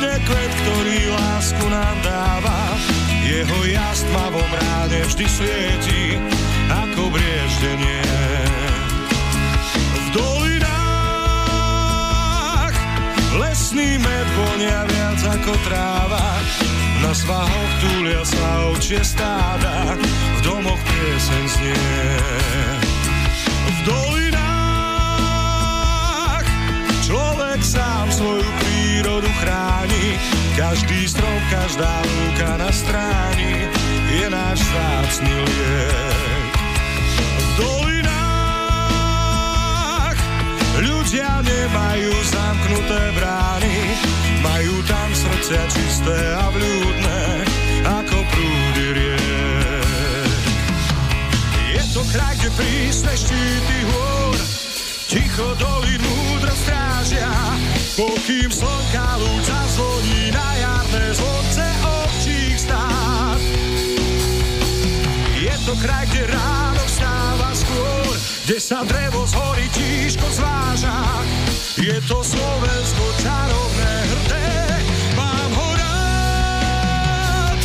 Kvitne kvet, ktorý lásku nám dáva, jeho jas tmavom ráne vždy svieti, ako brieždenie. V dolinách lesný med vonia viac ako tráva, na svahoch túlia sa ovčie stáda, v domoch pieseň znie. V dolinách človek sám svoju prírodu chráni, každý strom, každá lúka na stráni je náš vzácny liek. V dolinách ľudia nemajú zamknuté brány, majú tam srdcia čisté a vľúdne, ako prúdy riek. Je to kraj, kde prísne štíty hôr ticho dolín múdro strážia, pokým slnka lúč zazvoní na jarné zvonce ovčích stád. Je to kraj, kde ráno vstáva skôr, kde sa drevo z hory tížko zváža. Je to Slovensko čarovné, hrdé, mám ho rád.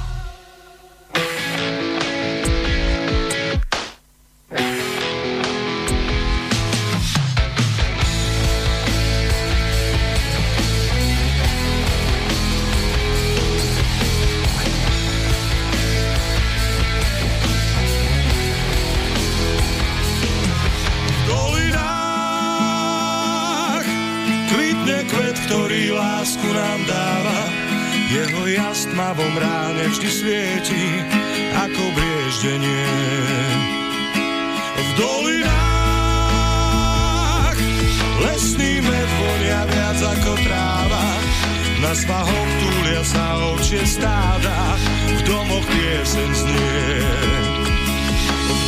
Ktorý lásku nám dáva, jeho jas tmavom ráne vždy svieti, ako brieždenie. V dolinách lesný med vonia viac ako tráva, na svahoch túlia sa ovčie stáda, v domoch pieseň znie. V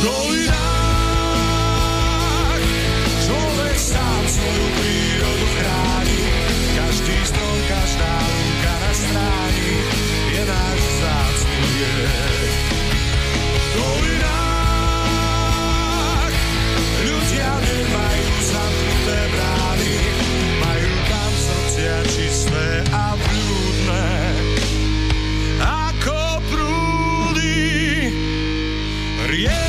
dolinách človek sám svoju prírodu chráni, každý strom, každá lúka na stráni je náš vzácny liek. V dolinách ľudia nemajú zamknuté brány, majú tam srdcia čisté a vľúdne, ako prúdy riek.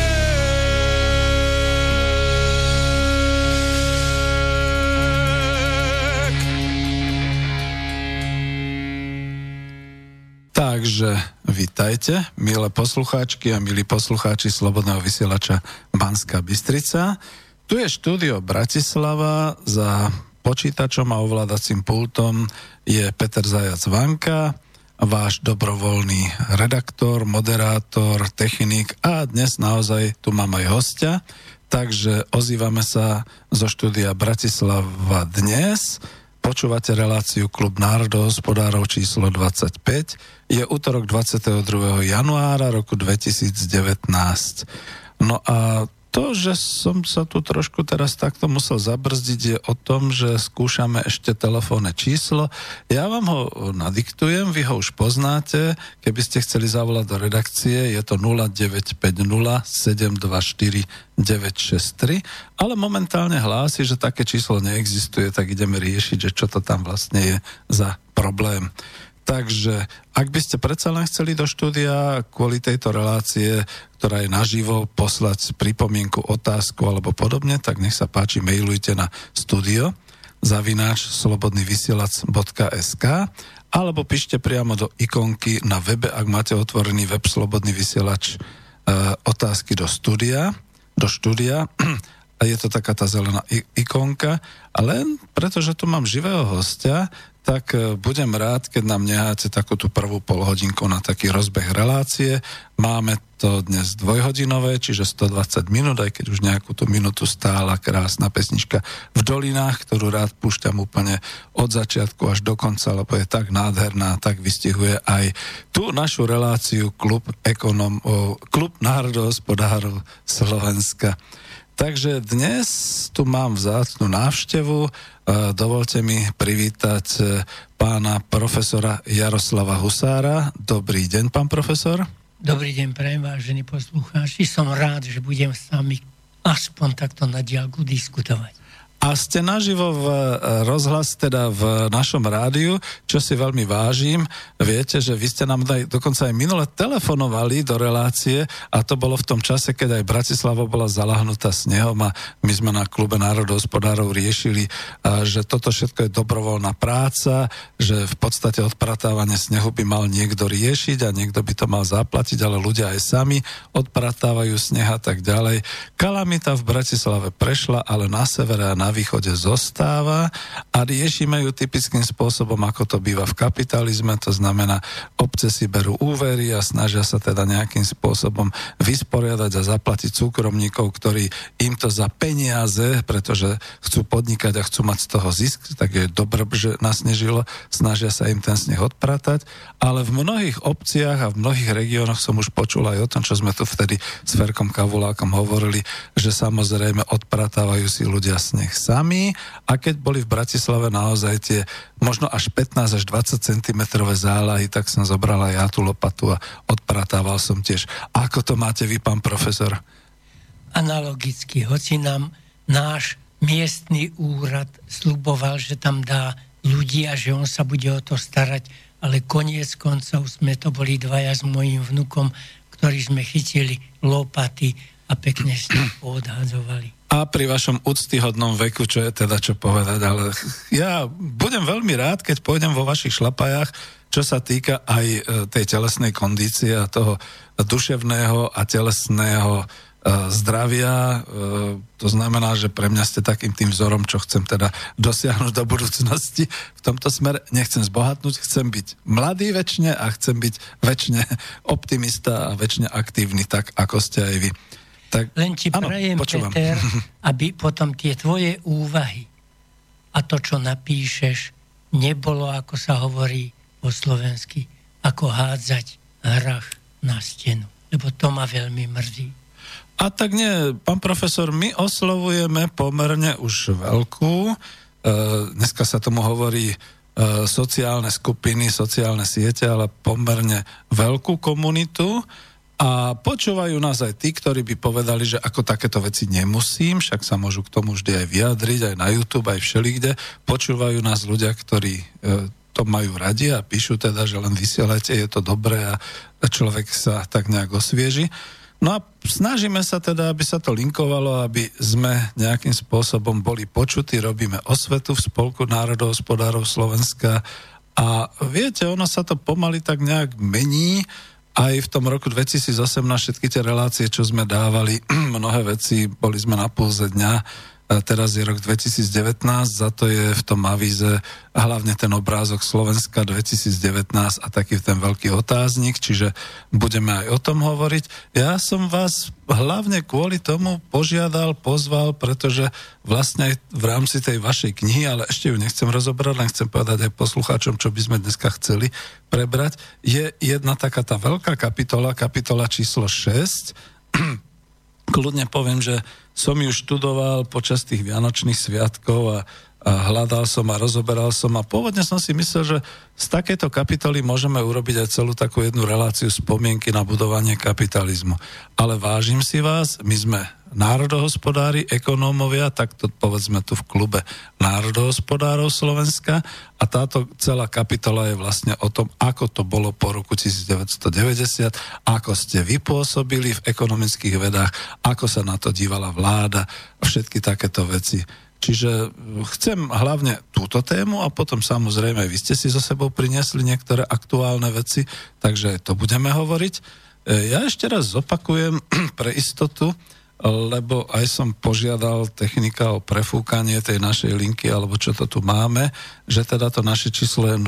Takže vitajte, milé poslucháčky a milí poslucháči Slobodného vysielača Banská Bystrica. Tu je štúdio Bratislava, za počítačom a ovládacím pultom je Peter Zajac Vanka, váš dobrovoľný redaktor, moderátor, technik a dnes naozaj tu mám aj hostia, takže ozývame sa zo štúdia Bratislava dnes. Počúvate reláciu Klub národohospodárov číslo 25. Je útorok 22. januára roku 2019. No a to, že som sa tu trošku teraz takto musel zabrzdiť, je o tom, že skúšame ešte telefónne číslo. Ja vám ho nadiktujem, vy ho už poznáte. Keby ste chceli zavolať do redakcie, je to 0950 724 963, ale momentálne hlási, že také číslo neexistuje, tak ideme riešiť, že čo to tam vlastne je za problém. Takže ak by ste predsa len chceli do štúdia kvôli tejto relácie, ktorá je naživo, poslať pripomienku, otázku alebo podobne, tak nech sa páči, mailujte na studio@slobodnyvysielac.sk alebo píšte priamo do ikonky na webe, ak máte otvorený web Slobodný vysielač, otázky do štúdia. A je to taká tá zelená ikonka. A len pretože tu mám živého hostia, tak budem rád, keď nám necháte takú tú prvú polhodinku na taký rozbeh relácie. Máme to dnes dvojhodinové, čiže 120 minút, aj keď už nejakú tú minútu stála krásna pesnička V dolinách, ktorú rád púšťam úplne od začiatku až do konca, lebo je tak nádherná, tak vystihuje aj tú našu reláciu Klub národohospodárov Slovenska. Takže dnes tu mám vzácnu návštevu. Dovolte mi privítať pána profesora Jaroslava Husára. Dobrý deň, pán profesor. Dobrý deň, prajem, vážení poslucháči. Som rád, že budem s vami aspoň takto na diaľku diskutovať. A ste naživo v rozhlas, teda v našom rádiu, čo si veľmi vážim. Viete, že vy ste nám dokonca aj minule telefonovali do relácie a to bolo v tom čase, keď aj Bratislava bola zalahnutá snehom a my sme na klube národohospodárov riešili, že toto všetko je dobrovoľná práca, že v podstate odpratávanie snehu by mal niekto riešiť a niekto by to mal zaplatiť, ale ľudia aj sami odpratávajú sneh a tak ďalej. Kalamita v Bratislave prešla, ale na severe a na východe zostáva a riešime ju typickým spôsobom, ako to býva v kapitalizme, to znamená, obce si berú úvery a snažia sa teda nejakým spôsobom vysporiadať a zaplatiť súkromníkov, ktorí im to za peniaze, pretože chcú podnikať a chcú mať z toho zisk, tak je dobré, že nasnežilo, snažia sa im ten sneh odpratať, ale v mnohých obciach a v mnohých regiónoch som už počul aj o tom, čo sme tu vtedy s Ferkom Kavulákom hovorili, že samozrejme odpratávajú si ľudia sneh sami a keď boli v Bratislave naozaj tie možno až 15 až 20 cm zálahy, tak som zobral aj ja tú lopatu a odpratával som tiež. Ako to máte vy, pán profesor? Analogicky, hoci nám náš miestny úrad sľuboval, že tam dá ľudí a že on sa bude o to starať, ale koniec koncov sme to boli dvaja s mojím vnukom, ktorí sme chytili lopaty a pekne s ním odhadzovali. A pri vašom úctyhodnom veku, čo je teda čo povedať, ale ja budem veľmi rád, keď pôjdem vo vašich šlapajách, čo sa týka aj tej telesnej kondície a toho duševného a telesného zdravia. To znamená, že pre mňa ste takým tým vzorom, čo chcem teda dosiahnuť do budúcnosti. V tomto smere nechcem zbohatnúť, chcem byť mladý večne a chcem byť večne optimista a večne aktívny, tak ako ste aj vy. Tak, len ti prajem, Peter, aby potom tie tvoje úvahy a to, čo napíšeš, nebolo, ako sa hovorí po slovensky, ako hádzať hrách na stenu. Lebo to ma veľmi mrzí. A tak nie, pán profesor, my oslovujeme pomerne už veľkú, dneska sa tomu hovorí sociálne skupiny, sociálne siete, ale pomerne veľkú komunitu, a počúvajú nás aj tí, ktorí by povedali, že ako takéto veci nemusím, však sa môžu k tomu vždy aj vyjadriť, aj na YouTube, aj všelikde. Počúvajú nás ľudia, ktorí to majú radi a píšu teda, že len vysielajte, je to dobré a človek sa tak nejak osvieži. No a snažíme sa teda, aby sa to linkovalo, aby sme nejakým spôsobom boli počutí, robíme osvetu v Spolku národohospodárov Slovenska a viete, ono sa to pomaly tak nejak mení. Aj v tom roku 2018 všetky tie relácie, čo sme dávali, mnohé veci, boli sme na pulze dňa, teraz je rok 2019, za to je v tom avíze hlavne ten obrázok Slovenska 2019 a taký ten veľký otáznik, čiže budeme aj o tom hovoriť. Ja som vás hlavne kvôli tomu pozval, pretože vlastne aj v rámci tej vašej knihy, ale ešte ju nechcem rozobrať, len chcem povedať aj poslucháčom, čo by sme dneska chceli prebrať, je jedna taká tá veľká kapitola číslo 6. Kľudne poviem, že som ju študoval počas tých vianočných sviatkov a hľadal som a rozoberal som a pôvodne som si myslel, že z takejto kapitoly môžeme urobiť aj celú takú jednu reláciu spomienky na budovanie kapitalizmu. Ale vážim si vás, my sme národohospodári, ekonómovia, tak to povedzme tu v klube národohospodárov Slovenska a táto celá kapitola je vlastne o tom, ako to bolo po roku 1990, ako ste vypôsobili v ekonomických vedách, ako sa na to dívala vláda, všetky takéto veci. Čiže chcem hlavne túto tému a potom samozrejme vy ste si so sebou priniesli niektoré aktuálne veci, takže to budeme hovoriť. Ja ešte raz zopakujem pre istotu, lebo aj som požiadal technika o prefúkanie tej našej linky, alebo čo to tu máme, že teda to naše číslo je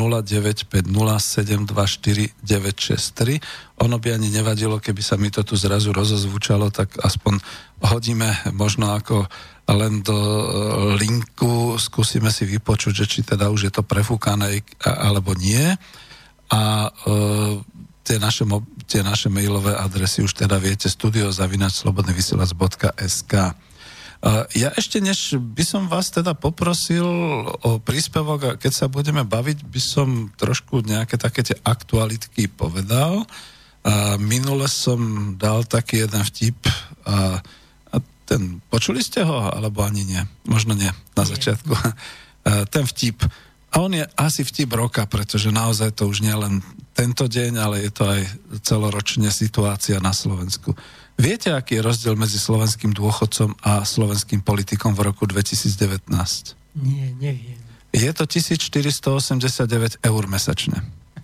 0950724963. Ono by ani nevadilo, keby sa mi to tu zrazu rozozvučalo, tak aspoň hodíme možno ako len do linku, skúsime si vypočuť, že či teda už je to prefúkané alebo nie. A tie naše mailové adresy už teda viete, studio@slobodnyvysielac.sk. Ja ešte než by som vás teda poprosil o príspevok a keď sa budeme baviť, by som trošku nejaké také tie aktualitky povedal. Minule som dal taký jeden vtip a počuli ste ho, alebo ani nie? Možno nie, na začiatku. Ten vtip. A on je asi vtip roka, pretože naozaj to už nie len tento deň, ale je to aj celoročne situácia na Slovensku. Viete, aký je rozdiel medzi slovenským dôchodcom a slovenským politikom v roku 2019? Nie, neviem. Je to 1489 eur mesačne.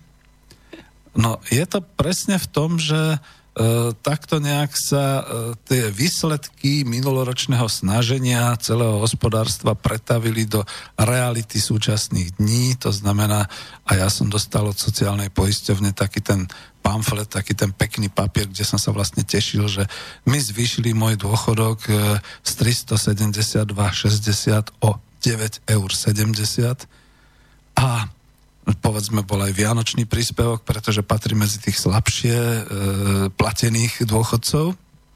No, je to presne v tom, že takto nejak sa tie výsledky minuloročného snaženia celého hospodárstva pretavili do reality súčasných dní. To znamená, a ja som dostal od sociálnej poisťovne taký ten pamflet, taký ten pekný papier, kde som sa vlastne tešil, že my zvýšili môj dôchodok z 372,60 o 9,70 eur. A povedzme, bol aj vianočný príspevok, pretože patrí medzi tých slabšie platených dôchodcov.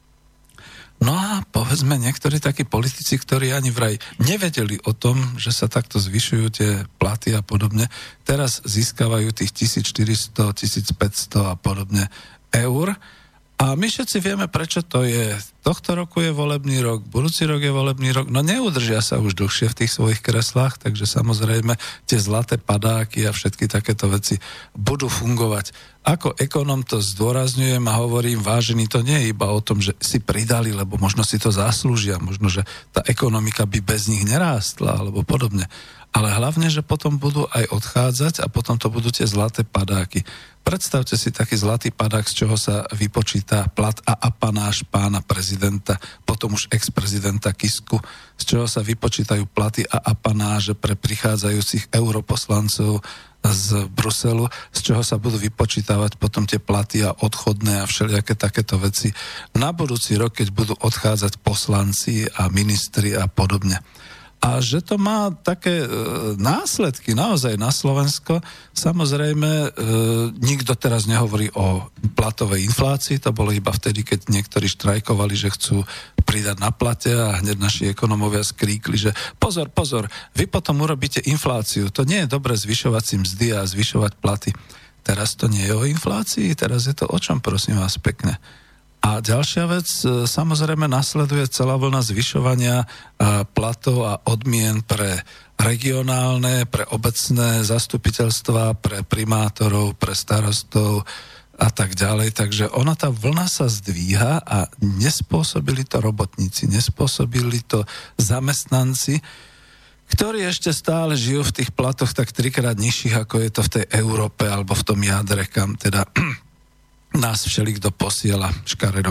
No a povedzme, niektorí takí politici, ktorí ani vraj nevedeli o tom, že sa takto zvyšujú tie platy a podobne, teraz získavajú tých 1400, 1500 a podobne eur. A my všetci vieme, prečo to je. Tohto roku je volebný rok, budúci rok je volebný rok, no neudržia sa už dlhšie v tých svojich kreslách, takže samozrejme tie zlaté padáky a všetky takéto veci budú fungovať. Ako ekonom to zdôrazňujem a hovorím, vážený, to nie je iba o tom, že si pridali, lebo možno si to zaslúžia, možno, že tá ekonomika by bez nich nerástla, alebo podobne. Ale hlavne, že potom budú aj odchádzať a potom to budú tie zlaté padáky. Predstavte si taký zlatý padák, z čoho sa vypočíta plat a apanáž pána prezidenta, potom už ex-prezidenta Kisku, z čoho sa vypočítajú platy a apanáže pre prichádzajúcich europoslancov z Bruselu, z čoho sa budú vypočítavať potom tie platy a odchodné a všelijaké takéto veci na budúci rok, keď budú odchádzať poslanci a ministri a podobne. A že to má také následky naozaj na Slovensko, samozrejme nikto teraz nehovorí o platovej inflácii, to bolo iba vtedy, keď niektorí štrajkovali, že chcú pridať na plate a hneď naši ekonomovia skríkli, že pozor, vy potom urobíte infláciu, to nie je dobre zvyšovať si mzdy a zvyšovať platy. Teraz to nie je o inflácii, teraz je to o čom, prosím vás pekne. A ďalšia vec, samozrejme nasleduje celá vlna zvyšovania platov a odmien pre regionálne, pre obecné zastupiteľstvá, pre primátorov, pre starostov a tak ďalej. Takže ona, tá vlna sa zdvíha a nespôsobili to robotníci, nespôsobili to zamestnanci, ktorí ešte stále žijú v tých platoch tak 3-krát nižších, ako je to v tej Európe alebo v tom jadre, kam teda nás všelikto posiela škaredo.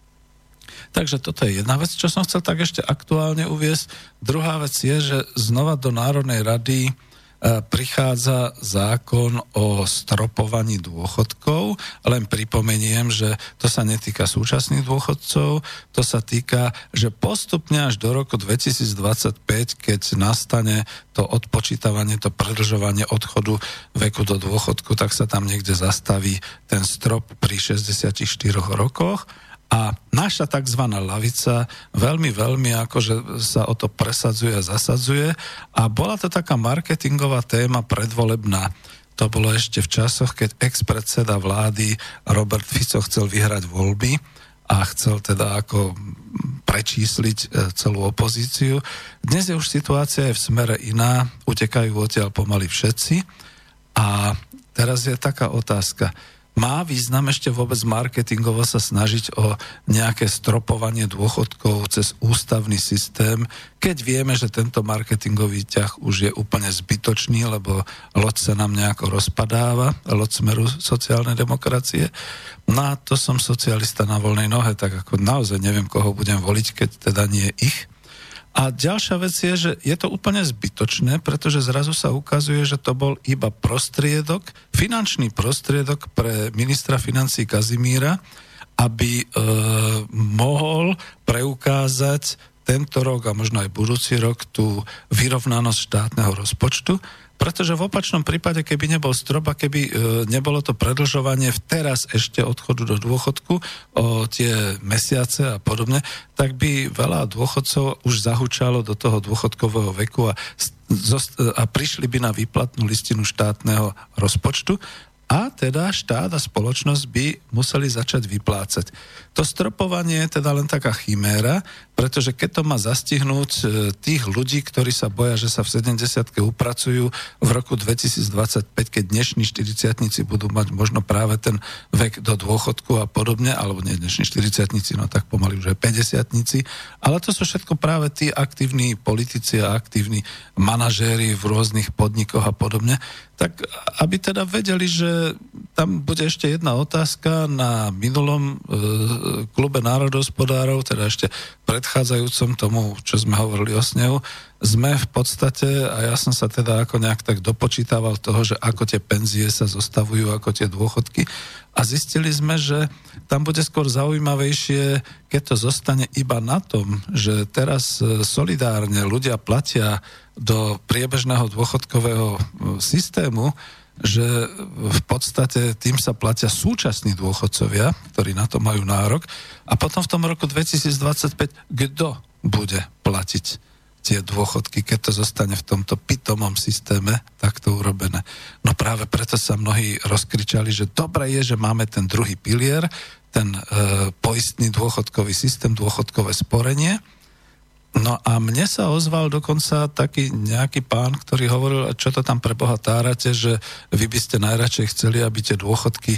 Takže toto je jedna vec, čo som chcel tak ešte aktuálne uviesť. Druhá vec je, že znova do Národnej rady prichádza zákon o stropovaní dôchodkov. Len pripomeniem, že to sa netýka súčasných dôchodcov, to sa týka, že postupne až do roku 2025, keď nastane to odpočítavanie, to predĺžovanie odchodu veku do dôchodku, tak sa tam niekde zastaví ten strop pri 64 rokoch. A naša tzv. Lavica veľmi akože sa o to presadzuje a zasadzuje a bola to taká marketingová téma predvolebná. To bolo ešte v časoch, keď ex-predseda vlády Robert Fico chcel vyhrať voľby a chcel teda ako prečísliť celú opozíciu. Dnes je už situácia v Smere iná, utekajú odtiaľ pomaly všetci a teraz je taká otázka. Má význam ešte vôbec marketingovo sa snažiť o nejaké stropovanie dôchodkov cez ústavný systém, keď vieme, že tento marketingový ťah už je úplne zbytočný, lebo loď sa nám nejako rozpadáva, loď Smeru sociálnej demokracie. No a to som socialista na voľnej nohe, tak ako naozaj neviem, koho budem voliť, keď teda nie ich. A ďalšia vec je, že je to úplne zbytočné, pretože zrazu sa ukazuje, že to bol iba prostriedok, finančný prostriedok pre ministra financií Kazimíra, aby mohol preukázať tento rok a možno aj budúci rok tú vyrovnanosť štátneho rozpočtu, pretože v opačnom prípade, keby nebol strop a keby nebolo to predĺžovanie teraz ešte odchodu do dôchodku o tie mesiace a podobne, tak by veľa dôchodcov už zahučalo do toho dôchodkového veku a prišli by na výplatnú listinu štátneho rozpočtu a teda štát a spoločnosť by museli začať vyplácať. To stropovanie je teda len taká chiméra, pretože keď to má zastihnúť tých ľudí, ktorí sa boja, že sa v 70-ke upracujú v roku 2025, keď dnešní 40-tníci budú mať možno práve ten vek do dôchodku a podobne, alebo nie dnešní 40-tníci, no tak pomaly už aj 50-tníci, ale to sú všetko práve tí aktívni politici a aktívni manažéri v rôznych podnikoch a podobne, tak aby teda vedeli, že tam bude ešte jedna otázka na minulom klube národohospodárov, teda ešte predchádzajúcom tomu, čo sme hovorili o snehu, sme v podstate, a ja som sa teda ako nejak tak dopočítaval toho, že ako tie penzie sa zostavujú, ako tie dôchodky, a zistili sme, že tam bude skôr zaujímavejšie, keď to zostane iba na tom, že teraz solidárne ľudia platia do priebežného dôchodkového systému, že v podstate tým sa platia súčasní dôchodcovia, ktorí na to majú nárok, a potom v tom roku 2025 kto bude platiť tie dôchodky, keď to zostane v tomto pitomom systéme takto urobené. No práve preto sa mnohí rozkričali, že dobre je, že máme ten druhý pilier, ten poistný dôchodkový systém, dôchodkové sporenie. No a mne sa ozval dokonca taký nejaký pán, ktorý hovoril, čo to tam pre Boha tárate, že vy by ste najradšej chceli, aby tie dôchodky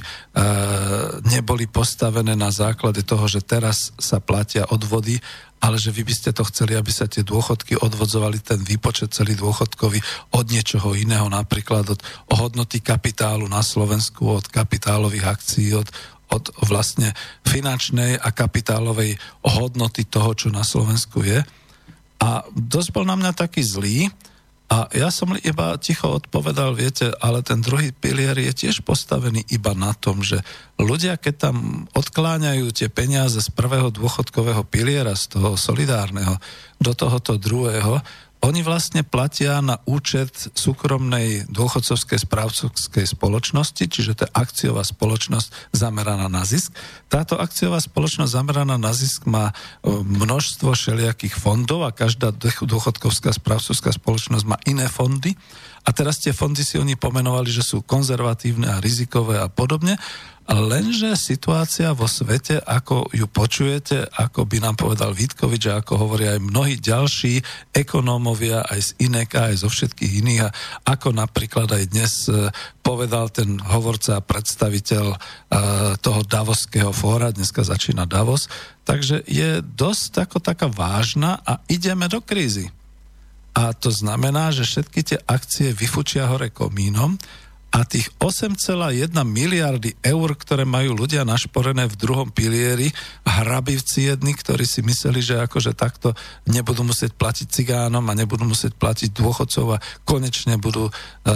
neboli postavené na základe toho, že teraz sa platia odvody, ale že vy by ste to chceli, aby sa tie dôchodky odvodzovali, ten výpočet celý dôchodkový od niečoho iného, napríklad od hodnoty kapitálu na Slovensku, od kapitálových akcií, od vlastne finančnej a kapitálovej hodnoty toho, čo na Slovensku je. A dosť bol na mňa taký zlý a ja som iba ticho odpovedal, viete, ale ten druhý pilier je tiež postavený iba na tom, že ľudia, keď tam odkláňajú tie peniaze z prvého dôchodkového piliera, z toho solidárneho, do tohoto druhého, oni vlastne platia na účet súkromnej dôchodcovskej správcovskej spoločnosti, čiže to je akciová spoločnosť zameraná na zisk. Táto akciová spoločnosť zameraná na zisk má množstvo všelijakých fondov a každá dôchodkovská správcovská spoločnosť má iné fondy. A teraz tie fondy si oni pomenovali, že sú konzervatívne a rizikové a podobne. Lenže situácia vo svete, ako ju počujete, ako by nám povedal Vítkovič a ako hovoria aj mnohí ďalší ekonómovia aj z INEKA, aj zo všetkých iných, a ako napríklad aj dnes povedal ten hovorca a predstaviteľ toho Davoského fóra, dneska začína Davos, takže je dosť ako taká vážna a ideme do krízy. A to znamená, že všetky tie akcie vyfučia hore komínom a tých 8,1 miliardy eur, ktoré majú ľudia našporené v druhom pilieri, hrabivci jedni, ktorí si mysleli, že akože takto nebudú musieť platiť cigánom a nebudú musieť platiť dôchodcov a konečne budú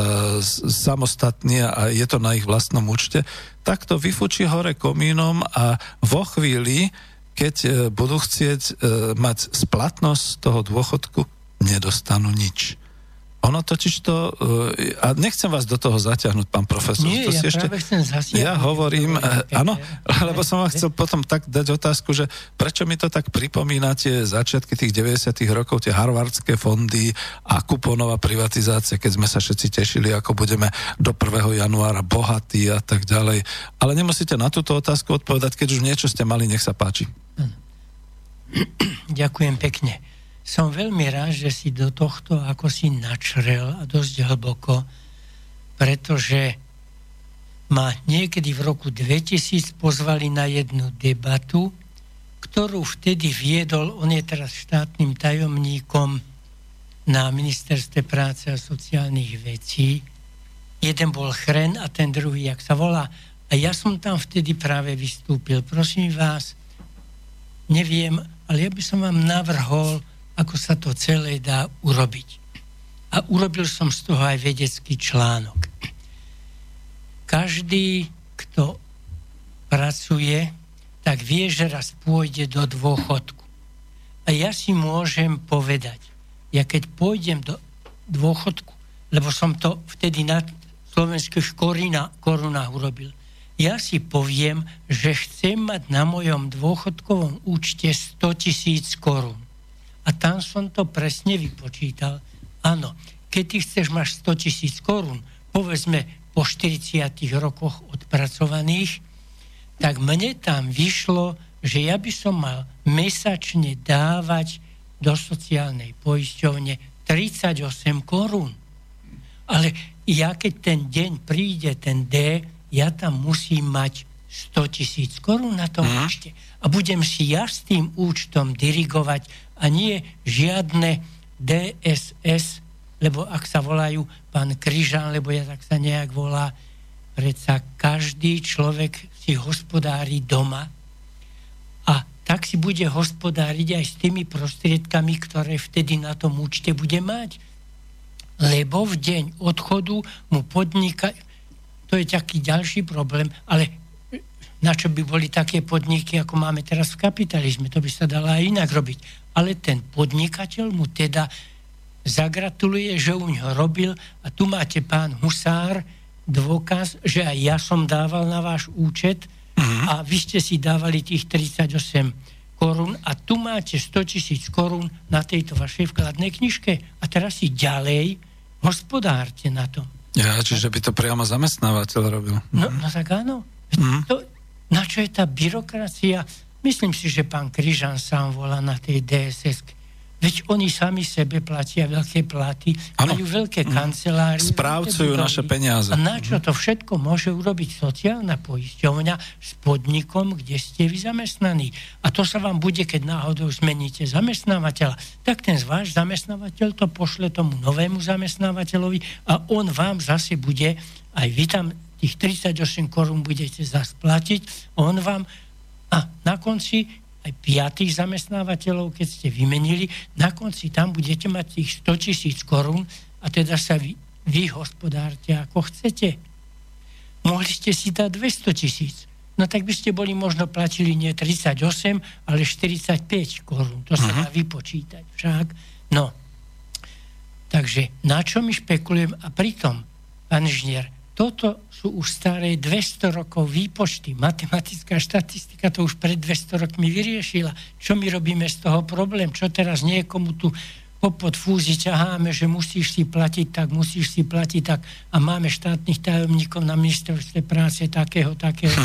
samostatní a je to na ich vlastnom účte, tak to vyfučí hore komínom a vo chvíli, keď budú chcieť mať splatnosť toho dôchodku, nedostanú nič. Ono totiž to, a nechcem vás do toho zaťahnuť, pán profesor. Nie, to si ja ešte, práve chcem zasiahnuť. Ja hovorím, áno, lebo som vám chcel potom tak dať otázku, že prečo mi to tak pripomína tie začiatky tých 90. rokov, tie harvardské fondy a kupónová privatizácia, keď sme sa všetci tešili, ako budeme do 1. januára bohatí a tak ďalej. Ale nemusíte na túto otázku odpovedať, keď už niečo ste mali, nech sa páči. Ďakujem pekne. Som veľmi rád, že si do tohto ako si načrel a dosť hlboko, pretože ma niekedy v roku 2000 pozvali na jednu debatu, ktorú vtedy viedol, on je teraz štátnym tajomníkom na Ministerstve práce a sociálnych vecí. Jeden bol Chren a ten druhý, jak sa volá. A ja som tam vtedy práve vystúpil. Prosím vás, neviem, ale ja by som vám navrhol, ako sa to celé dá urobiť. A urobil som z toho aj vedecký článok. Každý, kto pracuje, tak vie, že raz pôjde do dôchodku. A ja si môžem povedať, ja keď pôjdem do dôchodku, lebo som to vtedy na slovenských korunách urobil, ja si poviem, že chcem mať na mojom dôchodkovom účte 100 000 korún. A tam som to presne vypočítal. Áno, keď ty chceš mať 100 000 korún, povedzme po 40 rokoch odpracovaných, tak mne tam vyšlo, že ja by som mal mesačne dávať do sociálnej poisťovne 38 korún. Ale ja keď ten deň príde, ten D, ja tam musím mať 100 000 korún na tom účte. A budem si ja s tým účtom dirigovať a nie žiadne DSS, lebo ak sa volajú pán Kryžan, lebo ja tak sa nejak volá, predsa každý človek si hospodári doma a tak si bude hospodáriť aj s tými prostriedkami, ktoré vtedy na tom účte bude mať. Lebo v deň odchodu mu podniká, to je taký ďalší problém, ale na čo by boli také podniky, ako máme teraz v kapitalizme, to by sa dalo aj inak robiť. Ale ten podnikateľ mu teda zagratuluje, že u ňoho robil a tu máte pán Husár dôkaz, že aj ja som dával na váš účet a vy ste si dávali tých 38 korún a tu máte 100 000 korún na tejto vašej vkladnej knižke a teraz si ďalej hospodárte na tom. Ja, čiže by to priamo zamestnávateľ robil. No tak áno. To, na čo je tá byrokracia? Myslím si, že pán Kryžan sám volá na tej DSS. Veď oni sami sebe platia veľké platy, majú veľké kancelárie. Správcujú naše peniaze. A na čo to všetko môže urobiť sociálna poisťovňa s podnikom, kde ste vy zamestnaní? A to sa vám bude, keď náhodou zmeníte zamestnávateľa, tak ten váš zamestnávateľ to pošle tomu novému zamestnávateľovi a on vám zase bude, aj vy tam tých 38 korún budete zase platiť, on vám a na konci aj 5 zamestnávateľov, keď ste vymenili, na konci tam budete mať tých 100 000 korún a teda sa vy hospodárte ako chcete. Mohli ste si dať 200 000. No tak by ste boli možno platili nie 38, ale 45 korún. To sa dá vypočítať však. No. Takže na čo my špekulujem? A pritom, pán inžinier, toto sú už staré 200 rokov výpočty. Matematická štatistika to už pred 200 rokmi vyriešila. Čo my robíme z toho problém? Čo teraz niekomu tu popod fúzi ťaháme, že musíš si platiť tak, musíš si platiť tak a máme štátnych tajomníkov na ministerstve práce takého.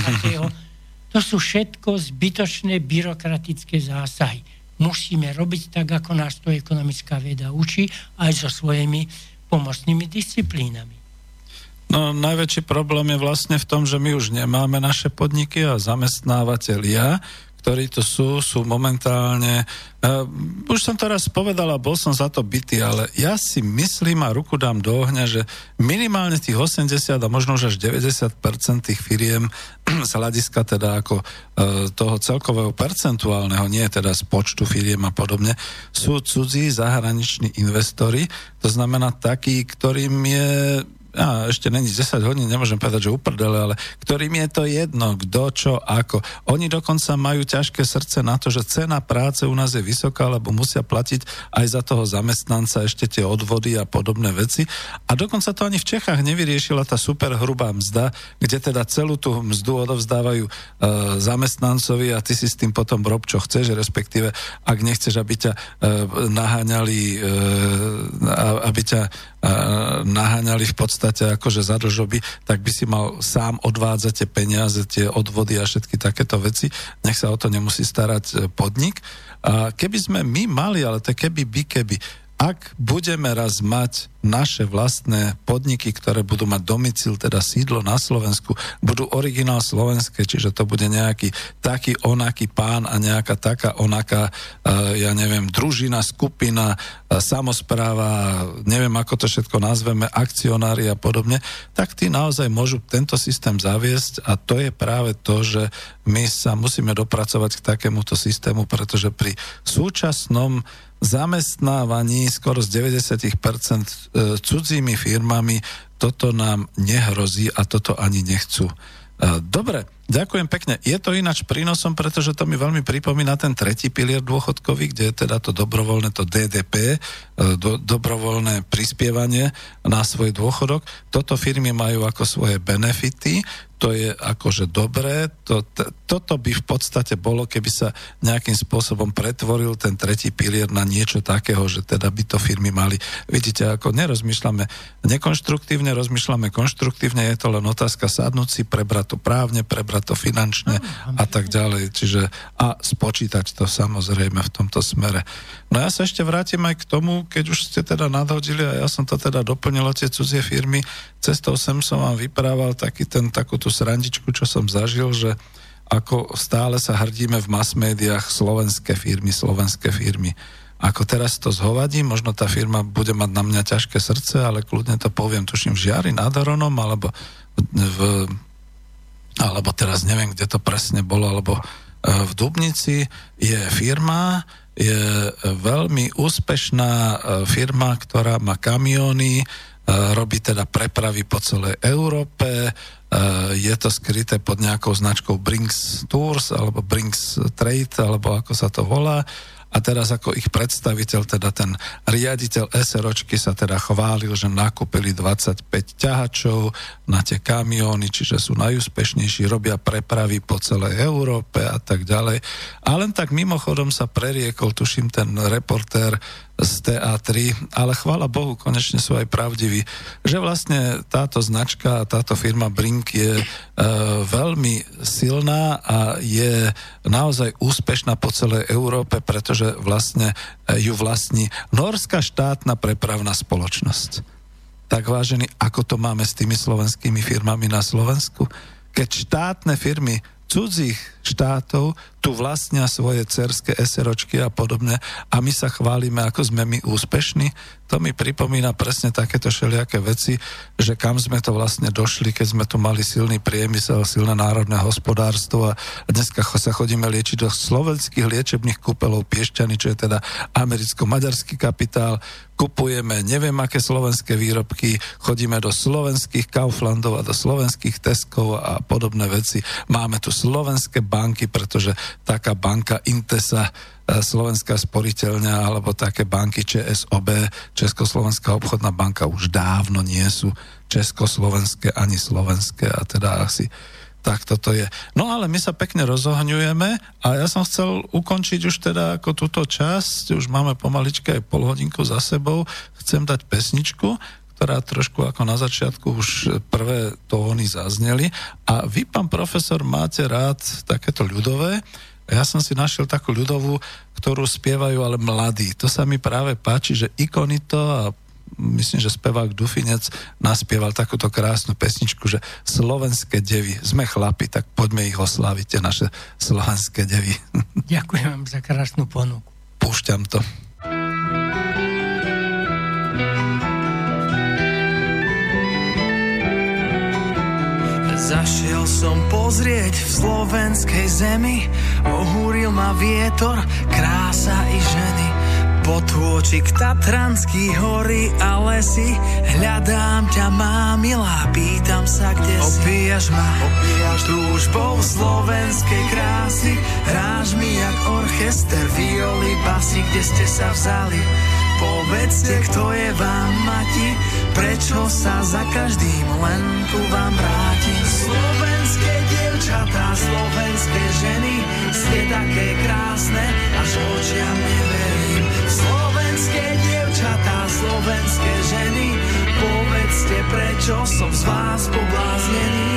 To sú všetko zbytočné byrokratické zásahy. Musíme robiť tak, ako nás to ekonomická veda učí, aj so svojimi pomocnými disciplínami. No, najväčší problém je vlastne v tom, že my už nemáme naše podniky a zamestnávateľia, ktorí tu sú momentálne... už som to raz povedal a bol som za to bitý, ale ja si myslím a ruku dám do ohňa, že minimálne tých 80 a možno už až 90% tých firiem z hľadiska teda ako toho celkového percentuálneho, nie teda z počtu firiem a podobne, sú cudzí zahraniční investori, to znamená takí, ktorým je... ešte není 10 hodín, nemôžem povedať, že uprdele, ale ktorým je to jedno, kto, čo, ako. Oni dokonca majú ťažké srdce na to, že cena práce u nás je vysoká, lebo musia platiť aj za toho zamestnanca ešte tie odvody a podobné veci. A dokonca to ani v Čechách nevyriešila tá super hrubá mzda, kde teda celú tú mzdu odovzdávajú zamestnancovi a ty si s tým potom rob, čo chceš, respektíve ak nechceš, aby ťa naháňali naháňali v podstate akože za dlžoby, tak by si mal sám odvádzať tie peniaze, tie odvody a všetky takéto veci. Nech sa o to nemusí starať podnik. A keby sme my mali, ale to keby, ak budeme raz mať naše vlastné podniky, ktoré budú mať domicil, teda sídlo na Slovensku, budú originál slovenské, čiže to bude nejaký taký onaký pán a nejaká taká onaká, ja neviem, družina, skupina, samospráva, neviem ako to všetko nazveme, akcionári a podobne, tak tí naozaj môžu tento systém zaviesť a to je práve to, že my sa musíme dopracovať k takémuto systému, pretože pri súčasnom zamestnávaní skoro z 90% cudzími firmami toto nám nehrozí a toto ani nechcú. Dobre, ďakujem pekne. Je to ináč prínosom, pretože to mi veľmi pripomína ten tretí pilier dôchodkový, kde je teda to dobrovoľné, to DDP, dobrovoľné prispievanie na svoj dôchodok. Toto firmy majú ako svoje benefity. to je akože dobré. Toto by v podstate bolo, keby sa nejakým spôsobom pretvoril ten tretí pilier na niečo takého, že teda by to firmy mali. Vidíte, ako nerozmýšľame nekonštruktívne, rozmýšľame konštruktívne, je to len otázka sadnúť si, prebrať to právne, prebrať to finančne a tak ďalej. Čiže a spočítať to samozrejme v tomto smere. No ja sa ešte vrátim aj k tomu, keď už ste teda nadhodili a ja som to teda doplnil o tie cudzie firmy. Cestou sem som vám vyprával takú tú srandičku, čo som zažil, že ako stále sa hrdíme v mass médiách slovenské firmy. Ako teraz to zhovadím, možno tá firma bude mať na mňa ťažké srdce, ale kľudne to poviem, tuším v Žiari nad Hronom, alebo teraz neviem, kde to presne bolo, alebo v Dubnici je firma, je veľmi úspešná firma, ktorá má kamióny, robí teda prepravy po celej Európe, je to skryté pod nejakou značkou Brinks Tours alebo Brinks Trade, alebo ako sa to volá. A teraz ako ich predstaviteľ, teda ten riaditeľ SROčky sa teda chválil, že nakúpili 25 ťahačov na tie kamióny, čiže sú najúspešnejší, robia prepravy po celej Európe a tak ďalej. A len tak mimochodom sa preriekol, tuším, ten reportér z TA3, ale chvála Bohu, konečne sú aj pravdiví, že vlastne táto značka, táto firma Brink je veľmi silná a je naozaj úspešná po celej Európe, pretože vlastne ju vlastní Norská štátna prepravná spoločnosť. Tak vážení, ako to máme s tými slovenskými firmami na Slovensku? Keď štátne firmy cudzích štátov tu vlastnia svoje dcerské SROčky a podobne a my sa chválime, ako sme my úspešní. To mi pripomína presne takéto všelijaké veci, že kam sme to vlastne došli, keď sme tu mali silný priemysel, silné národné hospodárstvo a dneska sa chodíme liečiť do slovenských liečebných kúpeľov Piešťany, čo je teda americko-maďarský kapitál. Kupujeme neviem aké slovenské výrobky, chodíme do slovenských Kauflandov a do slovenských Teskov a podobné veci. Máme tu slovenské banky, pretože taká banka Intesa, Slovenská sporiteľňa, alebo také banky ČSOB, Československá obchodná banka, už dávno nie sú československé ani slovenské a teda asi tak toto je. No ale my sa pekne rozohňujeme a ja som chcel ukončiť už teda ako túto časť, už máme pomaličke aj polhodinku za sebou, chcem dať pesničku, ktorá trošku ako na začiatku už prvé tóny zazneli a vy, pán profesor, máte rád takéto ľudové. Ja som si našiel takú ľudovú, ktorú spievajú ale mladí. To sa mi práve páči, že Ikonito a myslím, že spevák Dufinec naspieval takúto krásnu pesničku, že Slovenské devy. Sme chlapi, tak poďme ich osláviť, tie naše slovenské devy. Ďakujem vám za krásnu ponuku. Púšťam to. Zašiel som pozrieť v slovenskej zemi, ohúril ma vietor, krása i ženy. Potôčik Tatranský hory a lesy, hľadám ťa, má milá, pýtam sa, kde si. Opíjaš ma, túžbou slovenskej krásy, hráš mi jak orchester, violy, basy, kde ste sa vzali. Povedzte, kto je vám mati, prečo sa za každým len ku vám vrátim. Slovenské dievčatá, slovenské ženy, ste také krásne, až očiam neverím. Slovenské dievčatá, slovenské ženy, povedzte, prečo som z vás pobláznený.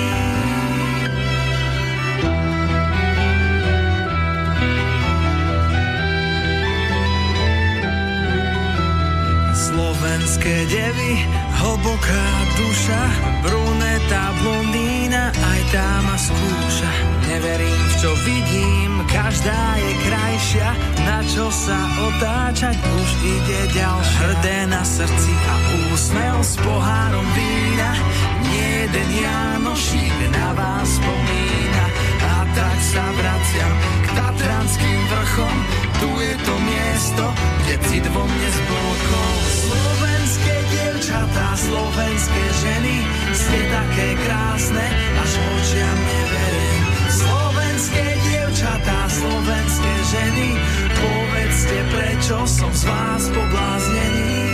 Slovenské devy, hlboká duša, bruneta, blondína, aj tá ma skúša. Neverím, v čo vidím, každá je krajšia, na čo sa otáčať, už ide ďalšia. Hrdé na srdci a úsmev s pohárom vína, nie jeden Jánošík na vás spomína. A tak sa vraciam k Tatranským vrchom, tu je to miesto, kde cit vo mne zblokol. Slovenské dievčatá, slovenské ženy, ste také krásne, až očiam neverím. Slovenské dievčatá, slovenské ženy, povedzte, prečo som z vás pobláznený.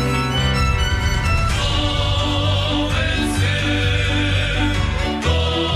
Slovenské,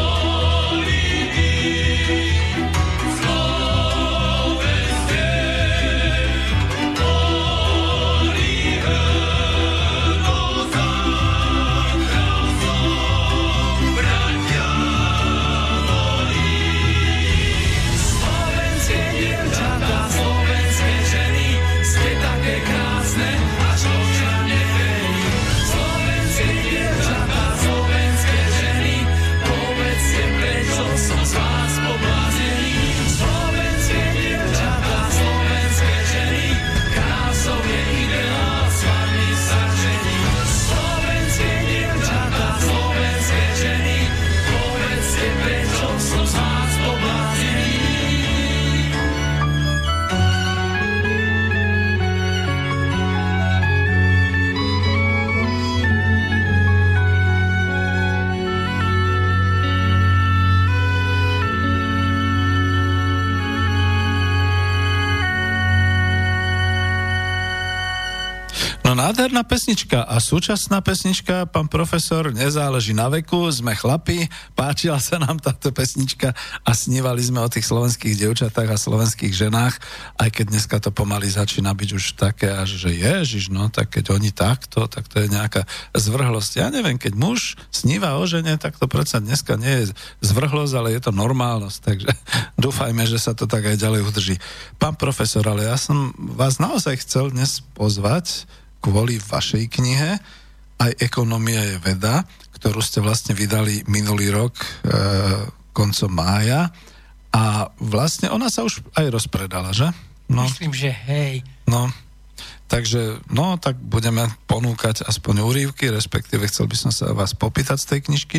No nádherná pesnička a súčasná pesnička, pán profesor, nezáleží na veku, sme chlapi, páčila sa nám táto pesnička a snívali sme o tých slovenských dievčatách a slovenských ženách, aj keď dneska to pomaly začína byť už také až, že ježiš, no tak keď oni takto, tak to je nejaká zvrhlosť. Ja neviem, keď muž sníva o žene, tak to predsa dneska nie je zvrhlosť, ale je to normálnosť, takže dúfajme, že sa to tak aj ďalej udrží. Pán profesor, ale ja som vás naozaj chcel dnes pozvať kvôli vašej knihe Aj ekonomia je veda, ktorú ste vlastne vydali minulý rok koncom mája a vlastne ona sa už aj rozpredala, že? No. Myslím, že hej. No, takže, no, tak budeme ponúkať aspoň úryvky, respektíve chcel by som sa vás popýtať z tej knižky.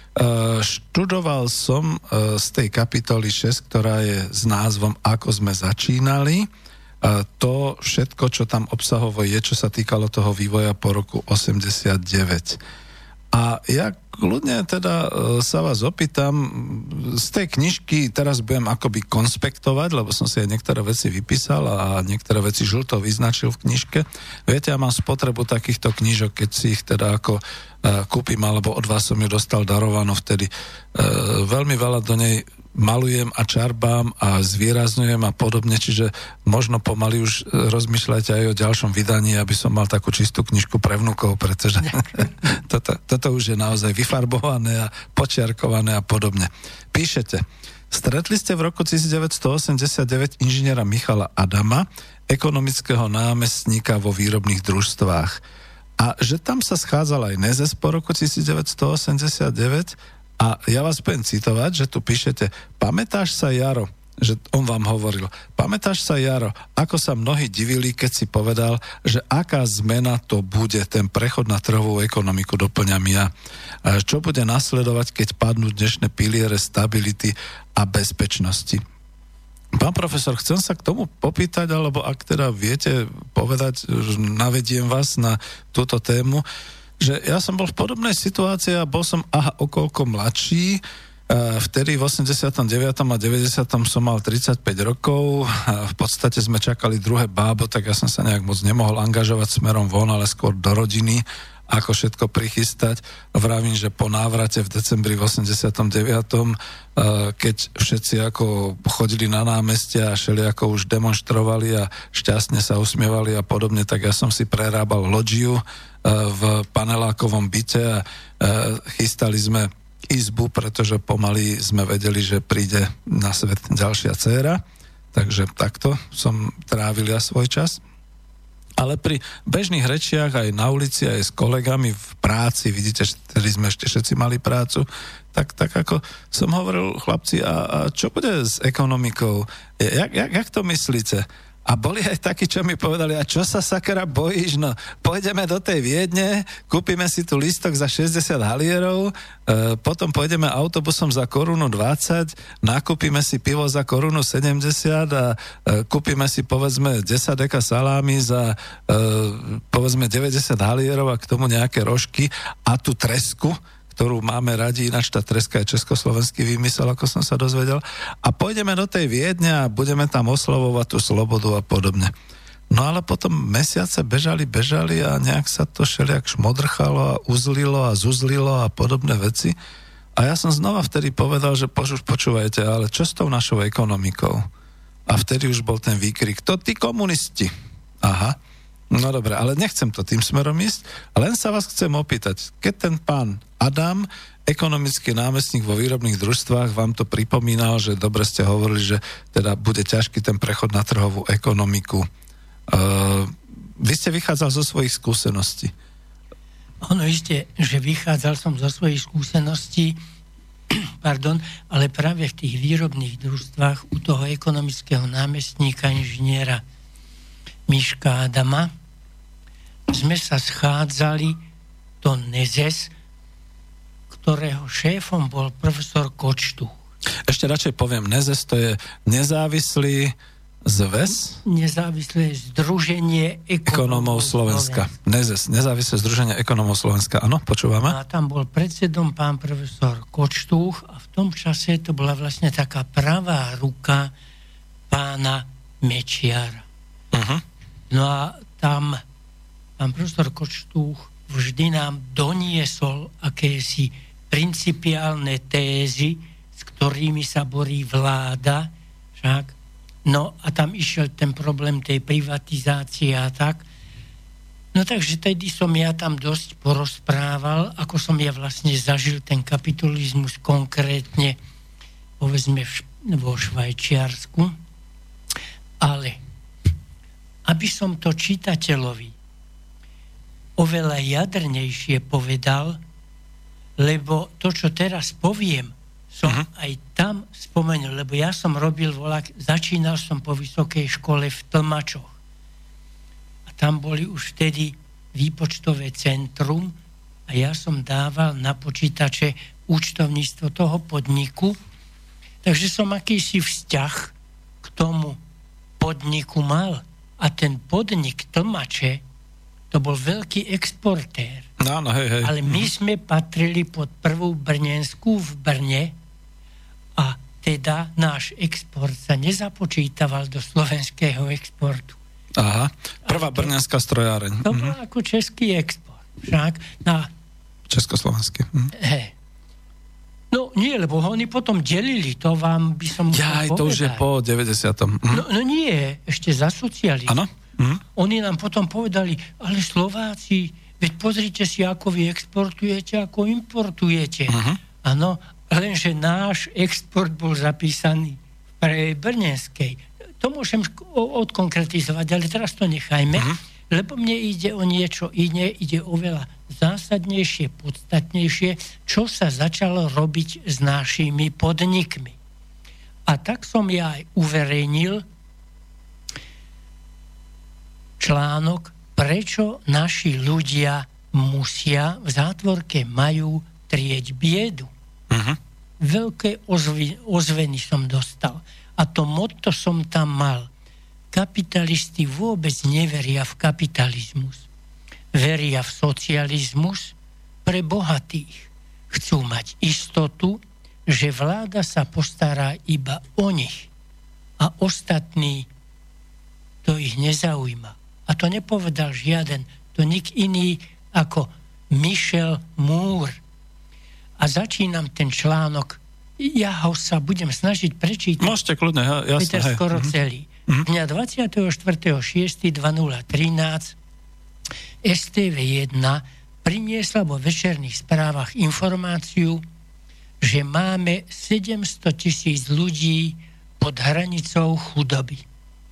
Študoval som z tej kapitoly 6, ktorá je s názvom Ako sme začínali, to všetko, čo tam obsahovo je, čo sa týkalo toho vývoja po roku 89. A ja kľudne teda sa vás opýtam, z tej knižky teraz budem akoby konspektovať, lebo som si aj niektoré veci vypísal a niektoré veci žlto vyznačil v knižke. Viete, ja mám spotrebu takýchto knižok, keď si ich teda ako kúpim, alebo od vás som ju dostal darovanú vtedy. Veľmi veľa do nej malujem a čarbám a zvýrazňujem a podobne, čiže možno pomaly už rozmýšľajte aj o ďalšom vydaní, aby som mal takú čistú knižku pre vnukov, pretože toto už je naozaj vyfarbované a počiarkované a podobne. Píšete, stretli ste v roku 1989 inžiniera Michala Adama, ekonomického námestníka vo výrobných družstvách. A že tam sa schádzal aj NEZES po roku 1989. A ja vás budem citovať, že tu píšete, pamätáš sa, Jaro, že on vám hovoril, pamätáš sa, Jaro, ako sa mnohí divili, keď si povedal, že aká zmena to bude, ten prechod na trhovú ekonomiku, doplňam ja. A čo bude nasledovať, keď padnú dnešné piliere stability a bezpečnosti. Pán profesor, chcem sa k tomu popýtať, alebo ak teda viete povedať, navediem vás na túto tému, že ja som bol v podobnej situácii a bol som okolko mladší. Vtedy v 89. a 90. som mal 35 rokov. V podstate sme čakali druhé bábo, tak ja som sa nejak moc nemohol angažovať smerom von, ale skôr do rodiny, ako všetko prichystať. Vravím, že po návrate v decembri v 89. Keď všetci ako chodili na námestia a šeli ako už demonštrovali a šťastne sa usmievali a podobne, tak ja som si prerábal lodžiu v panelákovom byte a chystali sme izbu, pretože pomaly sme vedeli, že príde na svet ďalšia dcéra. Takže takto som trávil ja svoj čas. Ale pri bežných rečiach aj na ulici, aj s kolegami v práci, vidíte, vtedy sme ešte všetci mali prácu, tak ako som hovoril, chlapci, a čo bude s ekonomikou? Jak to myslíte? A boli aj takí, čo mi povedali, a čo sa sakra bojíš, no pôjdeme do tej Viedne, kúpime si tu lístok za 60 halierov, potom pôjdeme autobusom za korunu 20, nakúpime si pivo za korunu 70 a kúpime si povedzme 10 deka salámy za povedzme 90 halierov a k tomu nejaké rožky a tú tresku, ktorú máme radi, ináč tá treska je československý výmysel, ako som sa dozvedel. A pôjdeme do tej Viedne a budeme tam oslavovať tú slobodu a podobne. No ale potom mesiace bežali a nejak sa to šeliak šmodrchalo a uzlilo a zuzlilo a podobné veci. A ja som znova vtedy povedal, že počúvajte, ale čo s tou našou ekonomikou? A vtedy už bol ten výkrik, to tí komunisti. Aha. No dobre, ale nechcem to tým smerom ísť, len sa vás chcem opýtať, keď ten pán Adam, ekonomický námestník vo výrobných družstvách, vám to pripomínal, že dobre ste hovorili, že teda bude ťažký ten prechod na trhovú ekonomiku. Vy ste vychádzal zo svojich skúseností. Ono isté, že vychádzal som zo svojich skúseností, ale práve v tých výrobných družstvách u toho ekonomického námestníka inžiniera Miška Adama sme sa schádzali do NEZES, ktorého šéfom bol profesor Kočtuch. Ešte radšej poviem, NEZES to je nezávislý zväz? Nezávislé združenie ekonómov Slovenska. NEZES, nezávislé združenie ekonómov Slovenska. Áno, počúvame? A tam bol predsedom pán profesor Kočtuch a v tom čase to bola vlastne taká pravá ruka pána Mečiara. Uh-huh. No a tam pán profesor Kočtúch vždy nám doniesol akési principiálne tézy, s ktorými sa borí vláda, však. No a tam išiel ten problém tej privatizácie a tak. No takže tedy som ja tam dosť porozprával, ako som ja vlastne zažil ten kapitalizmus konkrétne, povedzme vo Švajčiarsku. Ale aby som to čitateľovi oveľa jadrnejšie povedal, lebo to, čo teraz poviem, som aj tam spomenul, lebo ja som robil začínal som po vysokej škole v Tlmačoch. Tam boli už vtedy výpočtové centrum a ja som dával na počítače účtovníctvo toho podniku, takže som akýsi vzťah k tomu podniku mal. A ten podnik Tlmače, to bol veľký exportér. No, hej. Ale my sme patrili pod prvú Brnenskú v Brne a teda náš export sa nezapočítaval do slovenského exportu. Aha, prvá brňanská strojáreň. To bol ako český export. Však na... Československý. Hej. No nie, lebo oni potom delili, to vám by som musel povedať. To už je po 90. No nie, ešte za socializmu. Áno. Oni nám potom povedali, ale Slováci, veď pozrite si, ako vy exportujete, ako importujete. Áno, lenže náš export bol zapísaný pre Brnenskej. To môžem odkonkretizovať, ale teraz to nechajme, lebo mne ide o niečo iné, ide oveľa zásadnejšie, podstatnejšie, čo sa začalo robiť s našimi podnikmi. A tak som ja aj uverejnil článok, prečo naši ľudia musia, v zátvorke majú trieť biedu. Veľké ozveny som dostal. A to motto som tam mal. Kapitalisti vôbec neveria v kapitalizmus. Veria v socializmus pre bohatých. Chcú mať istotu, že vláda sa postará iba o nich. A ostatní to ich nezaujíma. A to nepovedal žiaden, to nik iný ako Michel Moore. A začínam ten článok, ja ho sa budem snažiť prečítať. Môžete kľudne, jasne. Peter skoro celý. Dňa 24.6.2013 STV1 priniesla vo večerných správach informáciu, že máme 700,000 ľudí pod hranicou chudoby.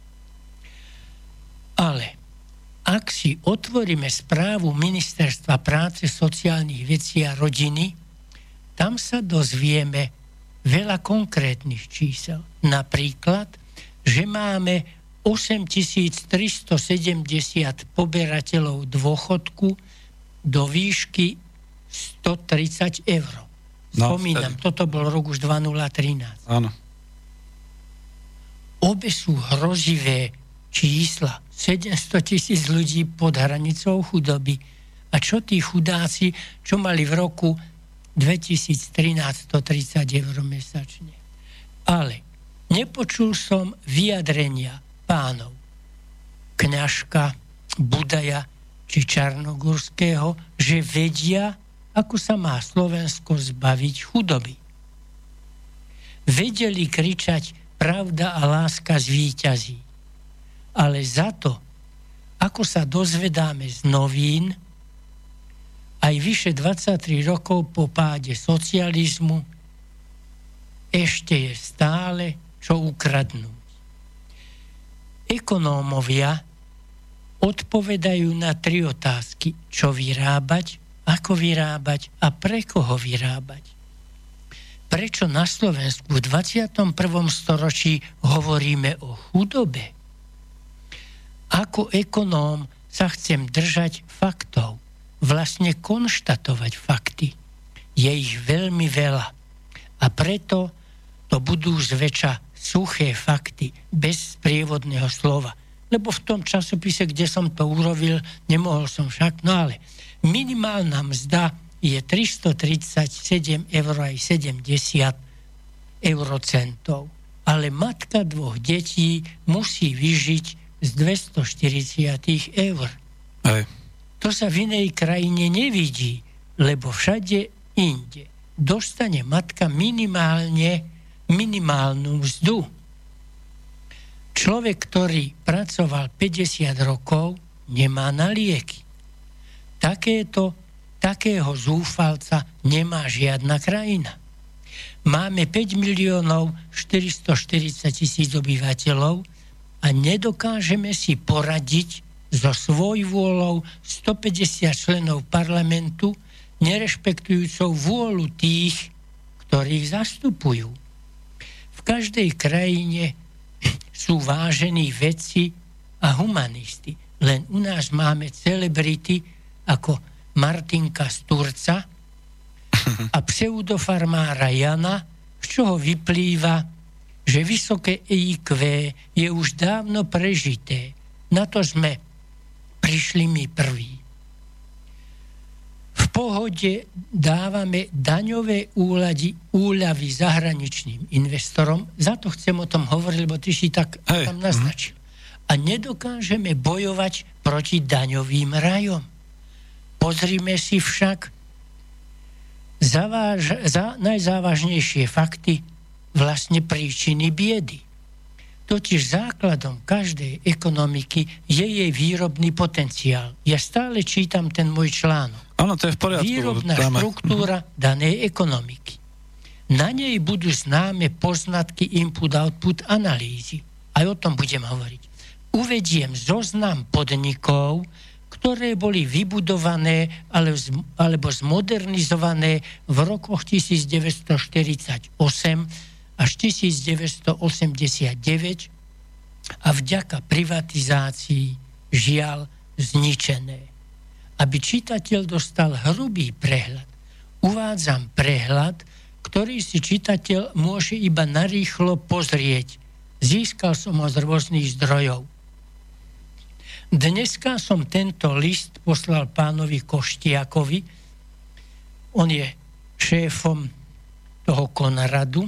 Ale ak si otvoríme správu Ministerstva práce, sociálnych vecí a rodiny, tam sa dozvieme veľa konkrétnych čísel. Napríklad, že máme 8370 poberateľov dôchodku do výšky 130 eur. Spomínam, toto bol rok už 2013. Áno. Obe sú hrozivé čísla. 700,000 ľudí pod hranicou chudoby. A čo tí chudáci, čo mali v roku 2013 130 eur mesačne. Ale nepočul som vyjadrenia pánov Kňažka, Budaja či Čarnogórského, že vedia, ako sa má Slovensko zbaviť chudoby. Vedeli kričať pravda a láska zvíťazí. Ale za to, ako sa dozvedáme z novín, aj vyše 23 rokov po páde socializmu, ešte je stále čo ukradnúť. Ekonómovia odpovedajú na 3 otázky. Čo vyrábať, ako vyrábať a pre koho vyrábať. Prečo na Slovensku v 21. storočí hovoríme o chudobe? Ako ekonóm sa chcem držať faktov, vlastne konštatovať fakty. Je ich veľmi veľa. A preto to budú zväčša suché fakty, bez sprievodného slova. Lebo v tom časopise, kde som to urobil, nemohol som však. No ale minimálna mzda je 337,70 eurocentov. Ale matka 2 detí musí vyžiť z 240 eur. Hej. To sa v inej krajine nevidí, lebo všade inde dostane matka minimálnu mzdu. Človek, ktorý pracoval 50 rokov, nemá na lieky. Takého zúfalca nemá žiadna krajina. Máme 5 miliónov 440 000 obyvateľov a nedokážeme si poradiť so svojvôľou 150 členov parlamentu, nerešpektujúcou vôľu tých, ktorých zastupujú. V každej krajine sú vážení vedci a humanisti. Len u nás máme celebrity ako Martinka z Turca a pseudofarmára Jana, z čoho vyplýva, že vysoké IQ je už dávno prežité. Na to sme prišli my prví. V pohode dávame daňové úľavy zahraničným investorom. Za to chcem o tom hovoriť, lebo ty si tak tam naznačil. A nedokážeme bojovať proti daňovým rajom. Pozrime si však najzávažnejšie fakty, vlastne príčiny biedy. Totiž základom každej ekonomiky je jej výrobný potenciál. Ja stále čítam ten môj článok. Áno, to je v poriadku. Výrobná štruktúra danej ekonomiky. Na nej budú známe poznatky input-output analýzy. Aj o tom budem hovoriť. Uvediem zoznam podnikov, ktoré boli vybudované alebo zmodernizované v rokoch 1948 až 1989 a vďaka privatizácii žiaľ zničené. Aby čitateľ dostal hrubý prehľad, uvádzam prehľad, ktorý si čitateľ môže iba narýchlo pozrieť. Získal som ho z rôznych zdrojov. Dneska som tento list poslal pánovi Koštiakovi. On je šéfom toho Konradu,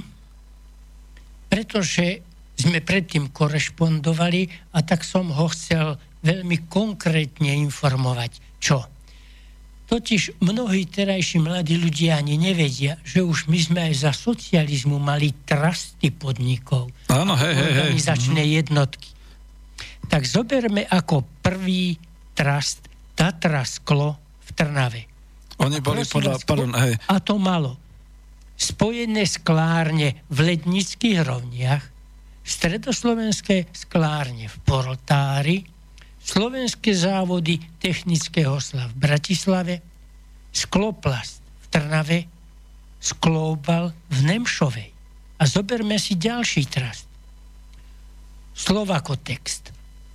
pretože sme predtým korešpondovali a tak som ho chcel veľmi konkrétne informovať. Čo? Totiž mnohí terajší mladí ľudia ani nevedia, že už my sme aj za socializmu mali trusty podnikov. Áno, organizačné jednotky. Tak zoberme ako prvý trust Tatra Sklo v Trnave. Oni boli A to malo Spojené sklárne v Lednických rovniach, Stredoslovenské sklárne v Porotári, Slovenské závody technického hosla v Bratislave, Skloplast v Trnave, Sklobal v Nemšovej. A zoberme si ďalší trust. Slovakotext.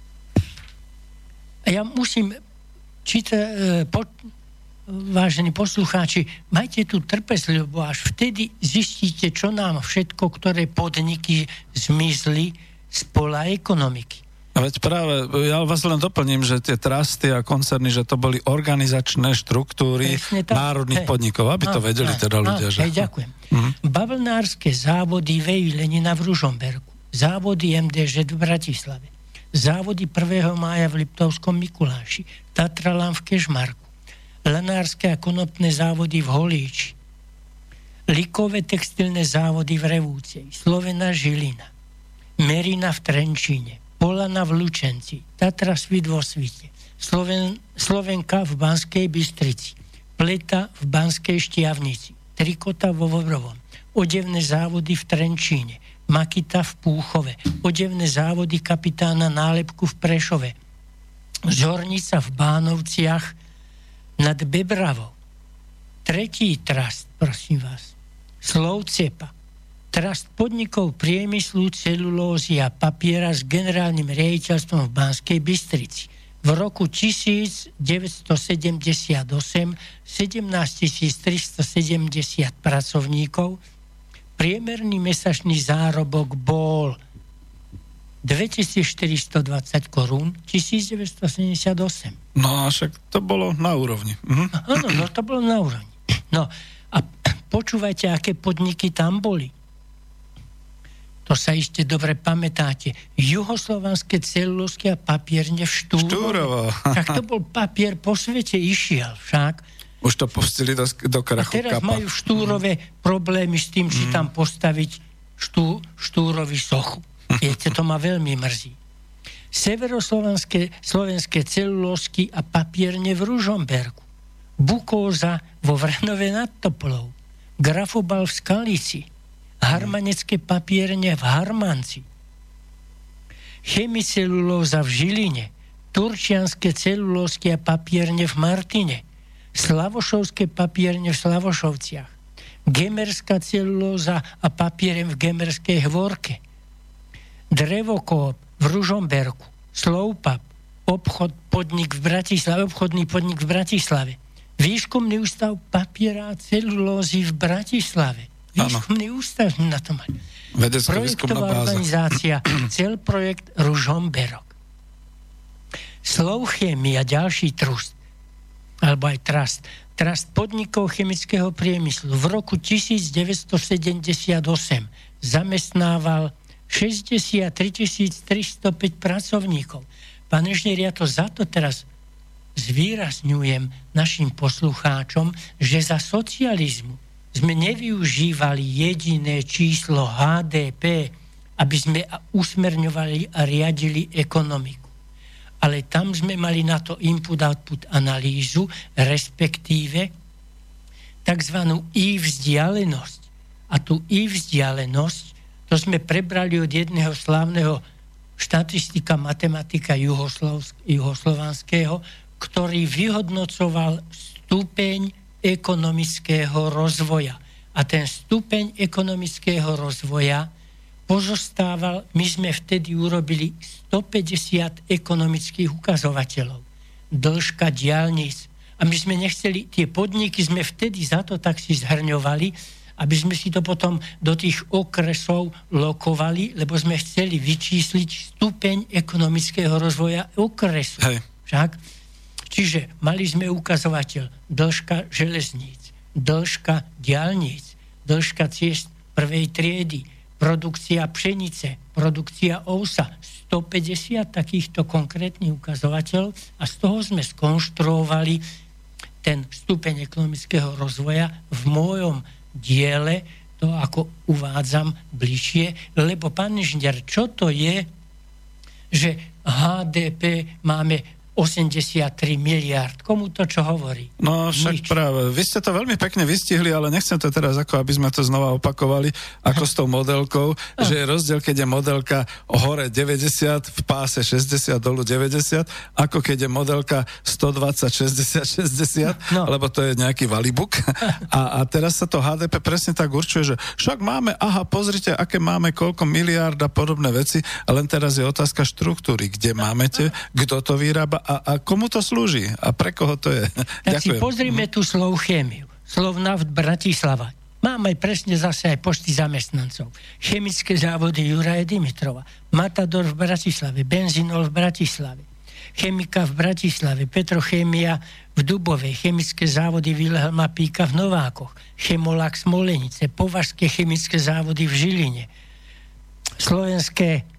A ja musím čítať, vážení poslucháči, majte tu trpezlivosť, lebo až vtedy zistíte, čo nám všetko, ktoré podniky zmizli z pola ekonomiky. A veď práve, ja vás len doplním, že tie trusty a koncerny, že to boli organizačné štruktúry národných podnikov, aby to vedeli teda ľudia. Ďakujem. Bavlnárske závody VI Lenina v Ružomberku, závody MDŽ v Bratislave, závody 1. mája v Liptovskom Mikuláši, Tatralan v Kežmarku, lanárske a konopné závody v Holíči, likové textilné závody v Revúcej, Slovena Žilina, Merina v Trenčíne, Polana v Lučenci, Tatra Svit vo Svite, Slovenka v Banskej Bystrici, Pleta v Banskej Štiavnici, Trikota vo Vobrovom, odevné závody v Trenčíne, Makita v Púchove, odevné závody kapitána Nálepku v Prešove, Žornica v Bánovciach nad Bebravou. Tretí trust, prosím vás, Slovcepa, trust podnikov priemyslu, celulózy a papiera s generálnym riaditeľstvom v Banskej Bystrici. V roku 1978 17 370 pracovníkov, priemerný mesačný zárobok bol 2420 korún 1978. No a však to bolo na úrovni. Áno, no to bolo na úrovni. No a počúvajte, aké podniky tam boli. To sa ešte dobre pamätáte. Juhoslovanské celulózky a papierne v Štúrovo. Tak to bol papier po svete išiel však. Už to pustili do krachu. A teraz kapa. majú v Štúrove problémy s tým, či tam postaviť Štúrovi sochu. Viete, to ma veľmi mrzí. Severoslovenské celulózky a papierne v Ružomberku. Bukóza vo Vranove nad Topolou. Grafobal v Skalici. Harmanecké papierne v Harmanci. Chemicelulóza v Žiline. Turčianske celulózky a papierne v Martine. Slavošovské papierne v Slavošovciach. Gemerská celulóza a papieren v Gemerskej Hvorke. Drevokóp v Ružomberku. Slovpap, obchodný podnik v Bratislave. Výskumný ústav papiera a celulózy v Bratislave. Výskumný ústav na to mať. Projektová organizácia, cel projekt Ružomberok. Slovchémia, ďalší trust, alebo aj Trust podnikov chemického priemyslu v roku 1978 zamestnával 63 305 pracovníkov. Pán inžinier, ja to za to teraz zvýrazňujem našim poslucháčom, že za socializmu sme nevyužívali jediné číslo HDP, aby sme usmerňovali a riadili ekonomiku. Ale tam sme mali na to input-output analýzu, respektíve takzvanú I-vzdialenosť. A tú I-vzdialenosť, to sme prebrali od jedného slávneho štatistika, matematika juhoslovanského, ktorý vyhodnocoval stupeň ekonomického rozvoja. A ten stupeň ekonomického rozvoja pozostával, my sme vtedy urobili 150 ekonomických ukazovateľov. Dĺžka diaľnic. A my sme nechceli, tie podniky sme vtedy za to tak si zhrňovali, aby sme si to potom do tých okresov lokovali, lebo sme chceli vyčísliť stupeň ekonomického rozvoja okresu. Hej. Však? Čiže mali sme ukazovateľ dĺžka železníc, dĺžka diaľnic, dĺžka ciest prvej triedy, produkcia pšenice, produkcia ovsa, 150 takýchto konkrétnych ukazovateľov a z toho sme skonštruovali ten stupeň ekonomického rozvoja v mojom diele, to ako uvádzam bližšie, lebo pán inžinier, čo to je, že HDP máme 83 miliárd. Komu to čo hovorí? No však práve. Vy ste to veľmi pekne vystihli, ale nechcem to teraz ako, aby sme to znova opakovali, ako s tou modelkou, že je rozdiel, keď je modelka hore 90, v páse 60, dolu 90, ako keď je modelka 120, 60, lebo to je nejaký valibuk. A teraz sa to HDP presne tak určuje, že však máme, pozrite, aké máme, koľko miliárd a podobné veci, a len teraz je otázka štruktúry, kde máme kto to vyrába a komu to slúži a pre koho to je. Tak si pozrime tú Slovchémiu. Slovnaft Bratislava. Mám aj presne zase aj počty zamestnancov. Chemické závody Juraje Dimitrova. Matador v Bratislave. Benzinol v Bratislave. Chemika v Bratislave. Petrochémia v Dubovej. Chemické závody Vilhelma Píka v Novákoch. Chemolak Smolenice. Považské chemické závody v Žiline. Slovenské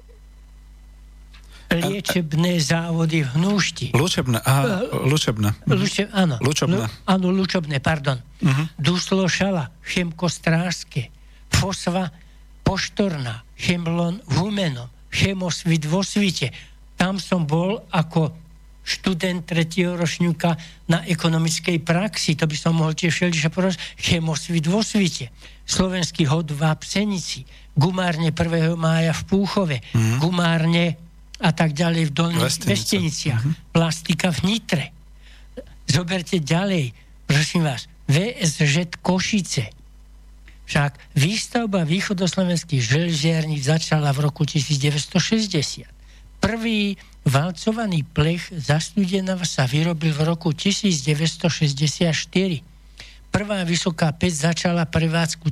liečebné závody v Hnúšti. Lučebné. Áno. Lučebné, pardon. Uh-huh. Duslo Šala, Chemko Strážske, Fosva Poštorná, Chemlon v Humenom, Chemosvit vo Svite. Tam som bol ako študent 3. ročníka na ekonomickej praxi. To by som mohol tiež všeličo povedať. Chemosvit vo Svite. Slovenský hod v Psenici. Gumárne 1. mája v Púchove. Uh-huh. Gumárne a tak ďalej v Dolných Vesteniciach. Uh-huh. Plastika v Nitre. Zoberte ďalej, prosím vás, VSŽ Košice. Však výstavba východoslovenských železiarní začala v roku 1960. Prvý valcovaný plech za Studenova sa vyrobil v roku 1964. Prvá vysoká päť začala prevádzku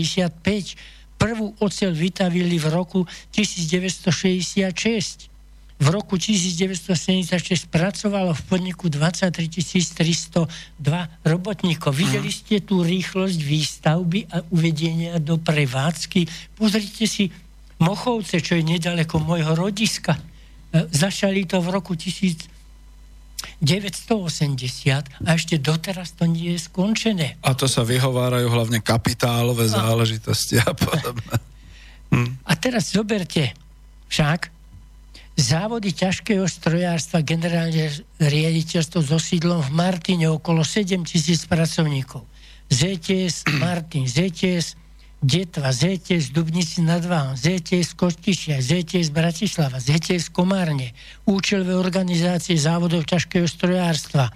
1965. Prvú oceľ vytavili v roku 1966. v roku 1976 pracovalo v podniku 23 302 robotníkov. Videli ste tú rýchlosť výstavby a uvedenia do prevádzky? Pozrite si Mochovce, čo je nedaleko môjho rodiska. Začali to v roku 1980 a ešte doteraz to nie je skončené. A to sa vyhovárajú hlavne kapitálové záležitosti a podobne. A teraz zoberte však závody ťažkého strojárstva, generálne riaditeľstvo so sídlom v Martine, okolo 7 000 pracovníkov. ZTS Martin, ZTS Detva, ZTS Dubnici nad Váhom, ZTS Kostičia, ZTS Bratislava, ZTS Komárne, účelové organizácie závodov ťažkého strojárstva,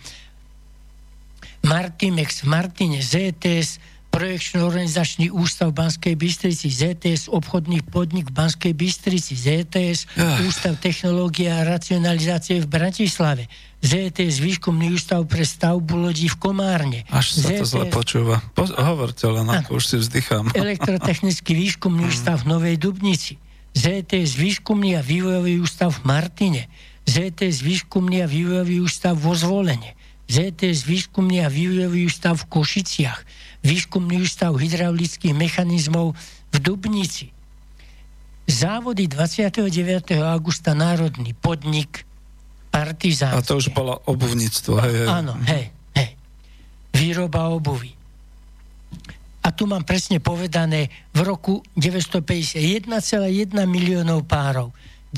Martimex v Martine, ZTS Projekčno-organizačný ústav v Banskej Bystrici, ZTS obchodný podnik v Banskej Bystrici, ZTS Ústav technológie a racionalizácie v Bratislave, ZTS výskumný ústav pre stavbu lodí v Komárne. Až sa to zle počúva. Hovorte len, ako už si vzdychám. Elektrotechnický výskumný ústav v Novej Dubnici, ZTS výskumný a vývojový ústav v Martine, ZTS výskumný a vývojový ústav vo Zvolene, ZTS výskumný a vývojový ústav v Košiciach, výskumný ústav hydraulických mechanizmov v Dubnici. Závody 29. augusta národný podnik Partizánske. A to už bolo obuvníctvo. Hej. Áno, hej. Výroba obuvy. A tu mám presne povedané v roku 950 1,1 miliónov párov,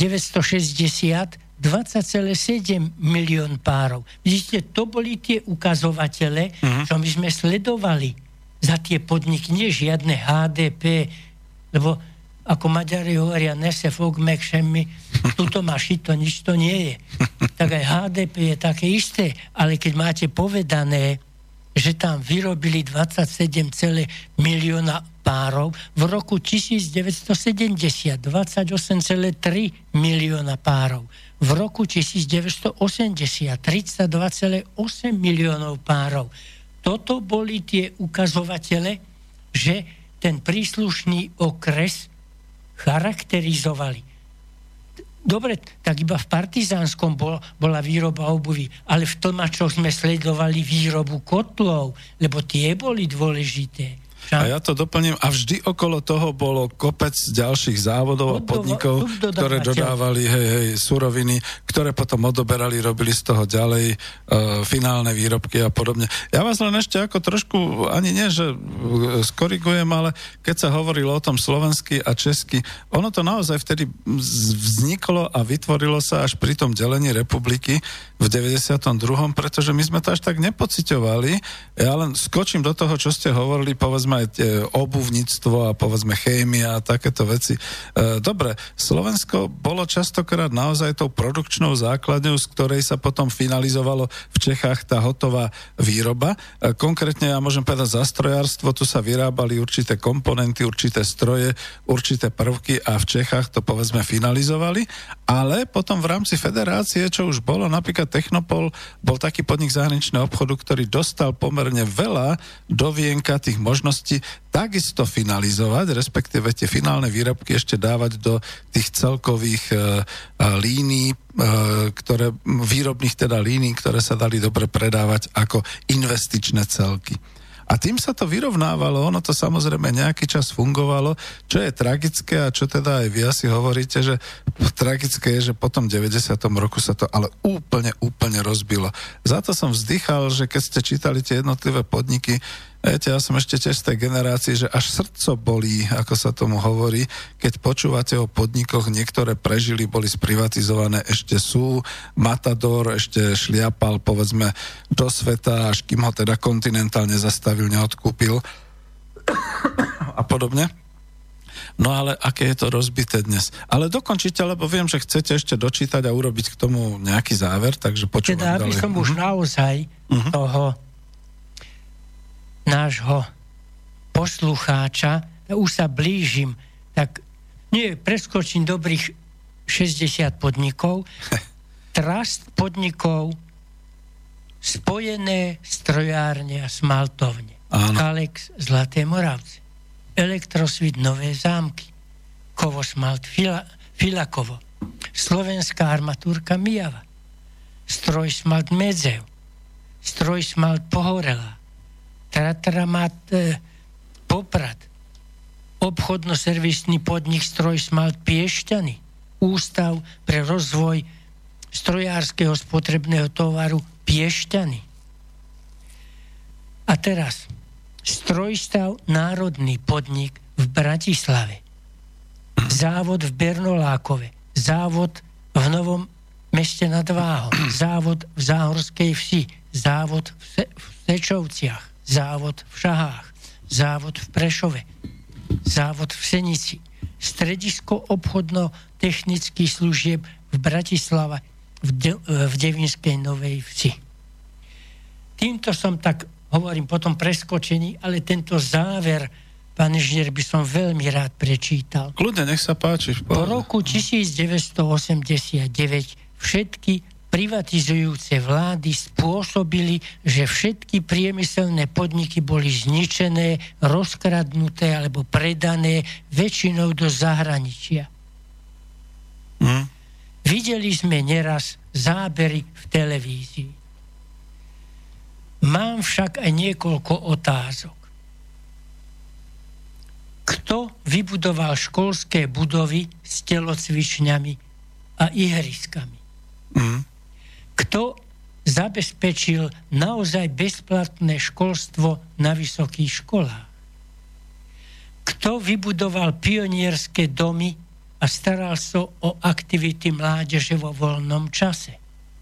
960 20,7 milión párov. Vidíte, to boli tie ukazovatele, čo my sme sledovali za tie podniky, nie žiadne HDP, lebo ako Maďari hovoria, nese fogmek šemmi, tuto máš to, nič to nie je. Tak aj HDP je také isté, ale keď máte povedané, že tam vyrobili 27 milióna párov, v roku 1970 28,3 milióna párov, v roku 1980 32,8 miliónov párov. Toto boli tie ukazovatele, že ten príslušný okres charakterizovali. Dobre, tak iba v Partizánskom bola výroba obuvy, ale v Tlmačoch sme sledovali výrobu kotlov, lebo tie boli dôležité. A ja to doplním, a vždy okolo toho bolo kopec ďalších závodov a podnikov, ktoré dodávali suroviny, ktoré potom odoberali, robili z toho ďalej finálne výrobky a podobne. Ja vás len ešte ako trošku, ani nie, že skorigujem, ale keď sa hovorilo o tom slovensky a česky, ono to naozaj vtedy vzniklo a vytvorilo sa až pri tom delení republiky v 92., pretože my sme to až tak nepociťovali. Ja len skočím do toho, čo ste hovorili, povedzme aj obuvníctvo a povedzme chémia a takéto veci. Dobre, Slovensko bolo častokrát naozaj tou produkčnou základňou, z ktorej sa potom finalizovalo v Čechách tá hotová výroba. Konkrétne ja môžem povedať za strojárstvo, tu sa vyrábali určité komponenty, určité stroje, určité prvky a v Čechách to povedzme finalizovali, ale potom v rámci federácie, čo už bolo, napríklad Technopol bol taký podnik zahraničného obchodu, ktorý dostal pomerne veľa do vienka tých možností takisto finalizovať, respektíve tie finálne výrobky ešte dávať do tých celkových línií, výrobných teda línií, ktoré sa dali dobre predávať ako investičné celky. A tým sa to vyrovnávalo, ono to samozrejme nejaký čas fungovalo, čo je tragické a čo teda aj vy asi hovoríte, že tragické je, že po tom 90. roku sa to ale úplne rozbilo. Za to som vzdychal, že keď ste čítali tie jednotlivé podniky, viete, ja som ešte tiež z tej generácie, že až srdco bolí, ako sa tomu hovorí, keď počúvate o podnikoch, niektoré prežili, boli sprivatizované, ešte sú, Matador ešte šliapal, povedzme, do sveta, až kým ho teda Continental nezastavil, neodkúpil a podobne. No ale aké je to rozbité dnes? Ale dokončite, lebo viem, že chcete ešte dočítať a urobiť k tomu nejaký záver, takže počúvam teda, aby ďalej. som už naozaj toho nášho poslucháča, už sa blížim, tak nie, preskočím dobrých 60 podnikov, Trust podnikov, Spojené strojárne a smaltovne, Kalex Zlaté Moravce, Elektrosvit Nové Zámky, Kovosmalt Filakovo, Slovenská armatúrka Mijava, Strojsmalt Medzev, Strojsmalt Pohorela, Tatramat Poprad, obchodno-servisný podnik Strojsmalt Piešťany, Ústav pre rozvoj strojárskeho spotrebného tovaru Piešťany. A teraz Strojstav Národný podnik v Bratislave, závod v Bernolákove, závod v Novom Meste nad Váhom, závod v Záhorskej Vsi, závod v Sečovciach, závod v Šahách, závod v Prešove, závod v Senici, stredisko obchodno-technických služieb v Bratislave v Devinskej Novej Vsi. Týmto som tak, hovorím, potom preskočený, ale tento záver, pán inžinier, by som veľmi rád prečítal. Kľudne, nech sa páči. Po roku 1989 všetky privatizujúce vlády spôsobili, že všetky priemyselné podniky boli zničené, rozkradnuté alebo predané väčšinou do zahraničia. Videli sme neraz zábery v televízii. Mám však aj niekoľko otázok. Kto vybudoval školské budovy s telocvičňami a ihriskami? Kto zabezpečil naozaj bezplatné školstvo na vysokých školách? Kto vybudoval pionierské domy a staral sa o aktivity mládeže vo voľnom čase?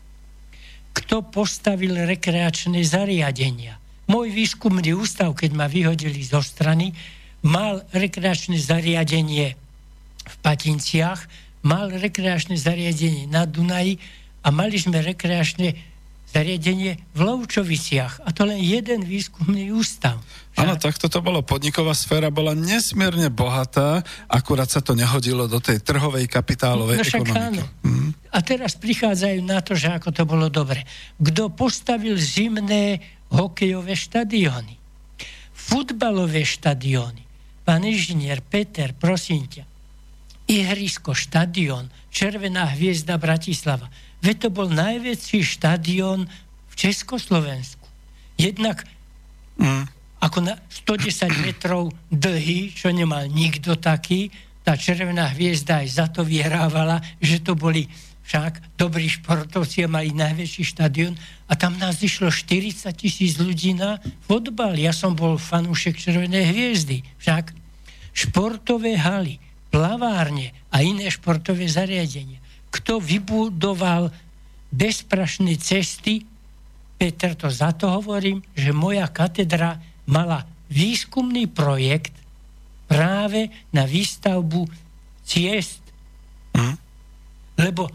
Kto postavil rekreačné zariadenia? Môj výskumný ústav, keď ma vyhodili zo strany, mal rekreačné zariadenie v Patinciach, mal rekreačné zariadenie na Dunaji a mali sme rekreačné zariadenie v Lovčoviciach. A to len jeden výskumný ústav. Áno, tak toto bolo. Podniková sféra bola nesmierne bohatá, akurát sa to nehodilo do tej trhovej kapitálovej ekonomiky. A teraz prichádzajú na to, že ako to bolo dobre. Kto postavil zimné hokejové štadióny, futbalové štadióny? Pán inžinier Peter, prosím ťa, ihrisko, štadión, Červená hviezda Bratislava. Veď to bol najväčší štadión v Československu. Jednak ako na 110 metrov dlhý, čo nemal nikto taký, tá Červená hviezda aj za to vyhrávala, že to boli však dobrí športovci a mali najväčší štadión a tam nás išlo 40 000 ľudí na fotbal. Ja som bol fanúšek Červenej hviezdy. Však športové haly, plavárne a iné športové zariadenia. Kto vybudoval bezprašné cesty? Peter, to za to hovorím, že moja katedra mala výskumný projekt práve na výstavbu ciest. Lebo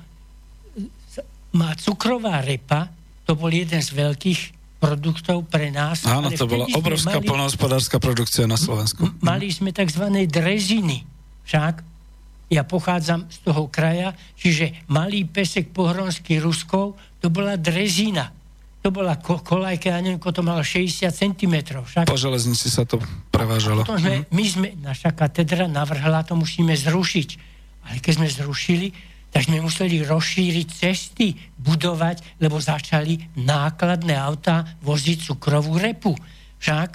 má cukrová repa, to bol jeden z veľkých produktov pre nás. Áno, to bola obrovská poľnohospodárska produkcia na Slovensku. Mali sme tzv. Dreziny. Však ja pochádzam z toho kraja, čiže malý pesek pohronský Ruskov, to bola drezina. To bola kolajka, ja neviem, to malo 60 cm. Však po železnici sa to prevážalo. Naša katedra navrhla, to musíme zrušiť. Ale keď sme zrušili, tak sme museli rozšíriť cesty, budovať, lebo začali nákladné autá voziť cukrovú repu. Však?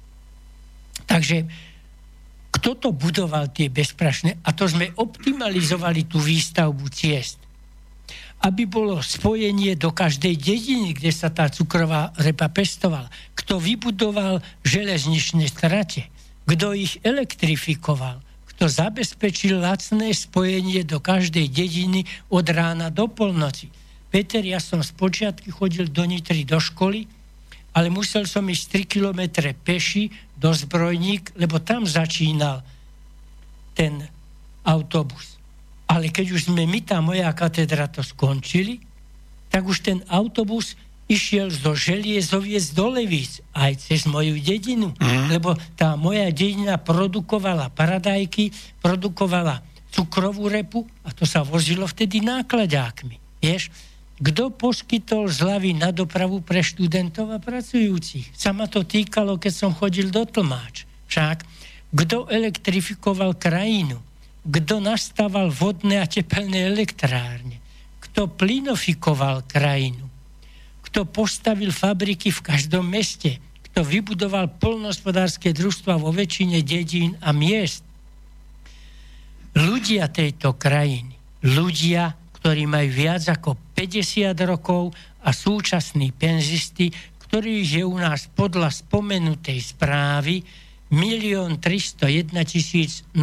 Takže kto to budoval tie bezprašné? A to sme optimalizovali tú výstavbu ciest. Aby bolo spojenie do každej dediny, kde sa tá cukrová repa pestovala. Kto vybudoval železničné trate? Kto ich elektrifikoval? Kto zabezpečil lacné spojenie do každej dediny od rána do polnoci? Peter, ja som spočiatku chodil do Nitry do školy, ale musel som ísť 3 kilometre peši do Zbrojník, lebo tam začínal ten autobus. Ale keď už sme my, tá moja katedra, to skončili, tak už ten autobus išiel zo Želiezoviec do Levíc, aj cez moju dedinu, lebo tá moja dedina produkovala paradajky, produkovala cukrovú repu a to sa vozilo vtedy nákladákmi. Vieš, kto poskytol zľavy na dopravu pre študentov a pracujúcich? Sa ma to týkalo, keď som chodil do Tlmáč. Však, kto elektrifikoval krajinu? kto nastával vodné a tepelné elektrárne, kto plynofikoval krajinu, kto postavil fabriky v každom meste, kto vybudoval poľnohospodárske družstva vo väčšine dedín a miest. Ľudia tejto krajiny, ľudia, ktorí majú viac ako 50 rokov a súčasní penzisti, ktorých je u nás podľa spomenutej správy 1 301 055.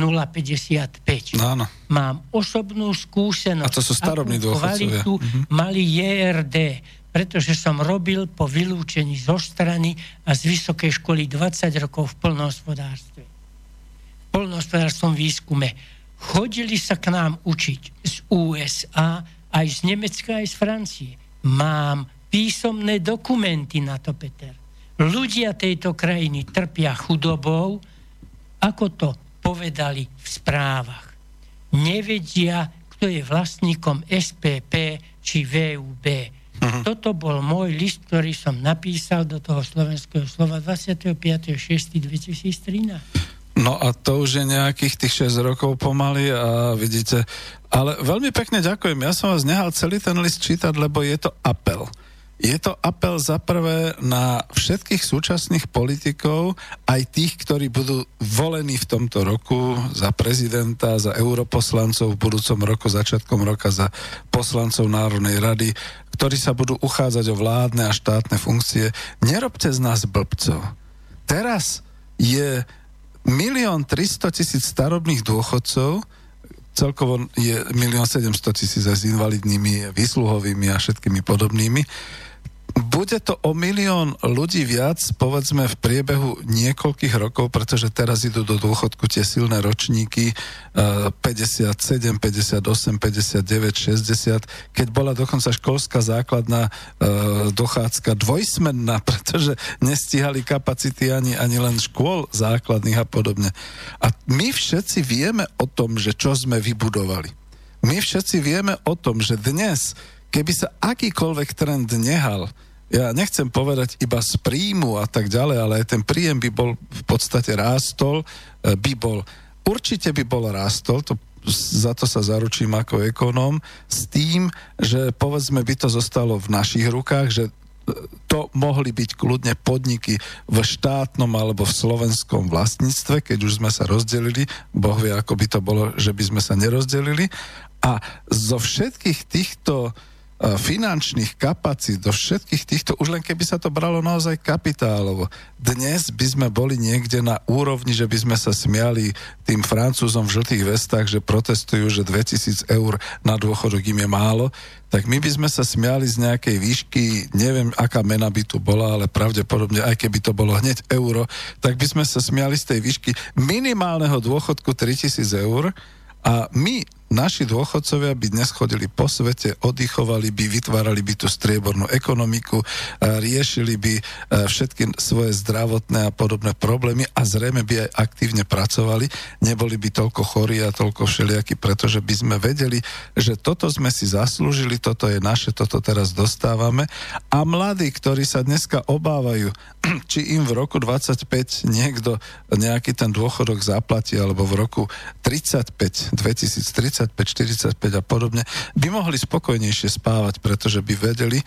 Áno. Mám osobnú skúsenosť. A to sú starobní dôchodcovia. Kvalitu mali JRD, pretože som robil po vylúčení zo strany a z vysokej školy 20 rokov v poľnohospodárstve. V poľnohospodárskom výskume. Chodili sa k nám učiť z USA, aj z Nemecka, aj z Francie. Mám písomné dokumenty na to, Peter. Ľudia tejto krajiny trpia chudobou, ako to povedali v správach. Nevedia, kto je vlastníkom SPP či VUB. Toto bol môj list, ktorý som napísal do toho Slovenského slova 25.6.2013. No a to už je nejakých tých 6 rokov pomaly a vidíte. Ale veľmi pekne ďakujem. Ja som vás nehal celý ten list čítať, lebo je to apel. Je to apel za prvé na všetkých súčasných politikov, aj tých, ktorí budú volení v tomto roku za prezidenta, za europoslancov v budúcom roku, začiatkom roka za poslancov Národnej rady, ktorí sa budú uchádzať o vládne a štátne funkcie. Nerobte z nás blbcov. Teraz je 1 300 000 starobných dôchodcov, celkovo je 1 700 000 aj s invalidnými, výsluhovými a všetkými podobnými. Bude to o 1 000 000 ľudí viac, povedzme, v priebehu niekoľkých rokov, pretože teraz idú do dôchodku tie silné ročníky 57, 58, 59, 60, keď bola dokonca školská základná dochádzka dvojsmenná, pretože nestíhali kapacity ani len škôl základných a podobne. A my všetci vieme o tom, že čo sme vybudovali. My všetci vieme o tom, že dnes, keby sa akýkoľvek trend nehal, ja nechcem povedať iba z príjmu a tak ďalej, ale aj ten príjem by bol v podstate rástol, určite by bol rástol, za to sa zaručím ako ekonóm, s tým, že povedzme by to zostalo v našich rukách, že to mohli byť kľudne podniky v štátnom alebo v slovenskom vlastníctve, keď už sme sa rozdelili, Boh vie, ako by to bolo, že by sme sa nerozdelili. A zo všetkých týchto finančných kapacít, do všetkých týchto, už len keby sa to bralo naozaj kapitálovo, dnes by sme boli niekde na úrovni, že by sme sa smiali tým Francúzom v žltých vestách, že protestujú, že 2000 eur na dôchodok im je málo, tak my by sme sa smiali z nejakej výšky, neviem, aká mena by tu bola, ale pravdepodobne, aj keby to bolo hneď euro, tak by sme sa smiali z tej výšky minimálneho dôchodku 3000 eur a my, naši dôchodcovia by dnes chodili po svete, oddychovali by, vytvárali by tú striebornú ekonomiku, riešili by všetky svoje zdravotné a podobné problémy a zrejme by aj aktívne pracovali, neboli by toľko chorí a toľko všelijakí, pretože by sme vedeli, že toto sme si zaslúžili, toto je naše, toto teraz dostávame a mladí, ktorí sa dneska obávajú, či im v roku 25 niekto nejaký ten dôchodok zaplatí, alebo v roku 35, 2035, 45 a podobne, by mohli spokojnejšie spávať, pretože by vedeli.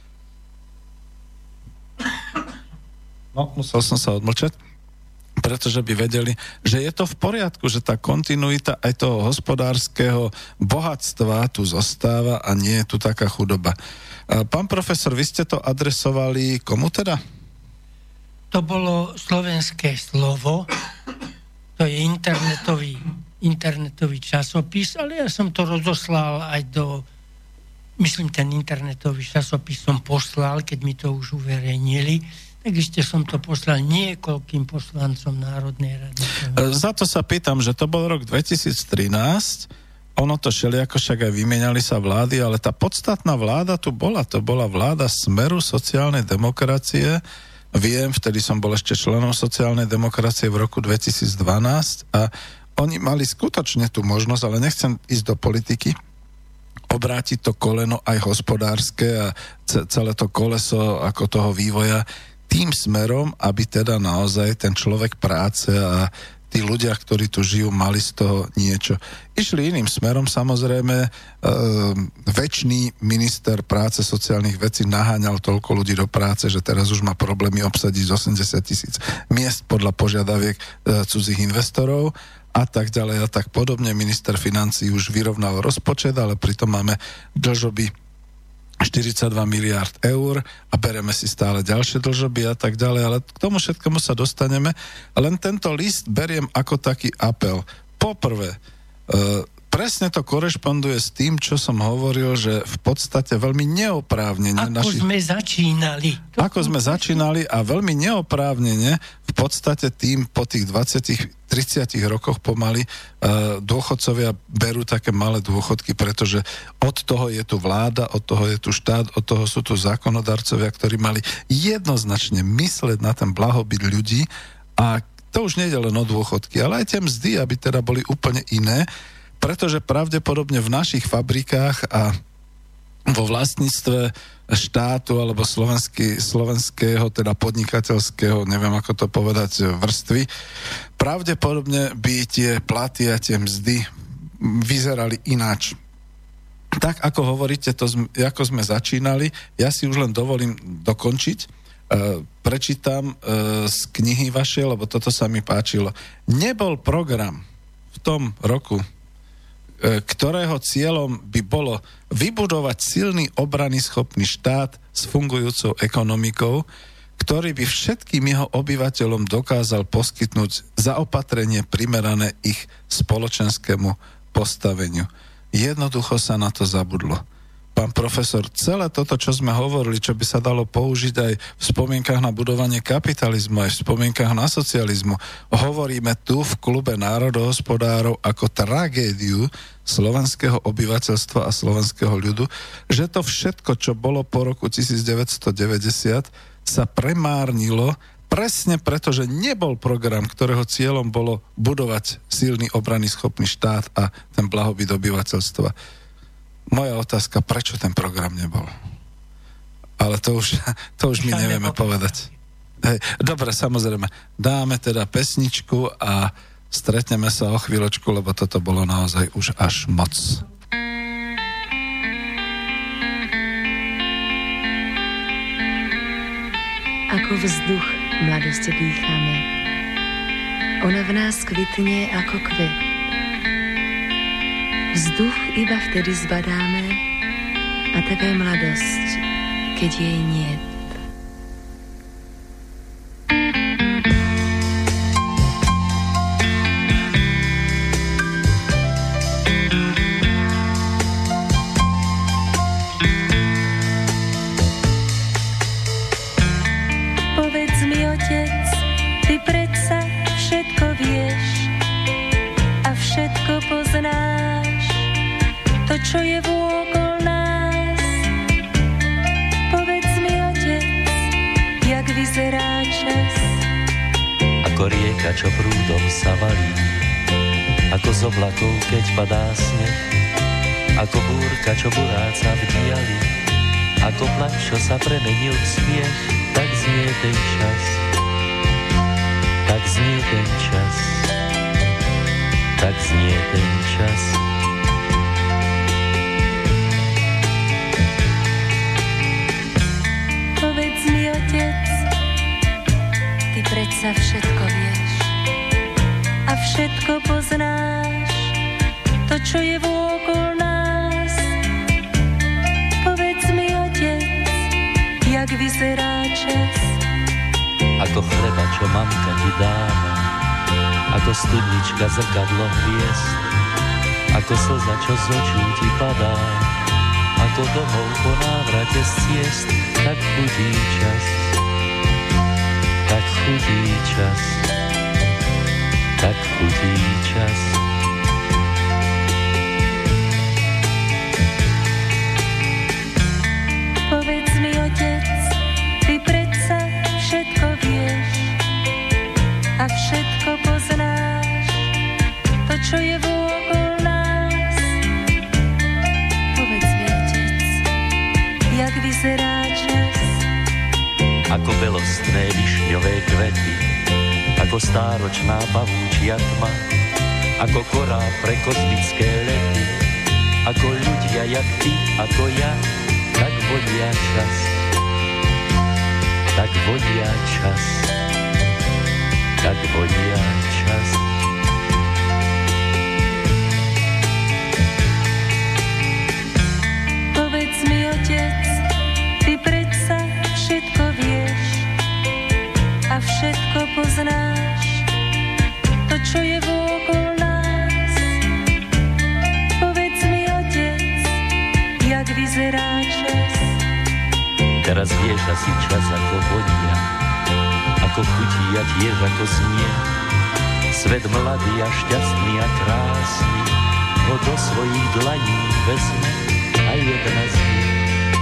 No, musel som sa odmlčať. Pretože by vedeli, že je to v poriadku, že tá kontinuita aj toho hospodárskeho bohatstva tu zostáva a nie je tu taká chudoba. Pán profesor, vy ste to adresovali komu teda? To bolo Slovenské slovo, to je internetový časopis, ale ja som to rozoslal aj myslím, ten internetový časopis som poslal, keď mi to už uverejnili, tak ešte som to poslal niekoľkým poslancom Národnej rady. Za to sa pýtam, že to bol rok 2013, ono to všelijako však aj vymieniali sa vlády, ale tá podstatná vláda tu bola, to bola vláda Smeru sociálnej demokracie. Viem, vtedy som bol ešte členom sociálnej demokracie v roku 2012 a oni mali skutočne tú možnosť, ale nechcem ísť do politiky, obrátiť to koleno aj hospodárske a celé to koleso ako toho vývoja tým smerom, aby teda naozaj ten človek práce a tí ľudia, ktorí tu žijú, mali z toho niečo. Išli iným smerom, samozrejme, večný minister práce sociálnych vecí naháňal toľko ľudí do práce, že teraz už má problémy obsadiť 80 000 miest podľa požiadaviek cudzích investorov a tak ďalej a tak podobne. Minister financií už vyrovnal rozpočet, ale pritom máme dlžoby 42 miliárd eur a bereme si stále ďalšie dlžoby a tak ďalej, ale k tomu všetkému sa dostaneme. Len tento list beriem ako taký apel. Poprvé, presne to korešponduje s tým, čo som hovoril, že v podstate veľmi neoprávnene... Ako sme začínali a veľmi neoprávnene v podstate tým po tých 20-30 rokoch pomaly dôchodcovia berú také malé dôchodky, pretože od toho je tu vláda, od toho je tu štát, od toho sú tu zákonodarcovia, ktorí mali jednoznačne mysleť na ten blahobyt ľudí a to už nejde len o dôchodky, ale aj tie mzdy, aby teda boli úplne iné, pretože pravdepodobne v našich fabrikách a vo vlastníctve štátu alebo slovenského, teda podnikateľského, neviem ako to povedať, vrstvy, pravdepodobne by tie platy a tie mzdy vyzerali ináč. Tak ako hovoríte, ako sme začínali, ja si už len dovolím dokončiť, prečítam z knihy vašej, lebo toto sa mi páčilo. Nebol program v tom roku, ktorého cieľom by bolo vybudovať silný obranyschopný štát s fungujúcou ekonomikou, ktorý by všetkým jeho obyvateľom dokázal poskytnúť zaopatrenie primerané ich spoločenskému postaveniu. Jednoducho sa na to zabudlo. Pán profesor, celé toto, čo sme hovorili, čo by sa dalo použiť aj v spomienkach na budovanie kapitalizmu, aj v spomienkach na socializmu, hovoríme tu v klube národohospodárov ako tragédiu slovenského obyvateľstva a slovenského ľudu, že to všetko, čo bolo po roku 1990, sa premárnilo presne preto, že nebol program, ktorého cieľom bolo budovať silný obranyschopný štát a ten blahobyt obyvateľstva. Moja otázka, prečo ten program nebol? Ale to už my nevieme povedať. Hej, dobre, samozrejme, dáme teda pesničku a stretneme sa o chvíľočku, lebo toto bolo naozaj už až moc. Ako vzduch mladosti dýchame, ona v nás kvitne ako kvet. Vzduch iba vtedy zbadáme a tak aj mladosť, keď jej niet. Povedz mi, otec, ty predsa všetko vieš a všetko poznáš. To, čo je vôkol nás. Povedz mi, otec, jak vyzerá čas. Ako rieka, čo prúdom sa valí, ako z oblakov, keď padá sneh, ako búrka, čo buráca v diali, ako plač, čo sa premenil v smiech, tak znie ten čas. Tak znie ten čas. Tak znie ten čas. Povedz mi, otec, ty predsa všetko vieš a všetko poznáš. To, čo je vôkol nás. Povedz mi, otec, jak vyzerá čas. Ako chleba, čo mamka ti dáva, ako studnička zrkadlo hviezd, ako slza, čo z očí ti padá, ako domov po návrate z ciest, tak chudí čas, tak chudí čas, tak chudí čas. Povedz mi, otec, ty predsa všetko vieš a všetko poznáš. To, čo je vôkol nás. Povedz mi, otec, jak vyzerá čas. Ako belostné višňové kvety, ako stáročná pavúčia väčšia tma, ako korál pre kozmické lety, ako ľudia jak ty, ako ja, tak vodia čas, tak vodia čas, tak vodia čas. Povedz mi, otec, ty predsa všetko vieš a všetko poznáš, to, čo je vôkol nás. Povedz mi, otec, jak vyzerá čas. Teraz vieš asi čas ako vodia, ako chutí a tiež ako znie. Svet mladý a šťastný a krásny ho do svojich dlaní vezme a jedna z nich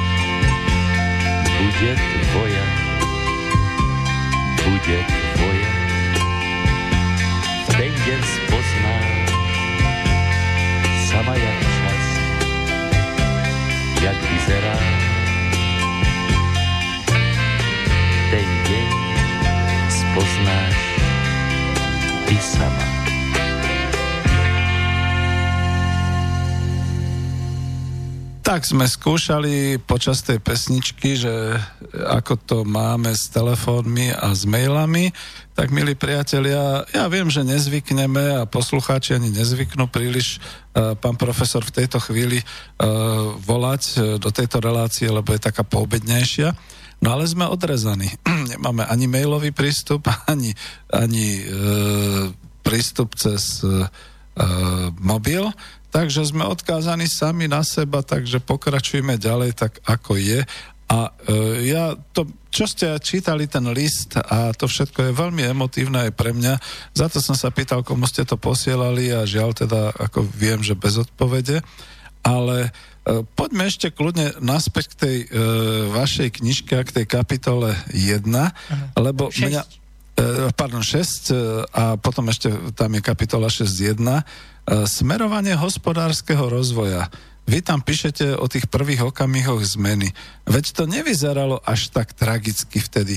bude tvoja, bude tvoja. V ten deň spoznáš sama jak čas, jak vyzerá. Ten deň spoznáš ty sama. Tak sme skúšali počas tej pesničky, že ako to máme s telefónmi a s mailami. Tak, milí priatelia, ja viem, že nezvykneme a poslucháči ani nezvyknú príliš, pán profesor, v tejto chvíli volať do tejto relácie, lebo je taká poobednejšia. No ale sme odrezaní. Nemáme ani mailový prístup, ani prístup cez mobil, takže sme odkázaní sami na seba, takže pokračujeme ďalej tak, ako je. A ja to, čo ste čítali ten list a to všetko je veľmi emotívne aj pre mňa, za to som sa pýtal, komu ste to posielali a žiaľ teda, ako viem, že bez odpovede, ale poďme ešte kľudne naspäť k tej vašej knižke, k tej kapitole 1, lebo 6. mňa... Pardon, 6 a potom ešte tam je kapitola 6.1. Smerovanie hospodárskeho rozvoja. Vy tam píšete o tých prvých okamihoch zmeny. Veď to nevyzeralo až tak tragicky vtedy.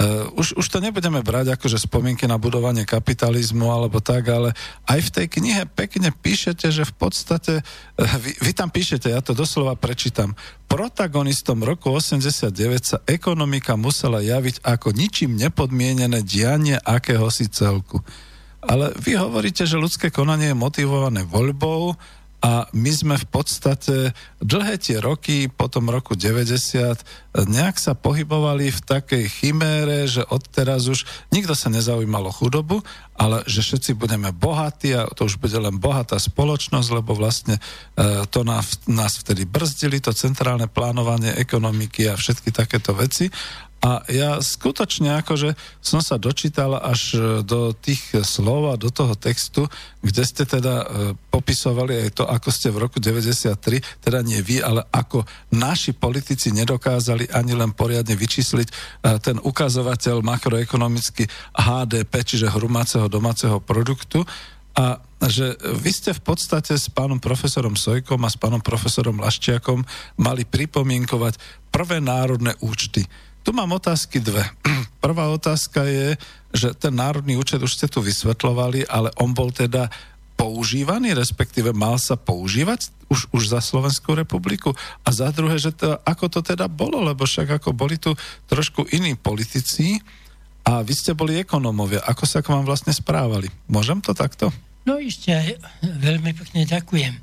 Už to nebudeme brať akože spomienky na budovanie kapitalizmu alebo tak, ale aj v tej knihe pekne píšete, že v podstate, vy tam píšete, ja to doslova prečítam, protagonistom roku 89 sa ekonomika musela javiť ako ničím nepodmienené dianie akéhosi celku. Ale vy hovoríte, že ľudské konanie je motivované voľbou a my sme v podstate dlhé tie roky, po tom roku 90, nejak sa pohybovali v takej chimére, že odteraz už nikto sa nezaujímal o chudobu, ale že všetci budeme bohatí a to už bude len bohatá spoločnosť, lebo vlastne to nás vtedy brzdili, to centrálne plánovanie ekonomiky a všetky takéto veci. A ja skutočne akože som sa dočítal až do tých slov a do toho textu, kde ste teda popisovali aj to, ako ste v roku 93, teda nie vy, ale ako naši politici nedokázali ani len poriadne vyčísliť ten ukazovateľ makroekonomický HDP, čiže hrubého domáceho produktu. A že vy ste v podstate s pánom profesorom Sojkom a s pánom profesorom Laščiakom mali pripomienkovať prvé národné účty. Tu mám otázky dve. Prvá otázka je, že ten národný účet už ste tu vysvetľovali, ale on bol teda používaný, respektíve mal sa používať už za Slovenskú republiku. A za druhé, že to, ako to teda bolo, lebo však ako boli tu trošku iní politici a vy ste boli ekonómovia. Ako sa k vám vlastne správali? Môžem to takto? No ešte veľmi pekne ďakujem.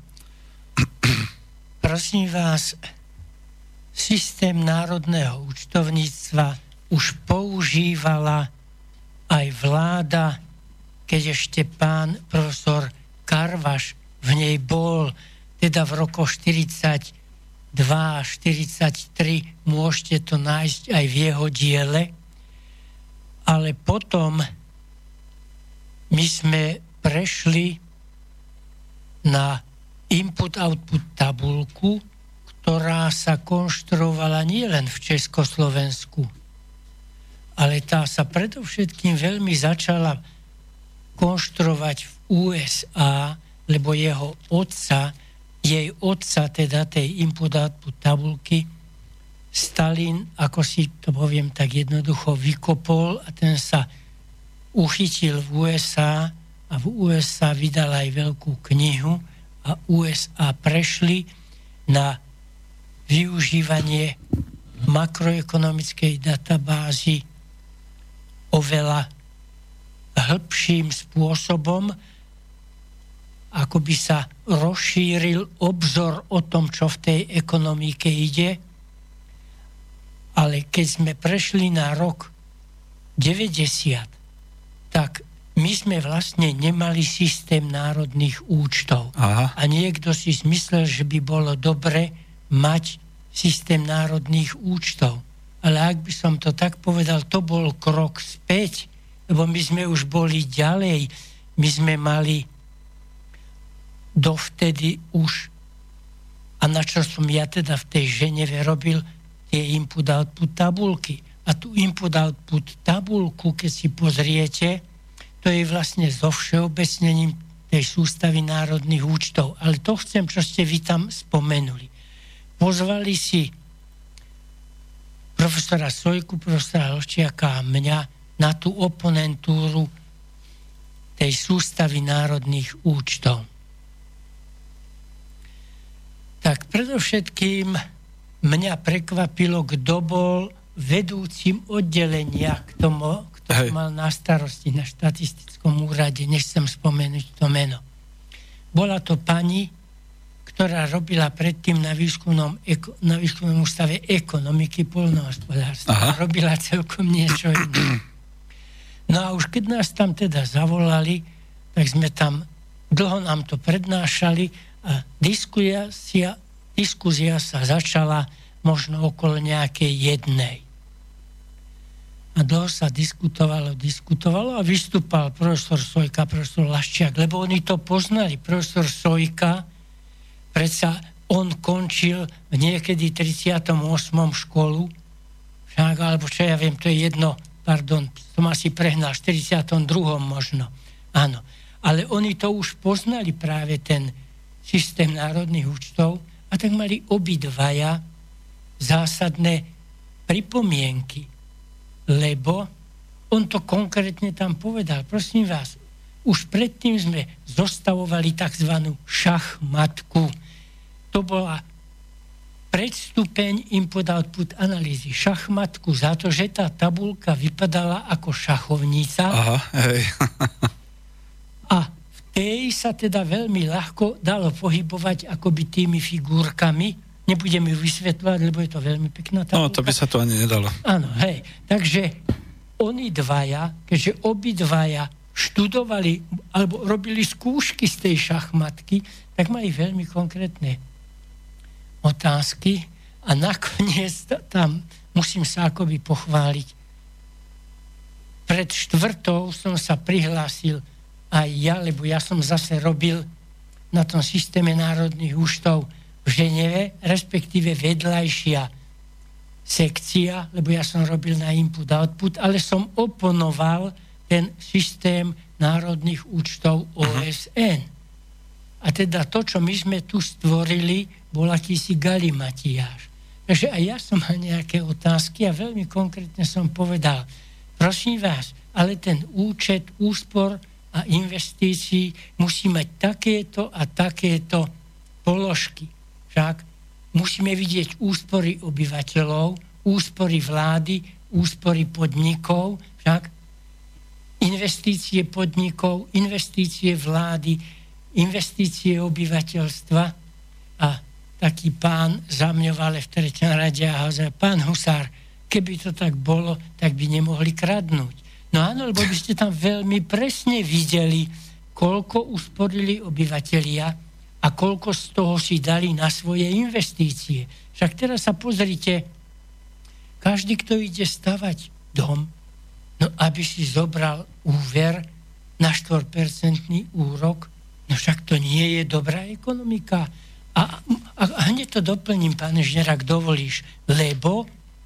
Prosím vás, systém národného účtovníctva už používala aj vláda, keď ešte pán profesor Karvaš v nej bol, teda v rokoch 42 a 43, môžete to nájsť aj v jeho diele, ale potom my sme prešli na input-output tabulku, ktorá sa konštruovala nielen v Československu, ale tá sa predovšetkým veľmi začala konštruovať v USA, lebo jej otca, teda tej input-output tabulky, Stalin, ako si to poviem tak jednoducho, vykopol a ten sa uchytil v USA a v USA vydala aj veľkú knihu a USA prešli na využívanie makroekonomickej databázy oveľa hĺbším spôsobom, ako by sa rozšíril obzor o tom, čo v tej ekonomike ide. Ale keď sme prešli na rok 90, tak my sme vlastne nemali systém národných účtov. Aha. A niekto si myslel, že by bolo dobre mať systém národných účtov. Ale ak by som to tak povedal, to bol krok späť, lebo my sme už boli ďalej. My sme mali dovtedy už, a na čo som ja teda v tej Ženeve robil, tie input-output tabulky. A tú input-output tabulku, keď si pozriete, to je vlastne so všeobecnením tej sústavy národných účtov. Ale to chcem, čo ste vy tam spomenuli. Pozvali si profesora Sojku, profesora Lščiaka a mňa na tú oponentúru tej sústavy národných účtov. Tak predovšetkým mňa prekvapilo, kto bol vedúcim oddelenia, kto mal na starosti na štatistickom úrade, nechcem spomenúť to meno. Bola to pani, ktorá robila predtým na výskumnom ústave ekonomiky poľnohospodárstva. Robila celkom niečo iné. No a už keď nás tam teda zavolali, tak sme tam, dlho nám to prednášali a diskusia sa začala možno okolo nejakej jednej. A dlho sa diskutovalo a vystúpal profesor Sojka, profesor Laščiak, lebo oni to poznali. Profesor Sojka, predsa on končil niekedy 38. školu, však, alebo čo ja viem, to je jedno, pardon, som asi prehnal, 42. možno. Áno. Ale oni to už poznali práve ten systém národných účtov a tak mali obidvaja zásadné pripomienky, lebo on to konkrétne tam povedal. Prosím vás, už predtým sme zostavovali tzv. Šachmatku. To bola predstupeň input-output analýzy. Šachmatku za to, že tá tabuľka vypadala ako šachovnica. Aha, hej. A v tej sa teda veľmi ľahko dalo pohybovať akoby tými figurkami. Nebudem ju vysvetľovať, lebo je to veľmi pekná tabuľka. No, to by sa to ani nedalo. Áno, hej. Takže oni dvaja, keďže obidvaja študovali alebo robili skúšky z tej šachmatky, tak mali veľmi konkrétne otázky a nakoniec tam musím sa akoby pochváliť. Pred 4. som sa prihlásil aj ja, lebo ja som zase robil na tom systéme národných účtov v Ženeve, respektíve vedľajšia sekcia, lebo ja som robil na input-output, ale som oponoval ten systém národných účtov OSN. A teda to, čo my sme tu stvorili, bol akýsi galimatiáš. Takže aj ja som mal nejaké otázky a veľmi konkrétne som povedal, prosím vás, ale ten účet úspor a investícií musí mať takéto a takéto položky. Však musíme vidieť úspory obyvateľov, úspory vlády, úspory podnikov, však investície podnikov, investície vlády, investície obyvateľstva. A taký pán za mňou, ale v 3. rade a hovorí, pán Husár, keby to tak bolo, tak by nemohli kradnúť. No áno, lebo by ste tam veľmi presne videli, koľko usporili obyvatelia a koľko z toho si dali na svoje investície. Však teraz sa pozrite, každý, kto ide stavať dom, no aby si zobral úver na 4% úrok, no však to nie je dobrá ekonomika. A hneď to doplním, pán inžinier, ak dovolíš, lebo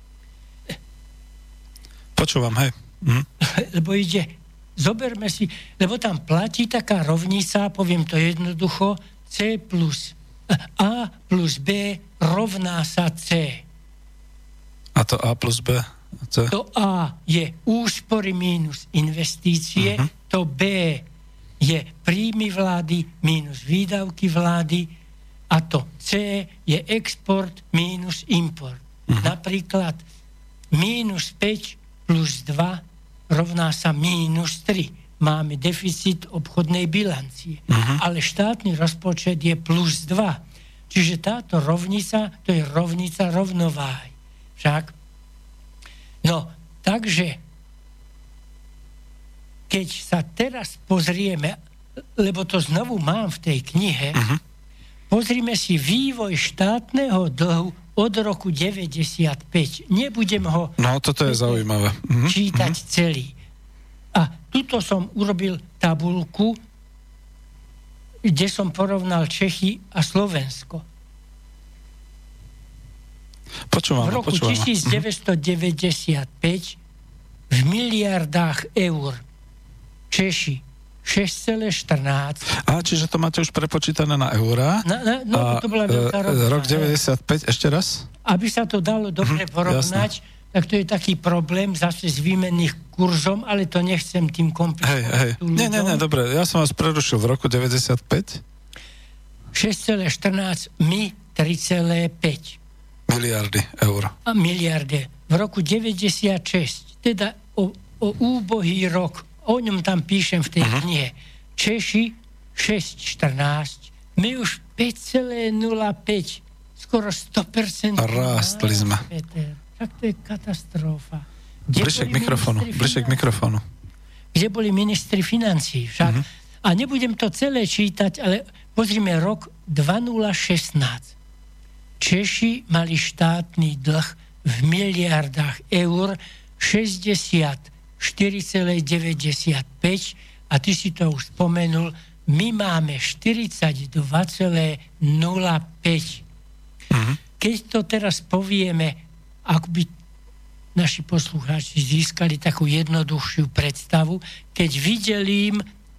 počúvam, hej. Lebo zoberme si, lebo tam platí taká rovnica, poviem to jednoducho, C plus A plus B rovná sa C. A to A plus B? C? To A je úspory mínus investície, to B je príjmy vlády minus výdavky vlády a to C je export minus import. Napríklad minus 5 plus 2 rovná sa minus 3. Máme deficit obchodnej bilancie. Ale štátny rozpočet je plus 2. Čiže táto rovnica, to je rovnica rovnováhy. Však? No, takže keď sa teraz pozrieme, lebo to znovu mám v tej knihe, pozrime si vývoj štátneho dlhu od roku 95. Nebudem ho toto je zaujímavé. čítať celý. A tuto som urobil tabuľku, kde som porovnal Čechy a Slovensko. Počúvam. V roku 1995 v miliardách eur Češi 6,14. Čiže to máte už prepočítané na eurá. To bola veľká rovná. Rok 95, ešte raz? Aby sa to dalo dobre porovnať, tak to je taký problém zase s výmenných kurzom, ale to nechcem tým komplikovať. Nie, dobre, ja som vás prerušil v roku 95. 6,14, my 3,5. Miliardy eur. A miliardy. V roku 96, teda o úbohý rok, o ňom tam píšem v tej knihe. Češi 6,14, my už 5,05, skoro 100%. Rástli sme. Tak to je katastrofa. Bližšie k mikrofónu. Kde boli ministri financií však. A nebudem to celé čítať, ale pozrime rok 2016. Češi mali štátny dlh v miliardách eur 64,95 a ty si to už spomenul, my máme 42,05. Keď to teraz povieme, ak by naši poslucháči získali takú jednoduchšiu predstavu, keď vydelím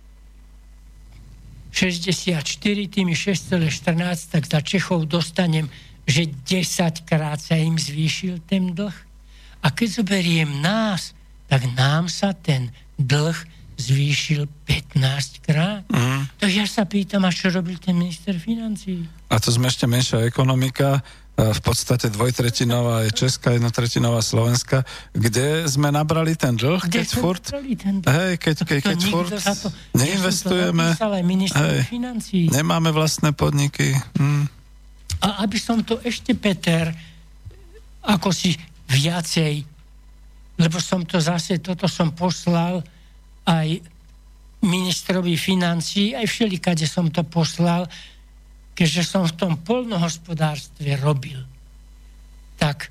64 tými 6,14, tak za Čechov dostanem, že 10 krát sa im zvýšil ten dlh. A keď zoberiem nás, tak nám sa ten dlh zvýšil 15 krát. To ja sa pýtam, a čo robil ten minister financií? A to sme ešte menšia ekonomika, v podstate 2/3 je Česká, 1/3 Slovenska. Kde sme nabrali ten dlh? Keď furt neinvestujeme, nemáme vlastné podniky. A aby som to ešte, Peter, ako si viacej, lebo som to zase, toto som poslal aj ministrovi financií, aj všelikade som to poslal, keďže som v tom poľnohospodárstve robil. Tak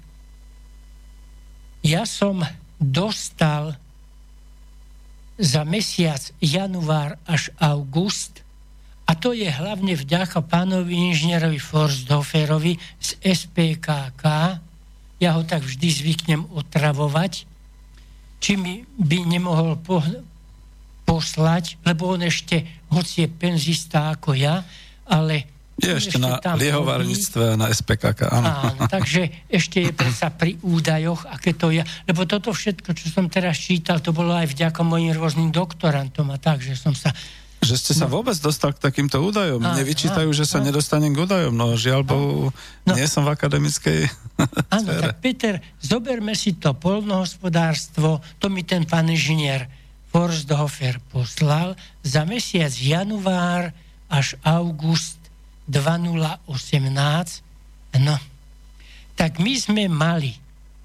ja som dostal za mesiac január až august, a to je hlavne vďaka pánovi inžinierovi Forsthoferovi z SPKK. Ja ho tak vždy zvyknem otravovať, či mi by nemohol poslať, lebo on ešte, hoci je penzista ako ja, ale je ešte na liehovarníctve, na SPKK, áno. Áno, takže ešte je predsa pri údajoch, aké to je. Lebo toto všetko, čo som teraz čítal, to bolo aj vďaka mojim rôznym doktorantom a tak, že som sa... Že ste sa vôbec dostal k takýmto údajom. Nevyčítajú, že sa nedostanem k údajom. No žiaľ Bohu, nie som v akademickej Áno, sfére. tak Peter, zoberme si to poľnohospodárstvo, to mi ten pán inžinier Forsthofer poslal za mesiac január až august 2018. No, tak my sme mali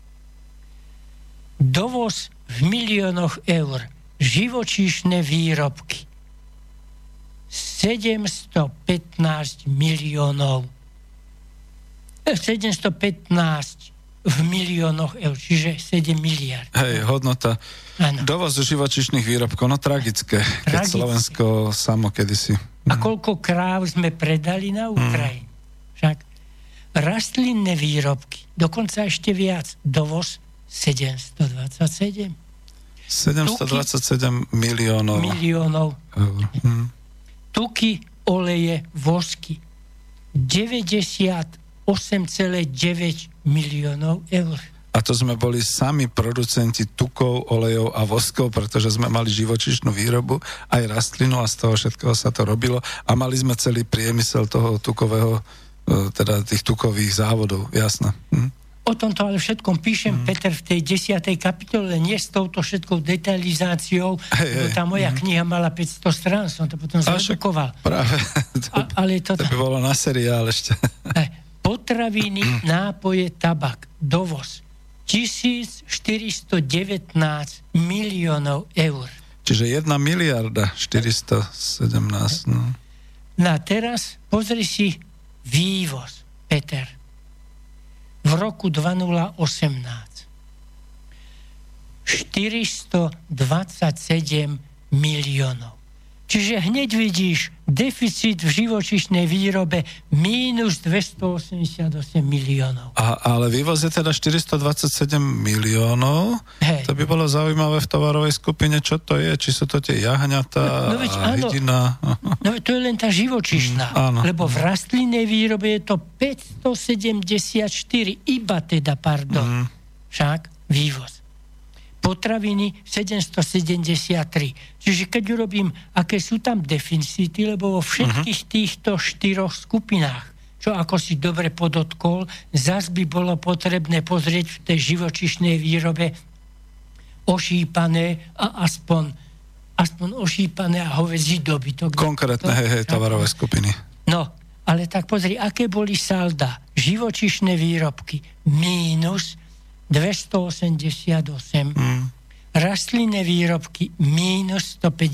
dovoz v miliónoch eur, živočíšne výrobky 715 miliónov. 715 v miliónoch eur, čiže 7 miliard. Hej, hodnota. Ano. Dovoz živočíšnych výrobkov, no tragické, keď Slovensko samo kedysi. A koľko kráv sme predali na Ukrajinu. Však rastlinné výrobky, dokonca ešte viac, dovoz 727. 727 miliónov eur. Tuky, oleje, vosky 98,9 miliónov eur. A to sme boli sami producenti tukov, olejov a voskov, pretože sme mali živočíšnu výrobu, aj rastlinu a z toho všetkého sa to robilo. A mali sme celý priemysel toho tukového, teda tých tukových závodov, jasné. O tomto ale všetkom píšem, Peter, v tej 10. kapitole, nie s touto všetkou detalizáciou, lebo tá moja kniha mala 500 strán, som to potom zredukoval. Práve. Ale to by bolo na seriál ešte. Potraviny, nápoje, tabak, dovoz 1419 miliónov eur. Čiže 1 miliarda 417. No. A teraz pozri si vývoz, Peter. V roku 2018 427 miliónov. Čiže hneď vidíš deficit v živočíšnej výrobe mínus 288 miliónov. Ale vývoz je teda 427 miliónov. Hej. To by bolo zaujímavé v tovarovej skupine, čo to je, či sú to tie jahňatá a hydina. No to je len tá živočíšna, lebo v rastlinnej výrobe je to 574, však vývoz. Potraviny 773. Čiže keď urobím, aké sú tam deficity, lebo vo všetkých týchto 4 skupinách, čo ako si dobre podotkol, zas by bolo potrebné pozrieť v tej živočišnej výrobe ošípané a aspoň ošípané a hovädzí dobytok. Konkrétne tovarové skupiny. No, ale tak pozri, aké boli salda. Živočišné výrobky mínus 288, rastlinné výrobky mínus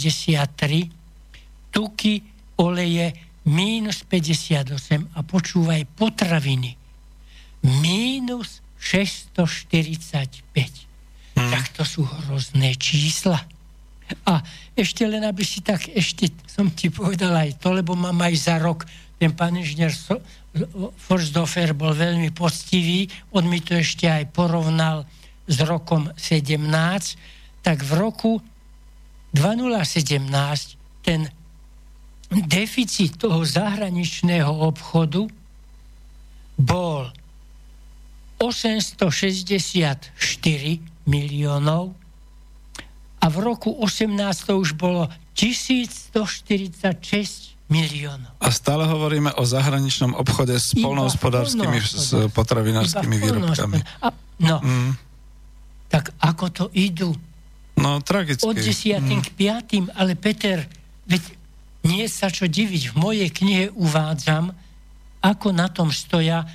153, tuky, oleje mínus 58 a počúvaj potraviny mínus 645. Tak to sú hrozné čísla. A ešte len, aby si tak, ešte som ti povedal aj to, lebo mám aj za rok, ten pán inžinier Forsdorfer bol veľmi poctivý, on mi to ešte aj porovnal s rokom 17, tak v roku 2017 ten deficit toho zahraničného obchodu bol 864 miliónov a v roku 18 to už bolo 1146 miliónov. A stále hovoríme o zahraničnom obchode s poľnohospodárskymi, s potravinárskymi výrobkami. Tak ako to idú? No, tragicky. Od 10. k 5. Ale Peter, veď nie sa čo diviť. V mojej knihe uvádzam, ako na tom stoja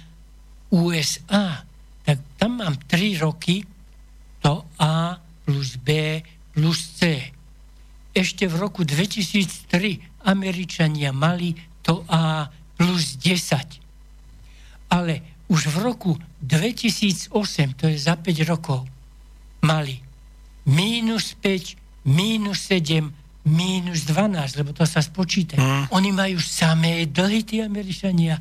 USA. Tak tam mám 3 roky to A plus B plus C. Ešte v roku 2003 Američania mali to A plus 10. Ale už v roku 2008, to je za 5 rokov, mali mínus 5, mínus 7, mínus 12, lebo to sa spočíta. Oni majú samé dlhy, tí Američania.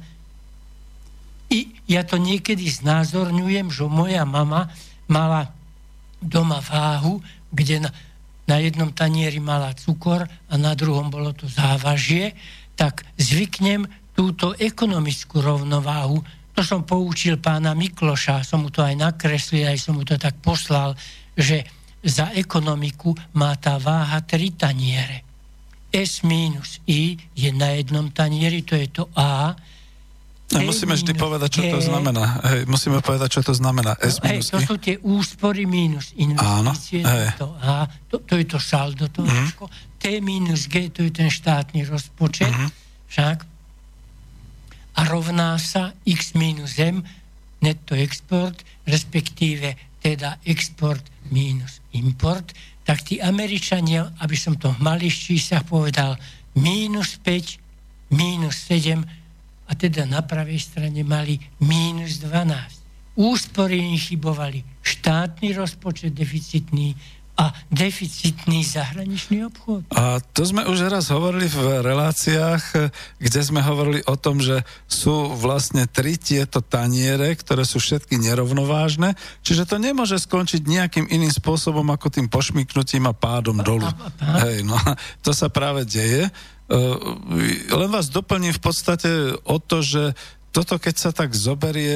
I ja to niekedy znázorňujem, že moja mama mala doma váhu, kde na jednom tanieri mala cukor a na druhom bolo to závažie, tak zvyknem túto ekonomickú rovnováhu, to som poučil pána Mikloša, som mu to aj nakreslil, aj som mu to tak poslal, že za ekonomiku má tá váha 3 taniere. S minus I je na jednom tanieri, to je to A. Musíme vždy povedať, čo to znamená. Musíme povedať, čo to znamená. S minus to sú tie úspory minus investície. To A, to je to saldo, to T minus G, to je ten štátny rozpočet. Však. A rovná sa X minus M, netto export, respektíve teda export minus import. Tak tí Američania, aby som to v malých číslach povedal, minus 5, minus 7, a teda na pravej strane mali mínus 12. Úspory im chybovali, štátny rozpočet deficitný a deficitný zahraničný obchod. A to sme už raz hovorili v reláciách, kde sme hovorili o tom, že sú vlastne 3 tieto taniere, ktoré sú všetky nerovnovážne, čiže to nemôže skončiť nejakým iným spôsobom ako tým pošmyknutím a pádom dolu. Hej, no, to sa práve deje. Len vás doplním v podstate o to, že toto keď sa tak zoberie,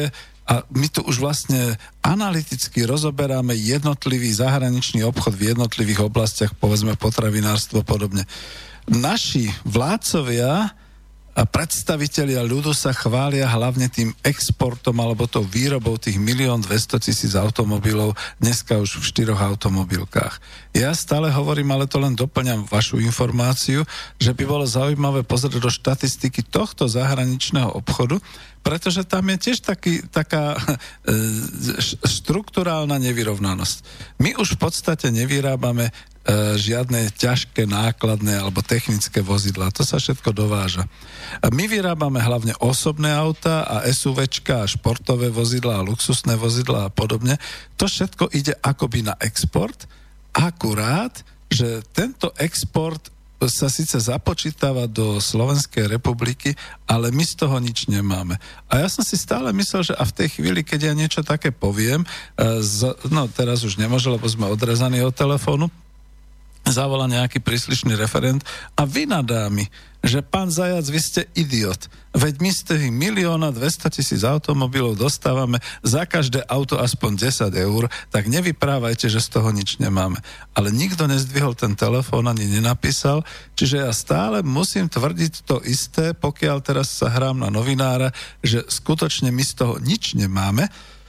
a my tu už vlastne analyticky rozoberáme jednotlivý zahraničný obchod v jednotlivých oblastiach, povedzme potravinárstvo a podobne. Naši vládcovia a predstavitelia ľudu sa chvália hlavne tým exportom alebo tou výrobou tých 1 200 000 automobilov, dneska už v 4 automobilkách. Ja stále hovorím, ale to len doplňam vašu informáciu, že by bolo zaujímavé pozrieť do štatistiky tohto zahraničného obchodu, pretože tam je tiež taká štrukturálna nevyrovnanosť. My už v podstate nevyrábame žiadne ťažké, nákladné alebo technické vozidlá. To sa všetko dováža. My vyrábame hlavne osobné autá a SUVčka a športové vozidlá a luxusné vozidlá a podobne. To všetko ide akoby na export, akurát, že tento export sa síce započítava do Slovenskej republiky, ale my z toho nič nemáme. A ja som si stále myslel, že a v tej chvíli, keď ja niečo také poviem, no teraz už nemôžem, lebo sme odrezaní od telefónu, zavolá nejaký príslušný referent a vynadá mi, že pán Zajac, vy ste idiot. Veď my z tých 1 200 000 automobilov dostávame za každé auto aspoň 10 eur, tak nevyprávajte, že z toho nič nemáme. Ale nikto nezdvihol ten telefón ani nenapísal, čiže ja stále musím tvrdiť to isté, pokiaľ teraz sa hrám na novinára, že skutočne my z toho nič nemáme,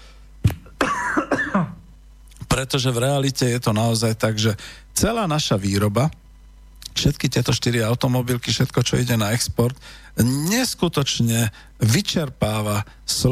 pretože v realite je to naozaj tak, že celá naša výroba, všetky tieto 4 automobilky, všetko, čo ide na export, neskutočne vyčerpáva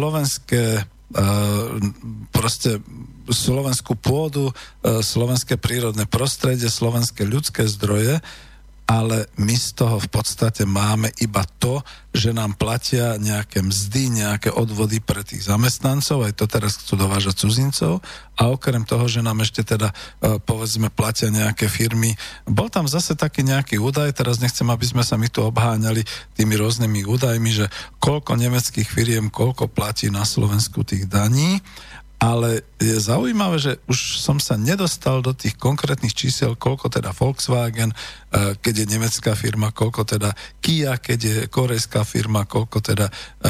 slovenskú pôdu, slovenské prírodné prostredie, slovenské ľudské zdroje, ale my z toho v podstate máme iba to, že nám platia nejaké mzdy, nejaké odvody pre tých zamestnancov, aj to teraz chcú dovážať cudzincov, a okrem toho, že nám ešte teda povedzme platia nejaké firmy. Bol tam zase taký nejaký údaj, teraz nechcem, aby sme sa my tu obháňali tými rôznymi údajmi, že koľko nemeckých firiem, koľko platí na Slovensku tých daní. Ale je zaujímavé, že už som sa nedostal do tých konkrétnych čísel, koľko teda Volkswagen, keď je nemecká firma, koľko teda Kia, keď je korejská firma, koľko teda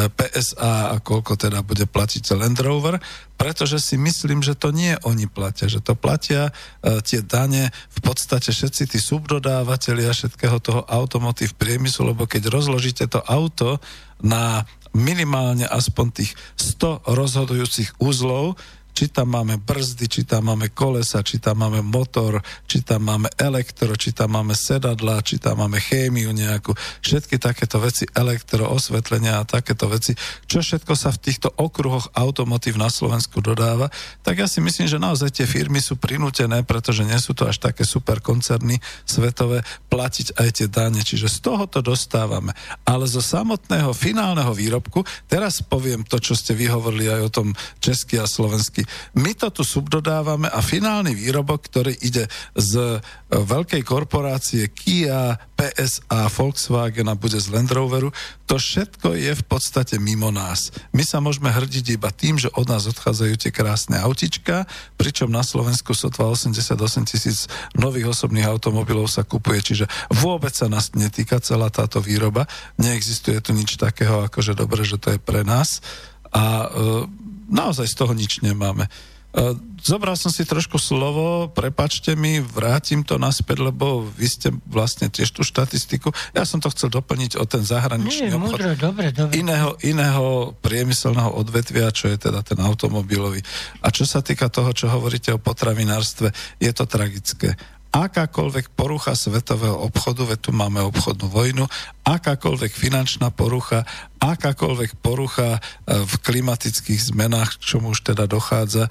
PSA a koľko teda bude platiť Land Rover, pretože si myslím, že to nie oni platia, že to platia tie dane v podstate všetci tí subdodávateľia všetkého toho automotív priemyslu, lebo keď rozložíte to auto na minimálne aspoň tých 100 rozhodujúcich uzlov, či tam máme brzdy, či tam máme kolesa, či tam máme motor, či tam máme elektro, či tam máme sedadla, či tam máme chémiu nejakú, všetky takéto veci, elektro, osvetlenia a takéto veci, čo všetko sa v týchto okruhoch automotív na Slovensku dodáva, tak ja si myslím, že naozaj tie firmy sú prinútené, pretože nie sú to až také super koncerny svetové, platiť aj tie dane, čiže z toho to dostávame. Ale zo samotného finálneho výrobku, teraz poviem to, čo ste vyhovorili aj o tom český a slovenský. My to tu subdodávame a finálny výrobok, ktorý ide z veľkej korporácie Kia, PSA, Volkswagen a bude z Land Roveru, to všetko je v podstate mimo nás. My sa môžeme hrdiť iba tým, že od nás odchádzajú tie krásne autička, pričom na Slovensku sotva 88 000 nových osobných automobilov sa kupuje, čiže vôbec sa nás netýka celá táto výroba. Neexistuje tu nič takého, akože dobre, že to je pre nás. A naozaj z toho nič nemáme. Zobral som si trošku slovo, prepáčte mi, vrátim to naspäť, lebo vy ste vlastne tiež tú štatistiku. Ja som to chcel doplniť o ten zahraničný obchod dobre. Iného priemyselného odvetvia, čo je teda ten automobilový. A čo sa týka toho, čo hovoríte o potravinárstve, je to tragické. Akákoľvek porucha svetového obchodu, veď tu máme obchodnú vojnu, akákoľvek finančná porucha, akákoľvek porucha v klimatických zmenách, k čomu už teda dochádza,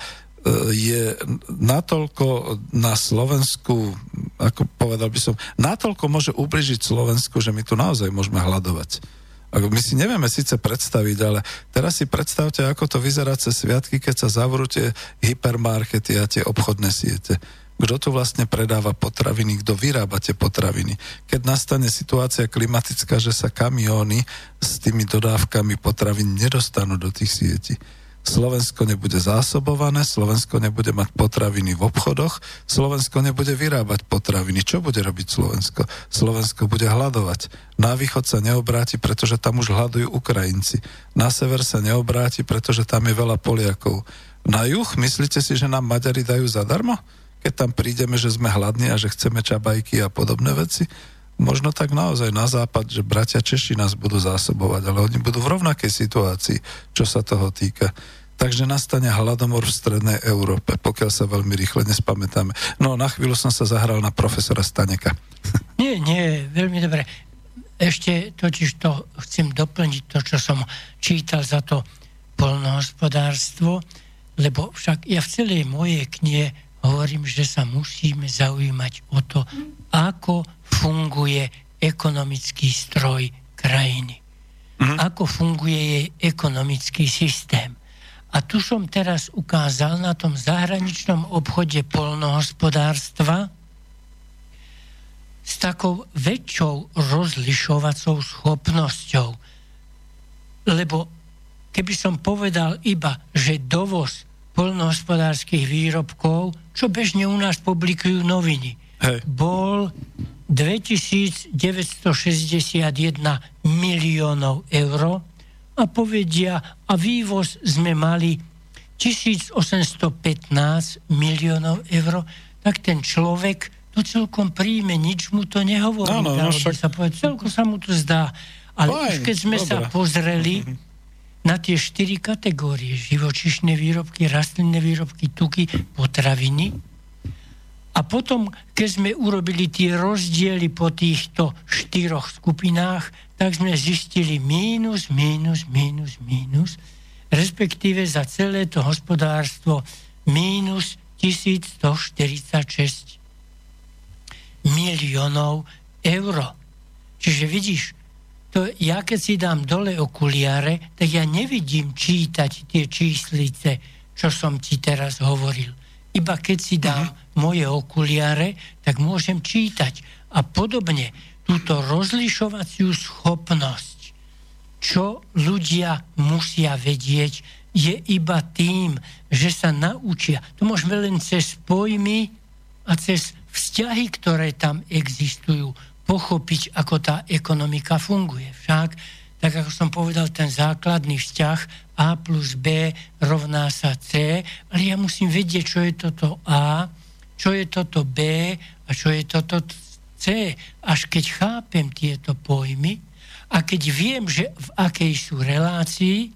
je natoľko na Slovensku, ako povedal by som, natoľko môže ubližiť Slovensku, že my tu naozaj môžeme hľadovať. My si nevieme síce predstaviť, ale teraz si predstavte, ako to vyzerá cez sviatky, keď sa zavrú tie hypermarkety a tie obchodné siete. Kto tu vlastne predáva potraviny, kto vyrába tie potraviny. Keď nastane situácia klimatická, že sa kamióny s tými dodávkami potravín nedostanú do tých sietí. Slovensko nebude zásobované, Slovensko nebude mať potraviny v obchodoch, Slovensko nebude vyrábať potraviny. Čo bude robiť Slovensko? Slovensko bude hladovať. Na východ sa neobráti, pretože tam už hľadujú Ukrajinci. Na sever sa neobráti, pretože tam je veľa Poliakov. Na juh, myslíte si, že nám Maďari dajú zadarmo? Keď tam prídeme, že sme hladní a že chceme čabajky a podobné veci? Možno tak naozaj na západ, že bratia Češi nás budú zásobovať, ale oni budú v rovnakej situácii, čo sa toho týka. Takže nastane hladomor v strednej Európe, pokiaľ sa veľmi rýchle nespamätáme. No, na chvíľu som sa zahral na profesora Staneka. Nie, veľmi dobre. Ešte totiž to chcem doplniť to, čo som čítal za to poľnohospodárstvo, lebo však ja v celej mojej knihe hovorím, že sa musíme zaujímať o to, ako funguje ekonomický stroj krajiny. Ako funguje jej ekonomický systém. A tu som teraz ukázal na tom zahraničnom obchode poľnohospodárstva s takou väčšou rozlišovacou schopnosťou. Lebo keby som povedal iba, že dovoz poľnohospodárskych výrobkov, čo bežne u nás publikujú noviny, bol 2961 miliónov eur a povedia, a vývoz sme mali 1815 miliónov eur, tak ten človek to celkom príjme, nič mu to nehovorí. Celkom sa mu to zdá. Ale už keď sme sa pozreli na tie 4 kategórie, živočíšne výrobky, rastlinné výrobky, tuky, potraviny, a potom, keď sme urobili tie rozdiely po týchto 4 skupinách, tak sme zistili mínus, respektíve za celé to hospodárstvo mínus 1146 miliónov eur. Čiže vidíš, to ja keď si dám dole okuliare, tak ja nevidím čítať tie číslice, čo som ti teraz hovoril. Iba keď si dám moje okuliare, tak môžem čítať. A podobne túto rozlišovaciu schopnosť, čo ľudia musia vedieť, je iba tým, že sa naučia. To môžeme len cez pojmy a cez vzťahy, ktoré tam existujú, pochopiť, ako tá ekonomika funguje. Však, tak ako som povedal, ten základný vzťah A plus B rovná sa C, ale ja musím vedieť, čo je toto A, čo je toto B a čo je toto C. Až keď chápem tieto pojmy a keď viem, že v akej sú relácii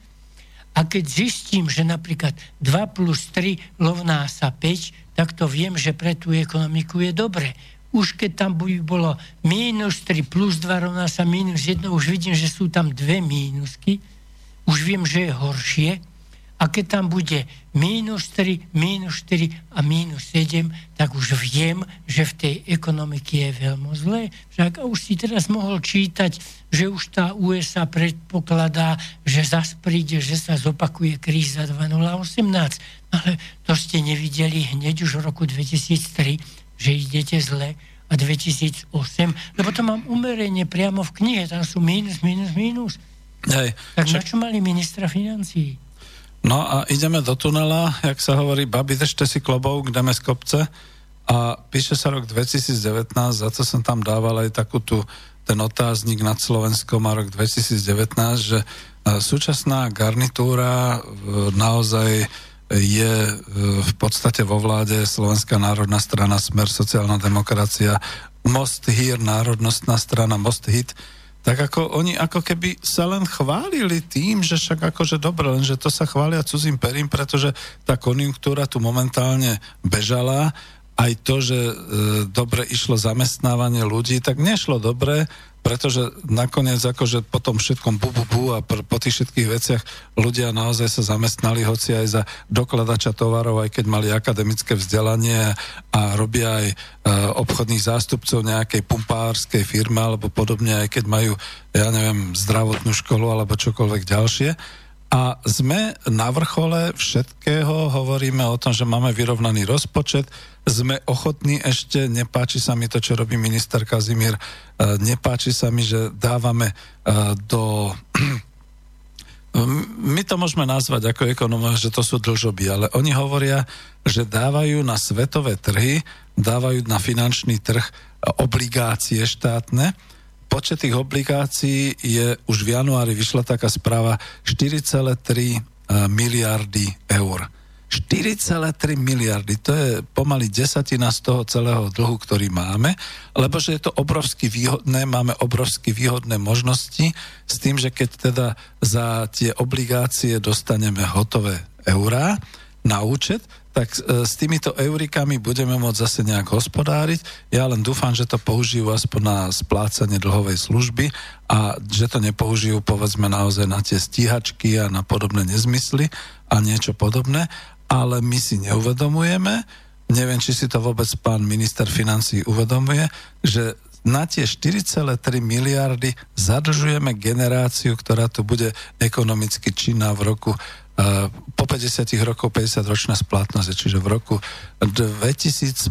a keď zistím, že napríklad 2 plus 3 rovná sa 5, tak to viem, že pre tú ekonomiku je dobre. Už keď tam by bolo minus 3 plus 2 rovná sa minus 1, už vidím, že sú tam 2 mínusky, už viem, že je horšie. A keď tam bude minus 3, minus 4 a minus 7, tak už viem, že v tej ekonomike je veľmi zlé. Však už si teraz mohol čítať, že už tá USA predpokladá, že zas príde, že sa zopakuje kríza 2018. Ale to ste nevideli hneď už v roku 2003, že idete zle, a 2008, lebo to mám umerenie priamo v knihe, tam sú mínus. Hej, tak na čo mali ministra financií? No a ideme do tunela, jak sa hovorí, babi, držte si klobouk, ideme z kopce a píše sa rok 2019, za to som tam dával aj ten otáznik nad Slovenskom a rok 2019, že súčasná garnitúra naozaj je v podstate vo vláde Slovenská národná strana, Smer, sociálna demokracia, Most Hír, národnostná strana, Most Hit, tak ako oni ako keby sa len chválili tým, že však akože dobre, lenže to sa chvália cudzým perím, pretože tá konjunktúra tu momentálne bežala, aj to, že dobre išlo zamestnávanie ľudí, tak nešlo dobre, pretože nakoniec akože po tom všetkom a po tých všetkých veciach ľudia naozaj sa zamestnali, hoci aj za dokladača tovarov, aj keď mali akademické vzdelanie a robia aj obchodných zástupcov nejakej pumpárskej firmy alebo podobne, aj keď majú, ja neviem, zdravotnú školu alebo čokoľvek ďalšie. A sme na vrchole všetkého, hovoríme o tom, že máme vyrovnaný rozpočet, sme ochotní ešte, nepáči sa mi to, čo robí minister Kazimír, nepáči sa mi, že dávame do my to môžeme nazvať ako ekonomia, že to sú dlžoby, ale oni hovoria, že dávajú na svetové trhy, dávajú na finančný trh obligácie štátne. Počet tých obligácií je, už v januári vyšla taká správa, 4,3 miliardy eur. 4,3 miliardy, to je pomaly 10% z toho celého dlhu, ktorý máme, lebo že je to obrovsky výhodné, máme obrovsky výhodné možnosti s tým, že keď teda za tie obligácie dostaneme hotové eurá na účet, tak s týmito eurikami budeme môcť zase nejak hospodáriť. Ja len dúfam, že to použijú aspoň na splácanie dlhovej služby a že to nepoužijú povedzme naozaj na tie stíhačky a na podobné nezmysly a niečo podobné, ale my si neuvedomujeme, neviem, či si to vôbec pán minister financií uvedomuje, že na tie 4,3 miliardy zadlžujeme generáciu, ktorá tu bude ekonomicky činná v roku po 50 rokov 50-ročná splatnosť, čiže v roku 2059.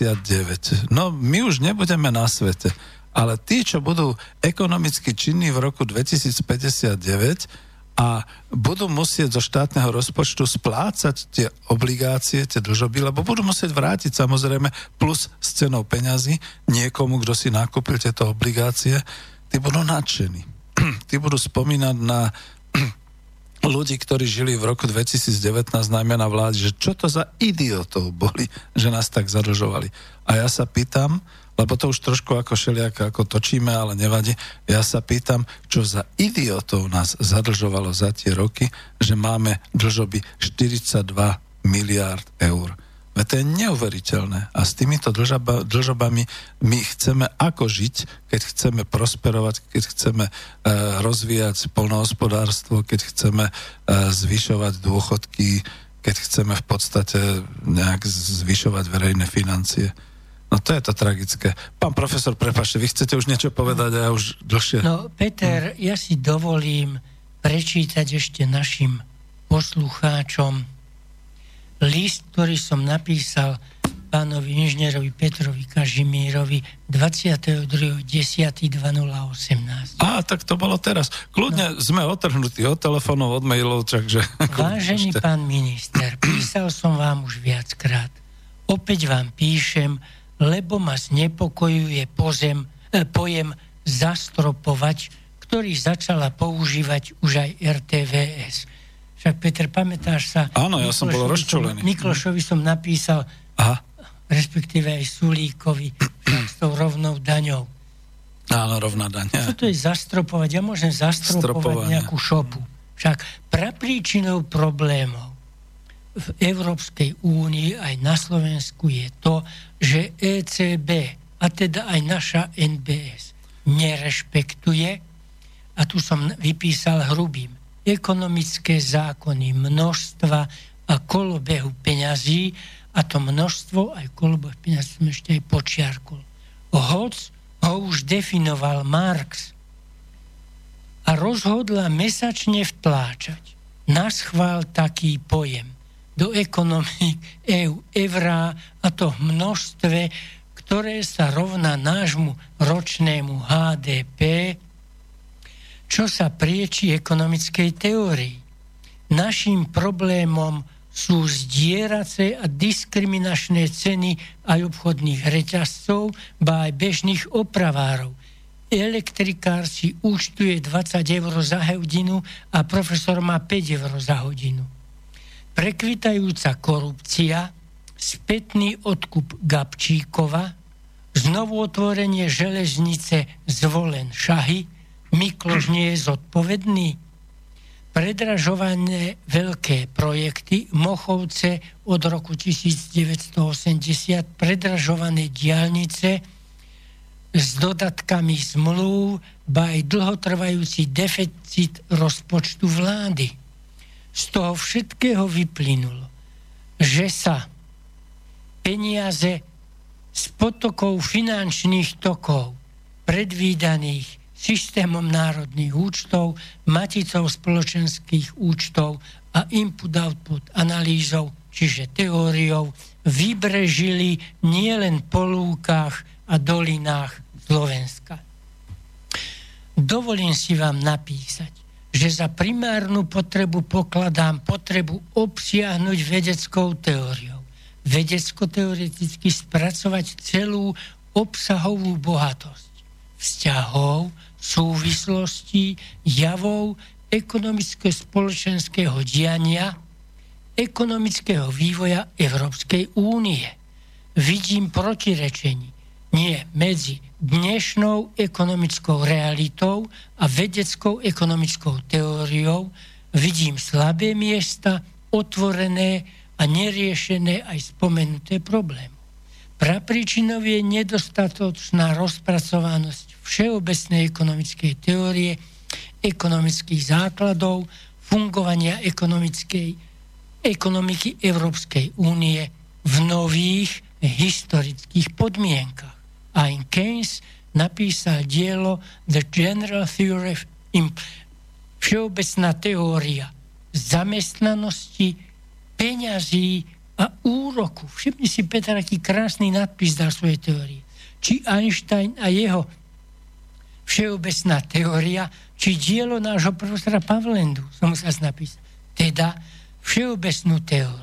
No, my už nebudeme na svete, ale tí, čo budú ekonomicky činní v roku 2059 a budú musieť zo štátneho rozpočtu splácať tie obligácie, tie dlžoby, lebo budú musieť vrátiť samozrejme plus s cenou peňazí niekomu, kto si nakúpil tieto obligácie, tí budú nadšení. Tí budú spomínať na ľudí, ktorí žili v roku 2019 najmä na vláde, že čo to za idiotov boli, že nás tak zadlžovali. A ja sa pýtam, lebo to už trošku ako šeliak, ako točíme, ale nevadí, ja sa pýtam, čo za idiotov nás zadlžovalo za tie roky, že máme dlžoby 42 miliárd eur. Veď to je neuveriteľné. A s týmito dlžobami my chceme ako žiť, keď chceme prosperovať, keď chceme rozvíjať poľnohospodárstvo, keď chceme zvyšovať dôchodky, keď chceme v podstate nejak zvyšovať verejné financie. No to je to tragické. Pán profesor, prepáčte, vy chcete už niečo povedať a ja už dlhšie... No, Peter, ja si dovolím prečítať ešte našim poslucháčom list, ktorý som napísal pánovi inžinierovi Petrovi Kažimírovi 22.10.2018. Á, tak to bolo teraz. Kľudne sme otrhnutí od telefónov, od mailov, takže... Vážený pán minister, písal som vám už viackrát. Opäť vám píšem, lebo ma znepokojuje pojem zastropovať, ktorý začala používať už aj RTVS. Však, Peter, pamätáš sa... Áno, ja som bol rozčulený. Miklošovi som napísal, respektíve aj Sulíkovi, však s tou rovnou daňou. Áno, rovná daň. Čo to je zastropovať? Ja môžem zastropovať nejakú šopu. Však prapríčinou problémov v Európskej únii aj na Slovensku je to, že ECB, a teda aj naša NBS, nerešpektuje, a tu som vypísal hrubým, ekonomické zákony množstva a kolobehu peňazí, a to množstvo aj kolobeh peňazí som ešte aj počiarkol. Hoc ho už definoval Marx a rozhodla mesačne vtláčať naschvál taký pojem do ekonomík EU eurá, a to v množstve, ktoré sa rovná nášmu ročnému HDP, čo sa prieči ekonomickej teórii. Naším problémom sú zdierace a diskriminačné ceny aj obchodných reťazcov, ba aj bežných opravárov. Elektrikár si účtuje 20 eur za hodinu a profesor má 5 eur za hodinu. Prekvitajúca korupcia, spätný odkup Gabčíkova, znovu otvorenie železnice Zvolen Šahy, Mikloš nie je zodpovedný. Predražované veľké projekty, Mochovce od roku 1980, predražované diaľnice s dodatkami zmluv, ba aj dlhotrvajúci deficit rozpočtu vlády. Z toho všetkého vyplynulo, že sa peniaze z potokov finančných tokov predvídaných systémom národných účtov, maticou spoločenských účtov a input-output analýzou, čiže teóriou, vybrežili nielen po lúkach a dolinách Slovenska. Dovolím si vám napísať, že za primárnu potrebu pokladám potrebu obsiahnuť vedeckou teóriou. Vedecko-teoreticky spracovať celú obsahovú bohatosť vzťahov, súvislostí, javov, ekonomicko-spoločenského diania, ekonomického vývoja Európskej únie. Vidím protirečení nie medzi dnešnou ekonomickou realitou a vedeckou ekonomickou teóriou. Vidím slabé miesta, otvorené a neriešené aj spomenuté problémy. Prapríčinou je nedostatočná rozpracovanosť všeobecnej ekonomickej teórie, ekonomických základov, fungovania ekonomiky Európskej únie v nových historických podmienkach. Ein Keynes napísal dielo The General Theory of Všeobecná teória zamestnanosti, peňazí a úroku. Všimni si, Peter, aký krásny nadpis dal svojej teórie. Či Einstein a jeho všeobecná teória, či dielo nášho profesora Pavlendu, som musel napísať. Teda všeobecnú teóriu.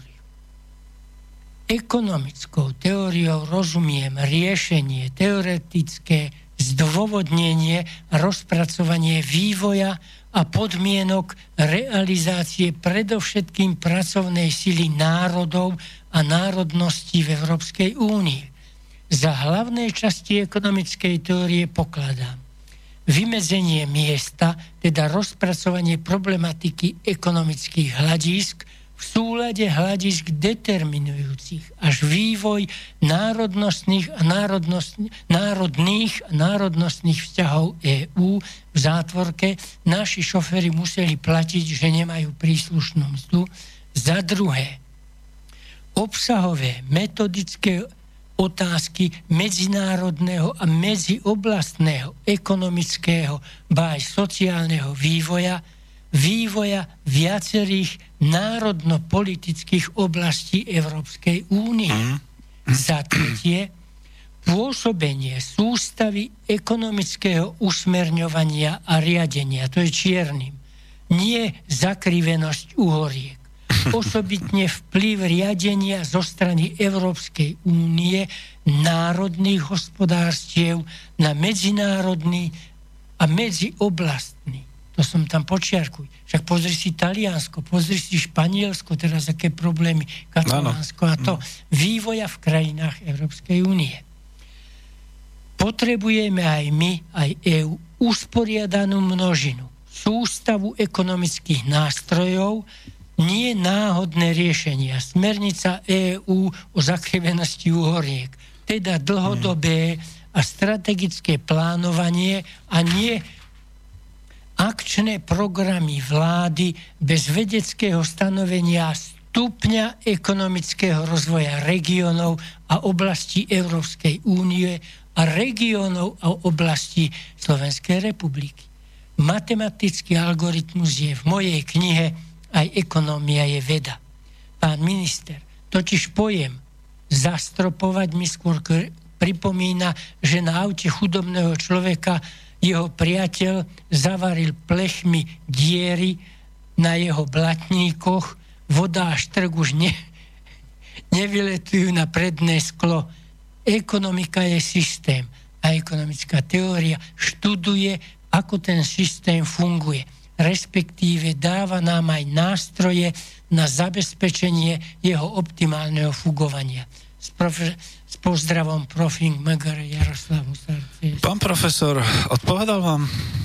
Ekonomickou teóriou rozumiem riešenie teoretické, zdôvodnenie a rozpracovanie vývoja a podmienok realizácie predovšetkým pracovnej sily národov a národností v Európskej únii. Za hlavné časti ekonomickej teórie pokladám vymedzenie miesta, teda rozpracovanie problematiky ekonomických hľadísk v súlade hľadisk determinujúcich až vývoj národných a národnostných vzťahov EÚ v zátvorke. Naši šoféri museli platiť, že nemajú príslušnú mzdu. Za druhé, obsahové, metodické otázky medzinárodného a medzioblastného, ekonomického, ba aj sociálneho vývoja viacerých národno-politických oblastí Európskej únie. Za tretie, pôsobenie sústavy ekonomického usmerňovania a riadenia, to je čiernym, nie zakrivenosť uhoriek. Osobitne vplyv riadenia zo strany Európskej únie národných hospodárstiev na medzinárodný a medzioblastný. To som tam počiarkuj. Však pozri si Taliansko, pozri si Španielsko, teraz aké problémy, Katalánsko a to. Vývoja v krajinách Európskej únie. Potrebujeme aj my, aj EÚ, usporiadanú množinu, sústavu ekonomických nástrojov, nie náhodné riešenia. Smernica EÚ o zakrivenosti uhoriek, teda dlhodobé a strategické plánovanie a nie akčné programy vlády bez vedeckého stanovenia stupňa ekonomického rozvoja regiónov a oblastí Európskej únie a regiónov a oblastí Slovenskej republiky. Matematický algoritmus je v mojej knihe Aj ekonómia je veda. Pán minister, totiž pojem zastropovať mi skôr pripomína, že na aute chudobného človeka jeho priateľ zavaril plechmi diery na jeho blatníkoch, voda a štrk už nevyletujú na predné sklo. Ekonomika je systém a ekonomická teória študuje, ako ten systém funguje, respektíve dáva nám aj nástroje na zabezpečenie jeho optimálneho fungovania. S pozdravom Profing Megar Jaroslav Husarci. Pán profesor, odpovedal vám?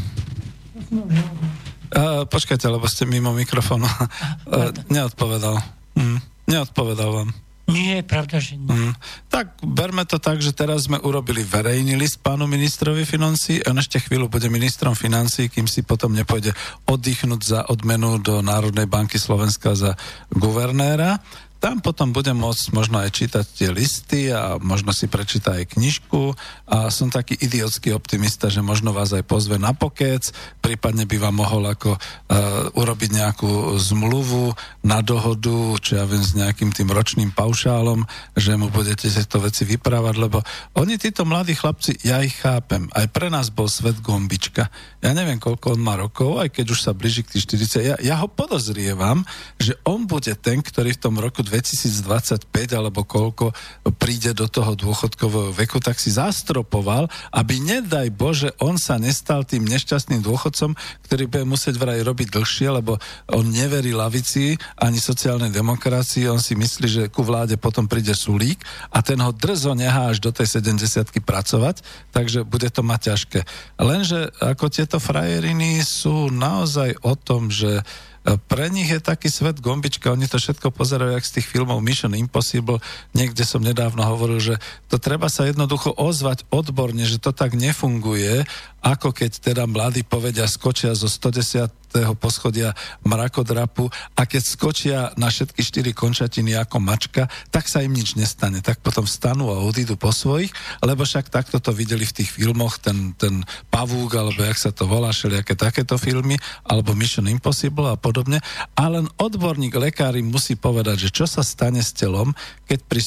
Počkajte, lebo ste mimo mikrofónu. Neodpovedal. Neodpovedal vám. Nie, pravda, že nie. Tak berme to tak, že teraz sme urobili verejný list pánu ministrovi financií. On ešte chvíľu bude ministrom financií, kým si potom nepôjde oddychnúť za odmenu do Národnej banky Slovenska za guvernéra. tam potom budem môcť možno aj čítať tie listy a možno si prečíta aj knižku a som taký idiotský optimista, že možno vás aj pozve na pokec, prípadne by vám mohol ako urobiť nejakú zmluvu na dohodu, čo ja viem, s nejakým tým ročným paušálom, že mu budete tieto veci vyprávať, lebo oni, títo mladí chlapci, ja ich chápem. Aj pre nás bol svet gombička. Ja neviem, koľko on má rokov, aj keď už sa blíži k tých 40. Ja ho podozrievam, že on bude ten, ktorý v tom roku 2025 alebo koľko príde do toho dôchodkového veku, tak si zastropoval, aby nedaj Bože, on sa nestal tým nešťastným dôchodcom, ktorý bude musieť vraj robiť dlhšie, lebo on neverí lavici ani sociálnej demokracii, on si myslí, že ku vláde potom príde Sulík a ten ho drzo nechá až do tej 70-ky pracovať, takže bude to mať ťažké. Lenže ako tieto frajeriny sú naozaj o tom, že pre nich je taký svet gombička, oni to všetko pozerajú jak z tých filmov Mission Impossible, niekde som nedávno hovoril, že to treba sa jednoducho ozvať odborne, že to tak nefunguje, ako keď teda mladí povedia skočia zo 110. poschodia mrakodrapu a keď skočia na všetky 4 končatiny ako mačka, tak sa im nič nestane. Tak potom vstanú a odídu po svojich, lebo však takto to videli v tých filmoch, ten Pavúk, alebo jak sa to volá, všelijaké takéto filmy, alebo Mission Impossible a podobne. A len odborník, lekár im musí povedať, že čo sa stane s telom, keď pri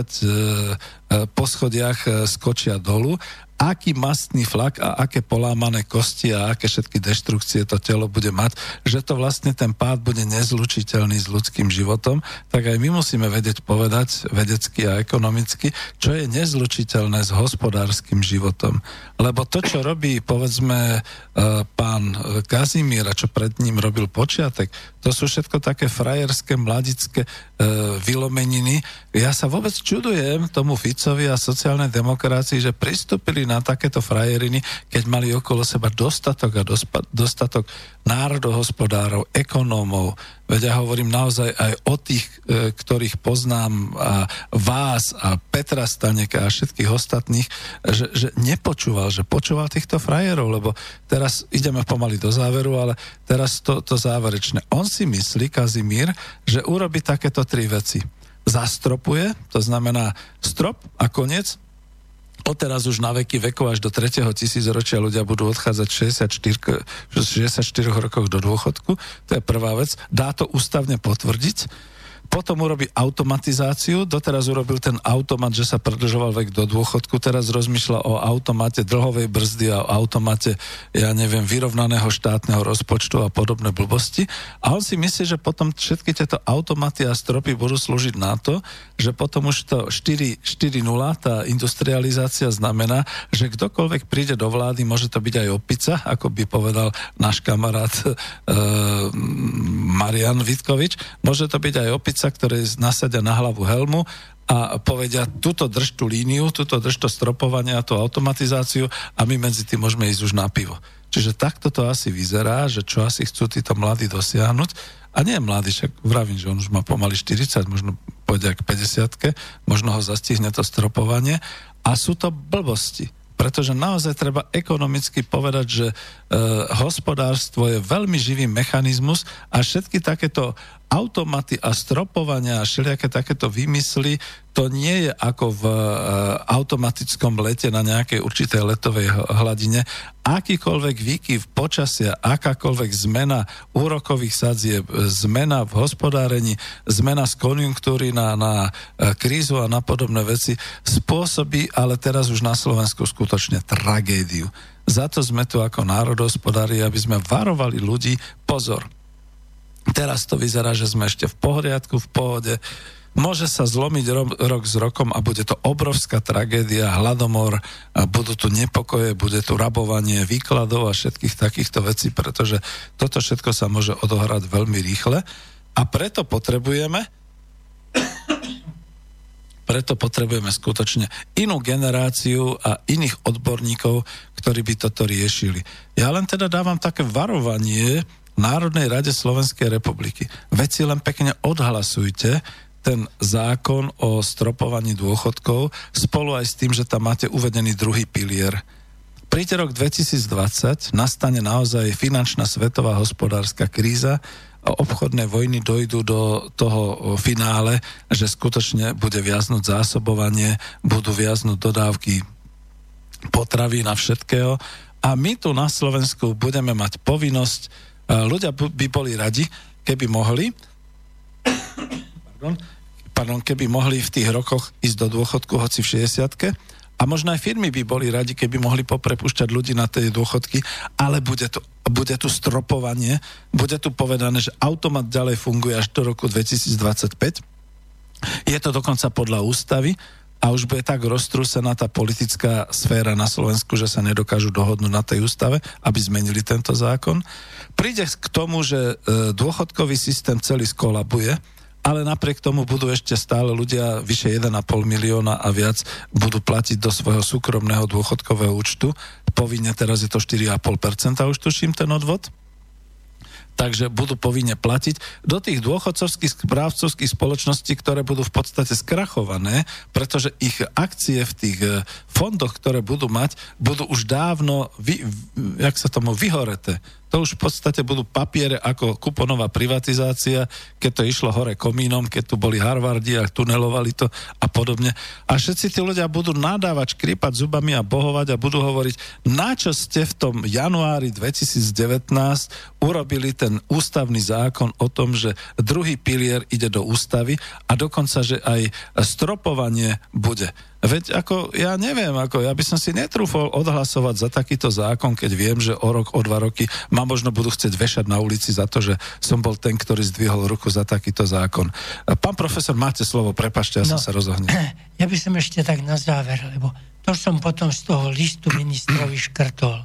110 poschodiach skočia dolu, aký mastný flak a aké polámané kosti a aké všetky deštrukcie to telo bude mať, že to vlastne ten pád bude nezlučiteľný s ľudským životom, tak aj my musíme vedieť povedať vedecky a ekonomicky, čo je nezlučiteľné s hospodárskym životom. Lebo to, čo robí, povedzme, pán Kazimír a čo pred ním robil Počiatek, to sú všetko také frajerské, mladické vylomeniny. Ja sa vôbec čudujem tomu Ficovi a sociálnej demokracii, že pristúpili na takéto frajeriny, keď mali okolo seba dostatok a dostatok národohospodárov, ekonómov. Veď ja hovorím naozaj aj o tých, ktorých poznám, a vás a Petra Staneka a všetkých ostatných, že nepočúval, že počúval týchto frajerov, lebo teraz ideme pomaly do záveru, ale teraz to záverečné. On si myslí, Kazimír, že urobí takéto 3 veci. Zastropuje, to znamená strop a koniec. Odteraz už na veky vekov až do 3. tisícročia ľudia budú odchádzať 64 rokov do dôchodku. To je prvá vec. Dá to ústavne potvrdiť. Potom urobí automatizáciu. Doteraz urobil ten automat, že sa predĺžoval vek do dôchodku. Teraz rozmýšľa o automate dlhovej brzdy a o automate, ja neviem, vyrovnaného štátneho rozpočtu a podobné blbosti. A on si myslí, že potom všetky tieto automaty a stropy budú slúžiť na to, že potom už to 4.0, tá industrializácia znamená, že kdokoľvek príde do vlády, môže to byť aj opica, ako by povedal náš kamarát Marian Vitkovič, môže to byť aj opica, ktoré nasadia na hlavu helmu a povedia, tuto drž tú líniu, tuto drž to stropovanie a tú automatizáciu a my medzi tým môžeme ísť už na pivo. Čiže takto to asi vyzerá, že čo asi chcú títo mladí dosiahnuť. A nie mladý, však vravím, že on už má pomaly 40, možno pôjde k 50-ke, možno ho zastihne to stropovanie. A sú to blbosti. Pretože naozaj treba ekonomicky povedať, že hospodárstvo je veľmi živý mechanizmus a všetky takéto automaty a stropovania a všelijaké takéto výmysly, to nie je ako v automatickom lete na nejakej určitej letovej hladine. Akýkoľvek výkyv počasia, akákoľvek zmena úrokových sadzieb, zmena v hospodárení, zmena z konjunktúry na krízu a na podobné veci spôsobí, ale teraz už na Slovensku skutočne tragédiu. Za to sme tu ako národohospodári, aby sme varovali ľudí, pozor, teraz to vyzerá, že sme ešte v poriadku, v pohode. Môže sa zlomiť rok s rokom a bude to obrovská tragédia, hladomor, a budú tu nepokoje, bude tu rabovanie výkladov a všetkých takýchto vecí, pretože toto všetko sa môže odohrať veľmi rýchle a preto potrebujeme skutočne inú generáciu a iných odborníkov, ktorí by toto riešili. Ja len teda dávam také varovanie Národnej rade Slovenskej republiky. Veď si len pekne odhlasujte ten zákon o stropovaní dôchodkov spolu aj s tým, že tam máte uvedený druhý pilier. Príde rok 2020, nastane naozaj finančná svetová hospodárska kríza obchodnej vojny dojdú do toho finále, že skutočne bude viaznúť zásobovanie, budú viaznúť dodávky potravín a všetkého. A my tu na Slovensku budeme mať povinnosť, ľudia by boli radi, keby mohli keby mohli v tých rokoch ísť do dôchodku, hoci v 60-ke, a možno aj firmy by boli radi, keby mohli poprepúšťať ľudí na tie dôchodky, ale bude tu stropovanie, bude tu povedané, že automat ďalej funguje až do roku 2025. Je to dokonca podľa ústavy a už bude tak roztrúsená tá politická sféra na Slovensku, že sa nedokážu dohodnúť na tej ústave, aby zmenili tento zákon. Príde k tomu, že dôchodkový systém celý skolabuje, ale napriek tomu budú ešte stále ľudia vyše 1,5 milióna a viac budú platiť do svojho súkromného dôchodkového účtu. Povinne teraz je to 4,5%, už tuším ten odvod. Takže budú povinne platiť do tých dôchodcovských správcovských spoločností, ktoré budú v podstate skrachované, pretože ich akcie v tých fondoch, ktoré budú mať, budú už dávno vyhoreté. To už v podstate budú papiere ako kuponová privatizácia, keď to išlo hore komínom, keď tu boli Harvardi a tunelovali to a podobne. A všetci tí ľudia budú nadávať, škrípať zubami a bohovať a budú hovoriť, na čo ste v tom januári 2019 urobili ten ústavný zákon o tom, že druhý pilier ide do ústavy a dokonca, že aj stropovanie bude. Veď ja neviem, ja by som si netrúfol odhlasovať za takýto zákon, keď viem, že o rok, o 2 roky ma možno budú chcieť vešať na ulici za to, že som bol ten, ktorý zdvihol ruku za takýto zákon. Pán profesor, máte slovo, prepáčte, som sa rozohnil. Ja by som ešte tak na záver, lebo to som potom z toho listu ministrovi škrtol.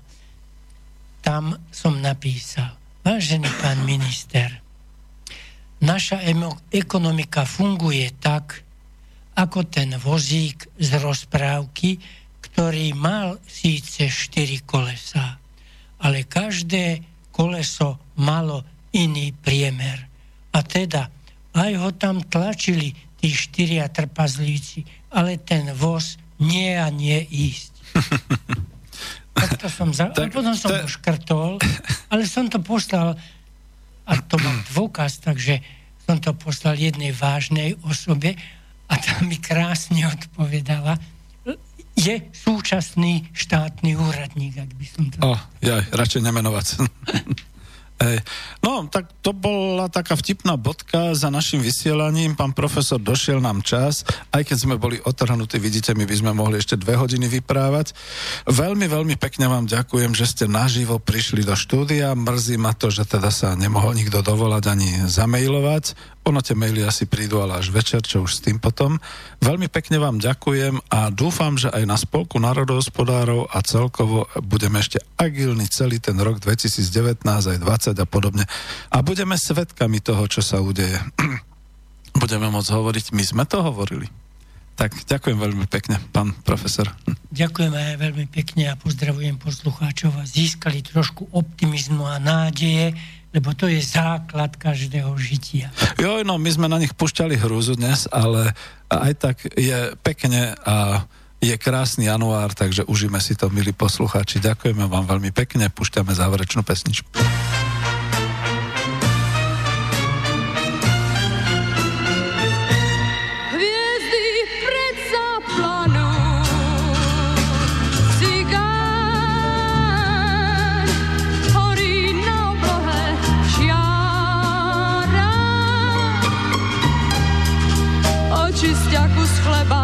Tam som napísal: vážený pán minister, naša ekonomika funguje tak, ako ten vozík z rozprávky, ktorý mal síce 4 kolesá, ale každé koleso malo iný priemer. A teda aj ho tam tlačili tí 4 trpazlíci, ale ten voz nie a nie ísť. Takto som potom som ho škrtol, ale som to poslal, a to mám dôkaz, takže som to poslal jednej vážnej osobe, a tá mi krásne odpovedala, je súčasný štátny úradník, ak by som to... radšej nemenovať. No, tak to bola taká vtipná bodka za našim vysielaním. Pán profesor, došiel nám čas, aj keď sme boli otrhnutí, vidíte, my by sme mohli ešte 2 hodiny vyprávať. Veľmi, veľmi pekne vám ďakujem, že ste naživo prišli do štúdia. Mrzí ma to, že teda sa nemohol nikto dovolať ani zamailovať. Ono tie maily asi prídu, ale až večer, čo už s tým potom. Veľmi pekne vám ďakujem a dúfam, že aj na Spolku národohospodárov a celkovo budeme ešte agilní celý ten rok 2019, aj 20 a podobne. A budeme svedkami toho, čo sa udeje. Budeme môcť hovoriť, my sme to hovorili. Tak ďakujem veľmi pekne, pán profesor. Ďakujem aj veľmi pekne a pozdravujem poslucháčov a získali trošku optimizmu a nádeje, lebo to je základ každého žitia. My sme na nich púšťali hrúzu dnes, ale aj tak je pekne a je krásny január, takže užíme si to, milí poslucháči. Ďakujeme vám veľmi pekne, púšťame záverečnú pesničku. Čistiaku z chleba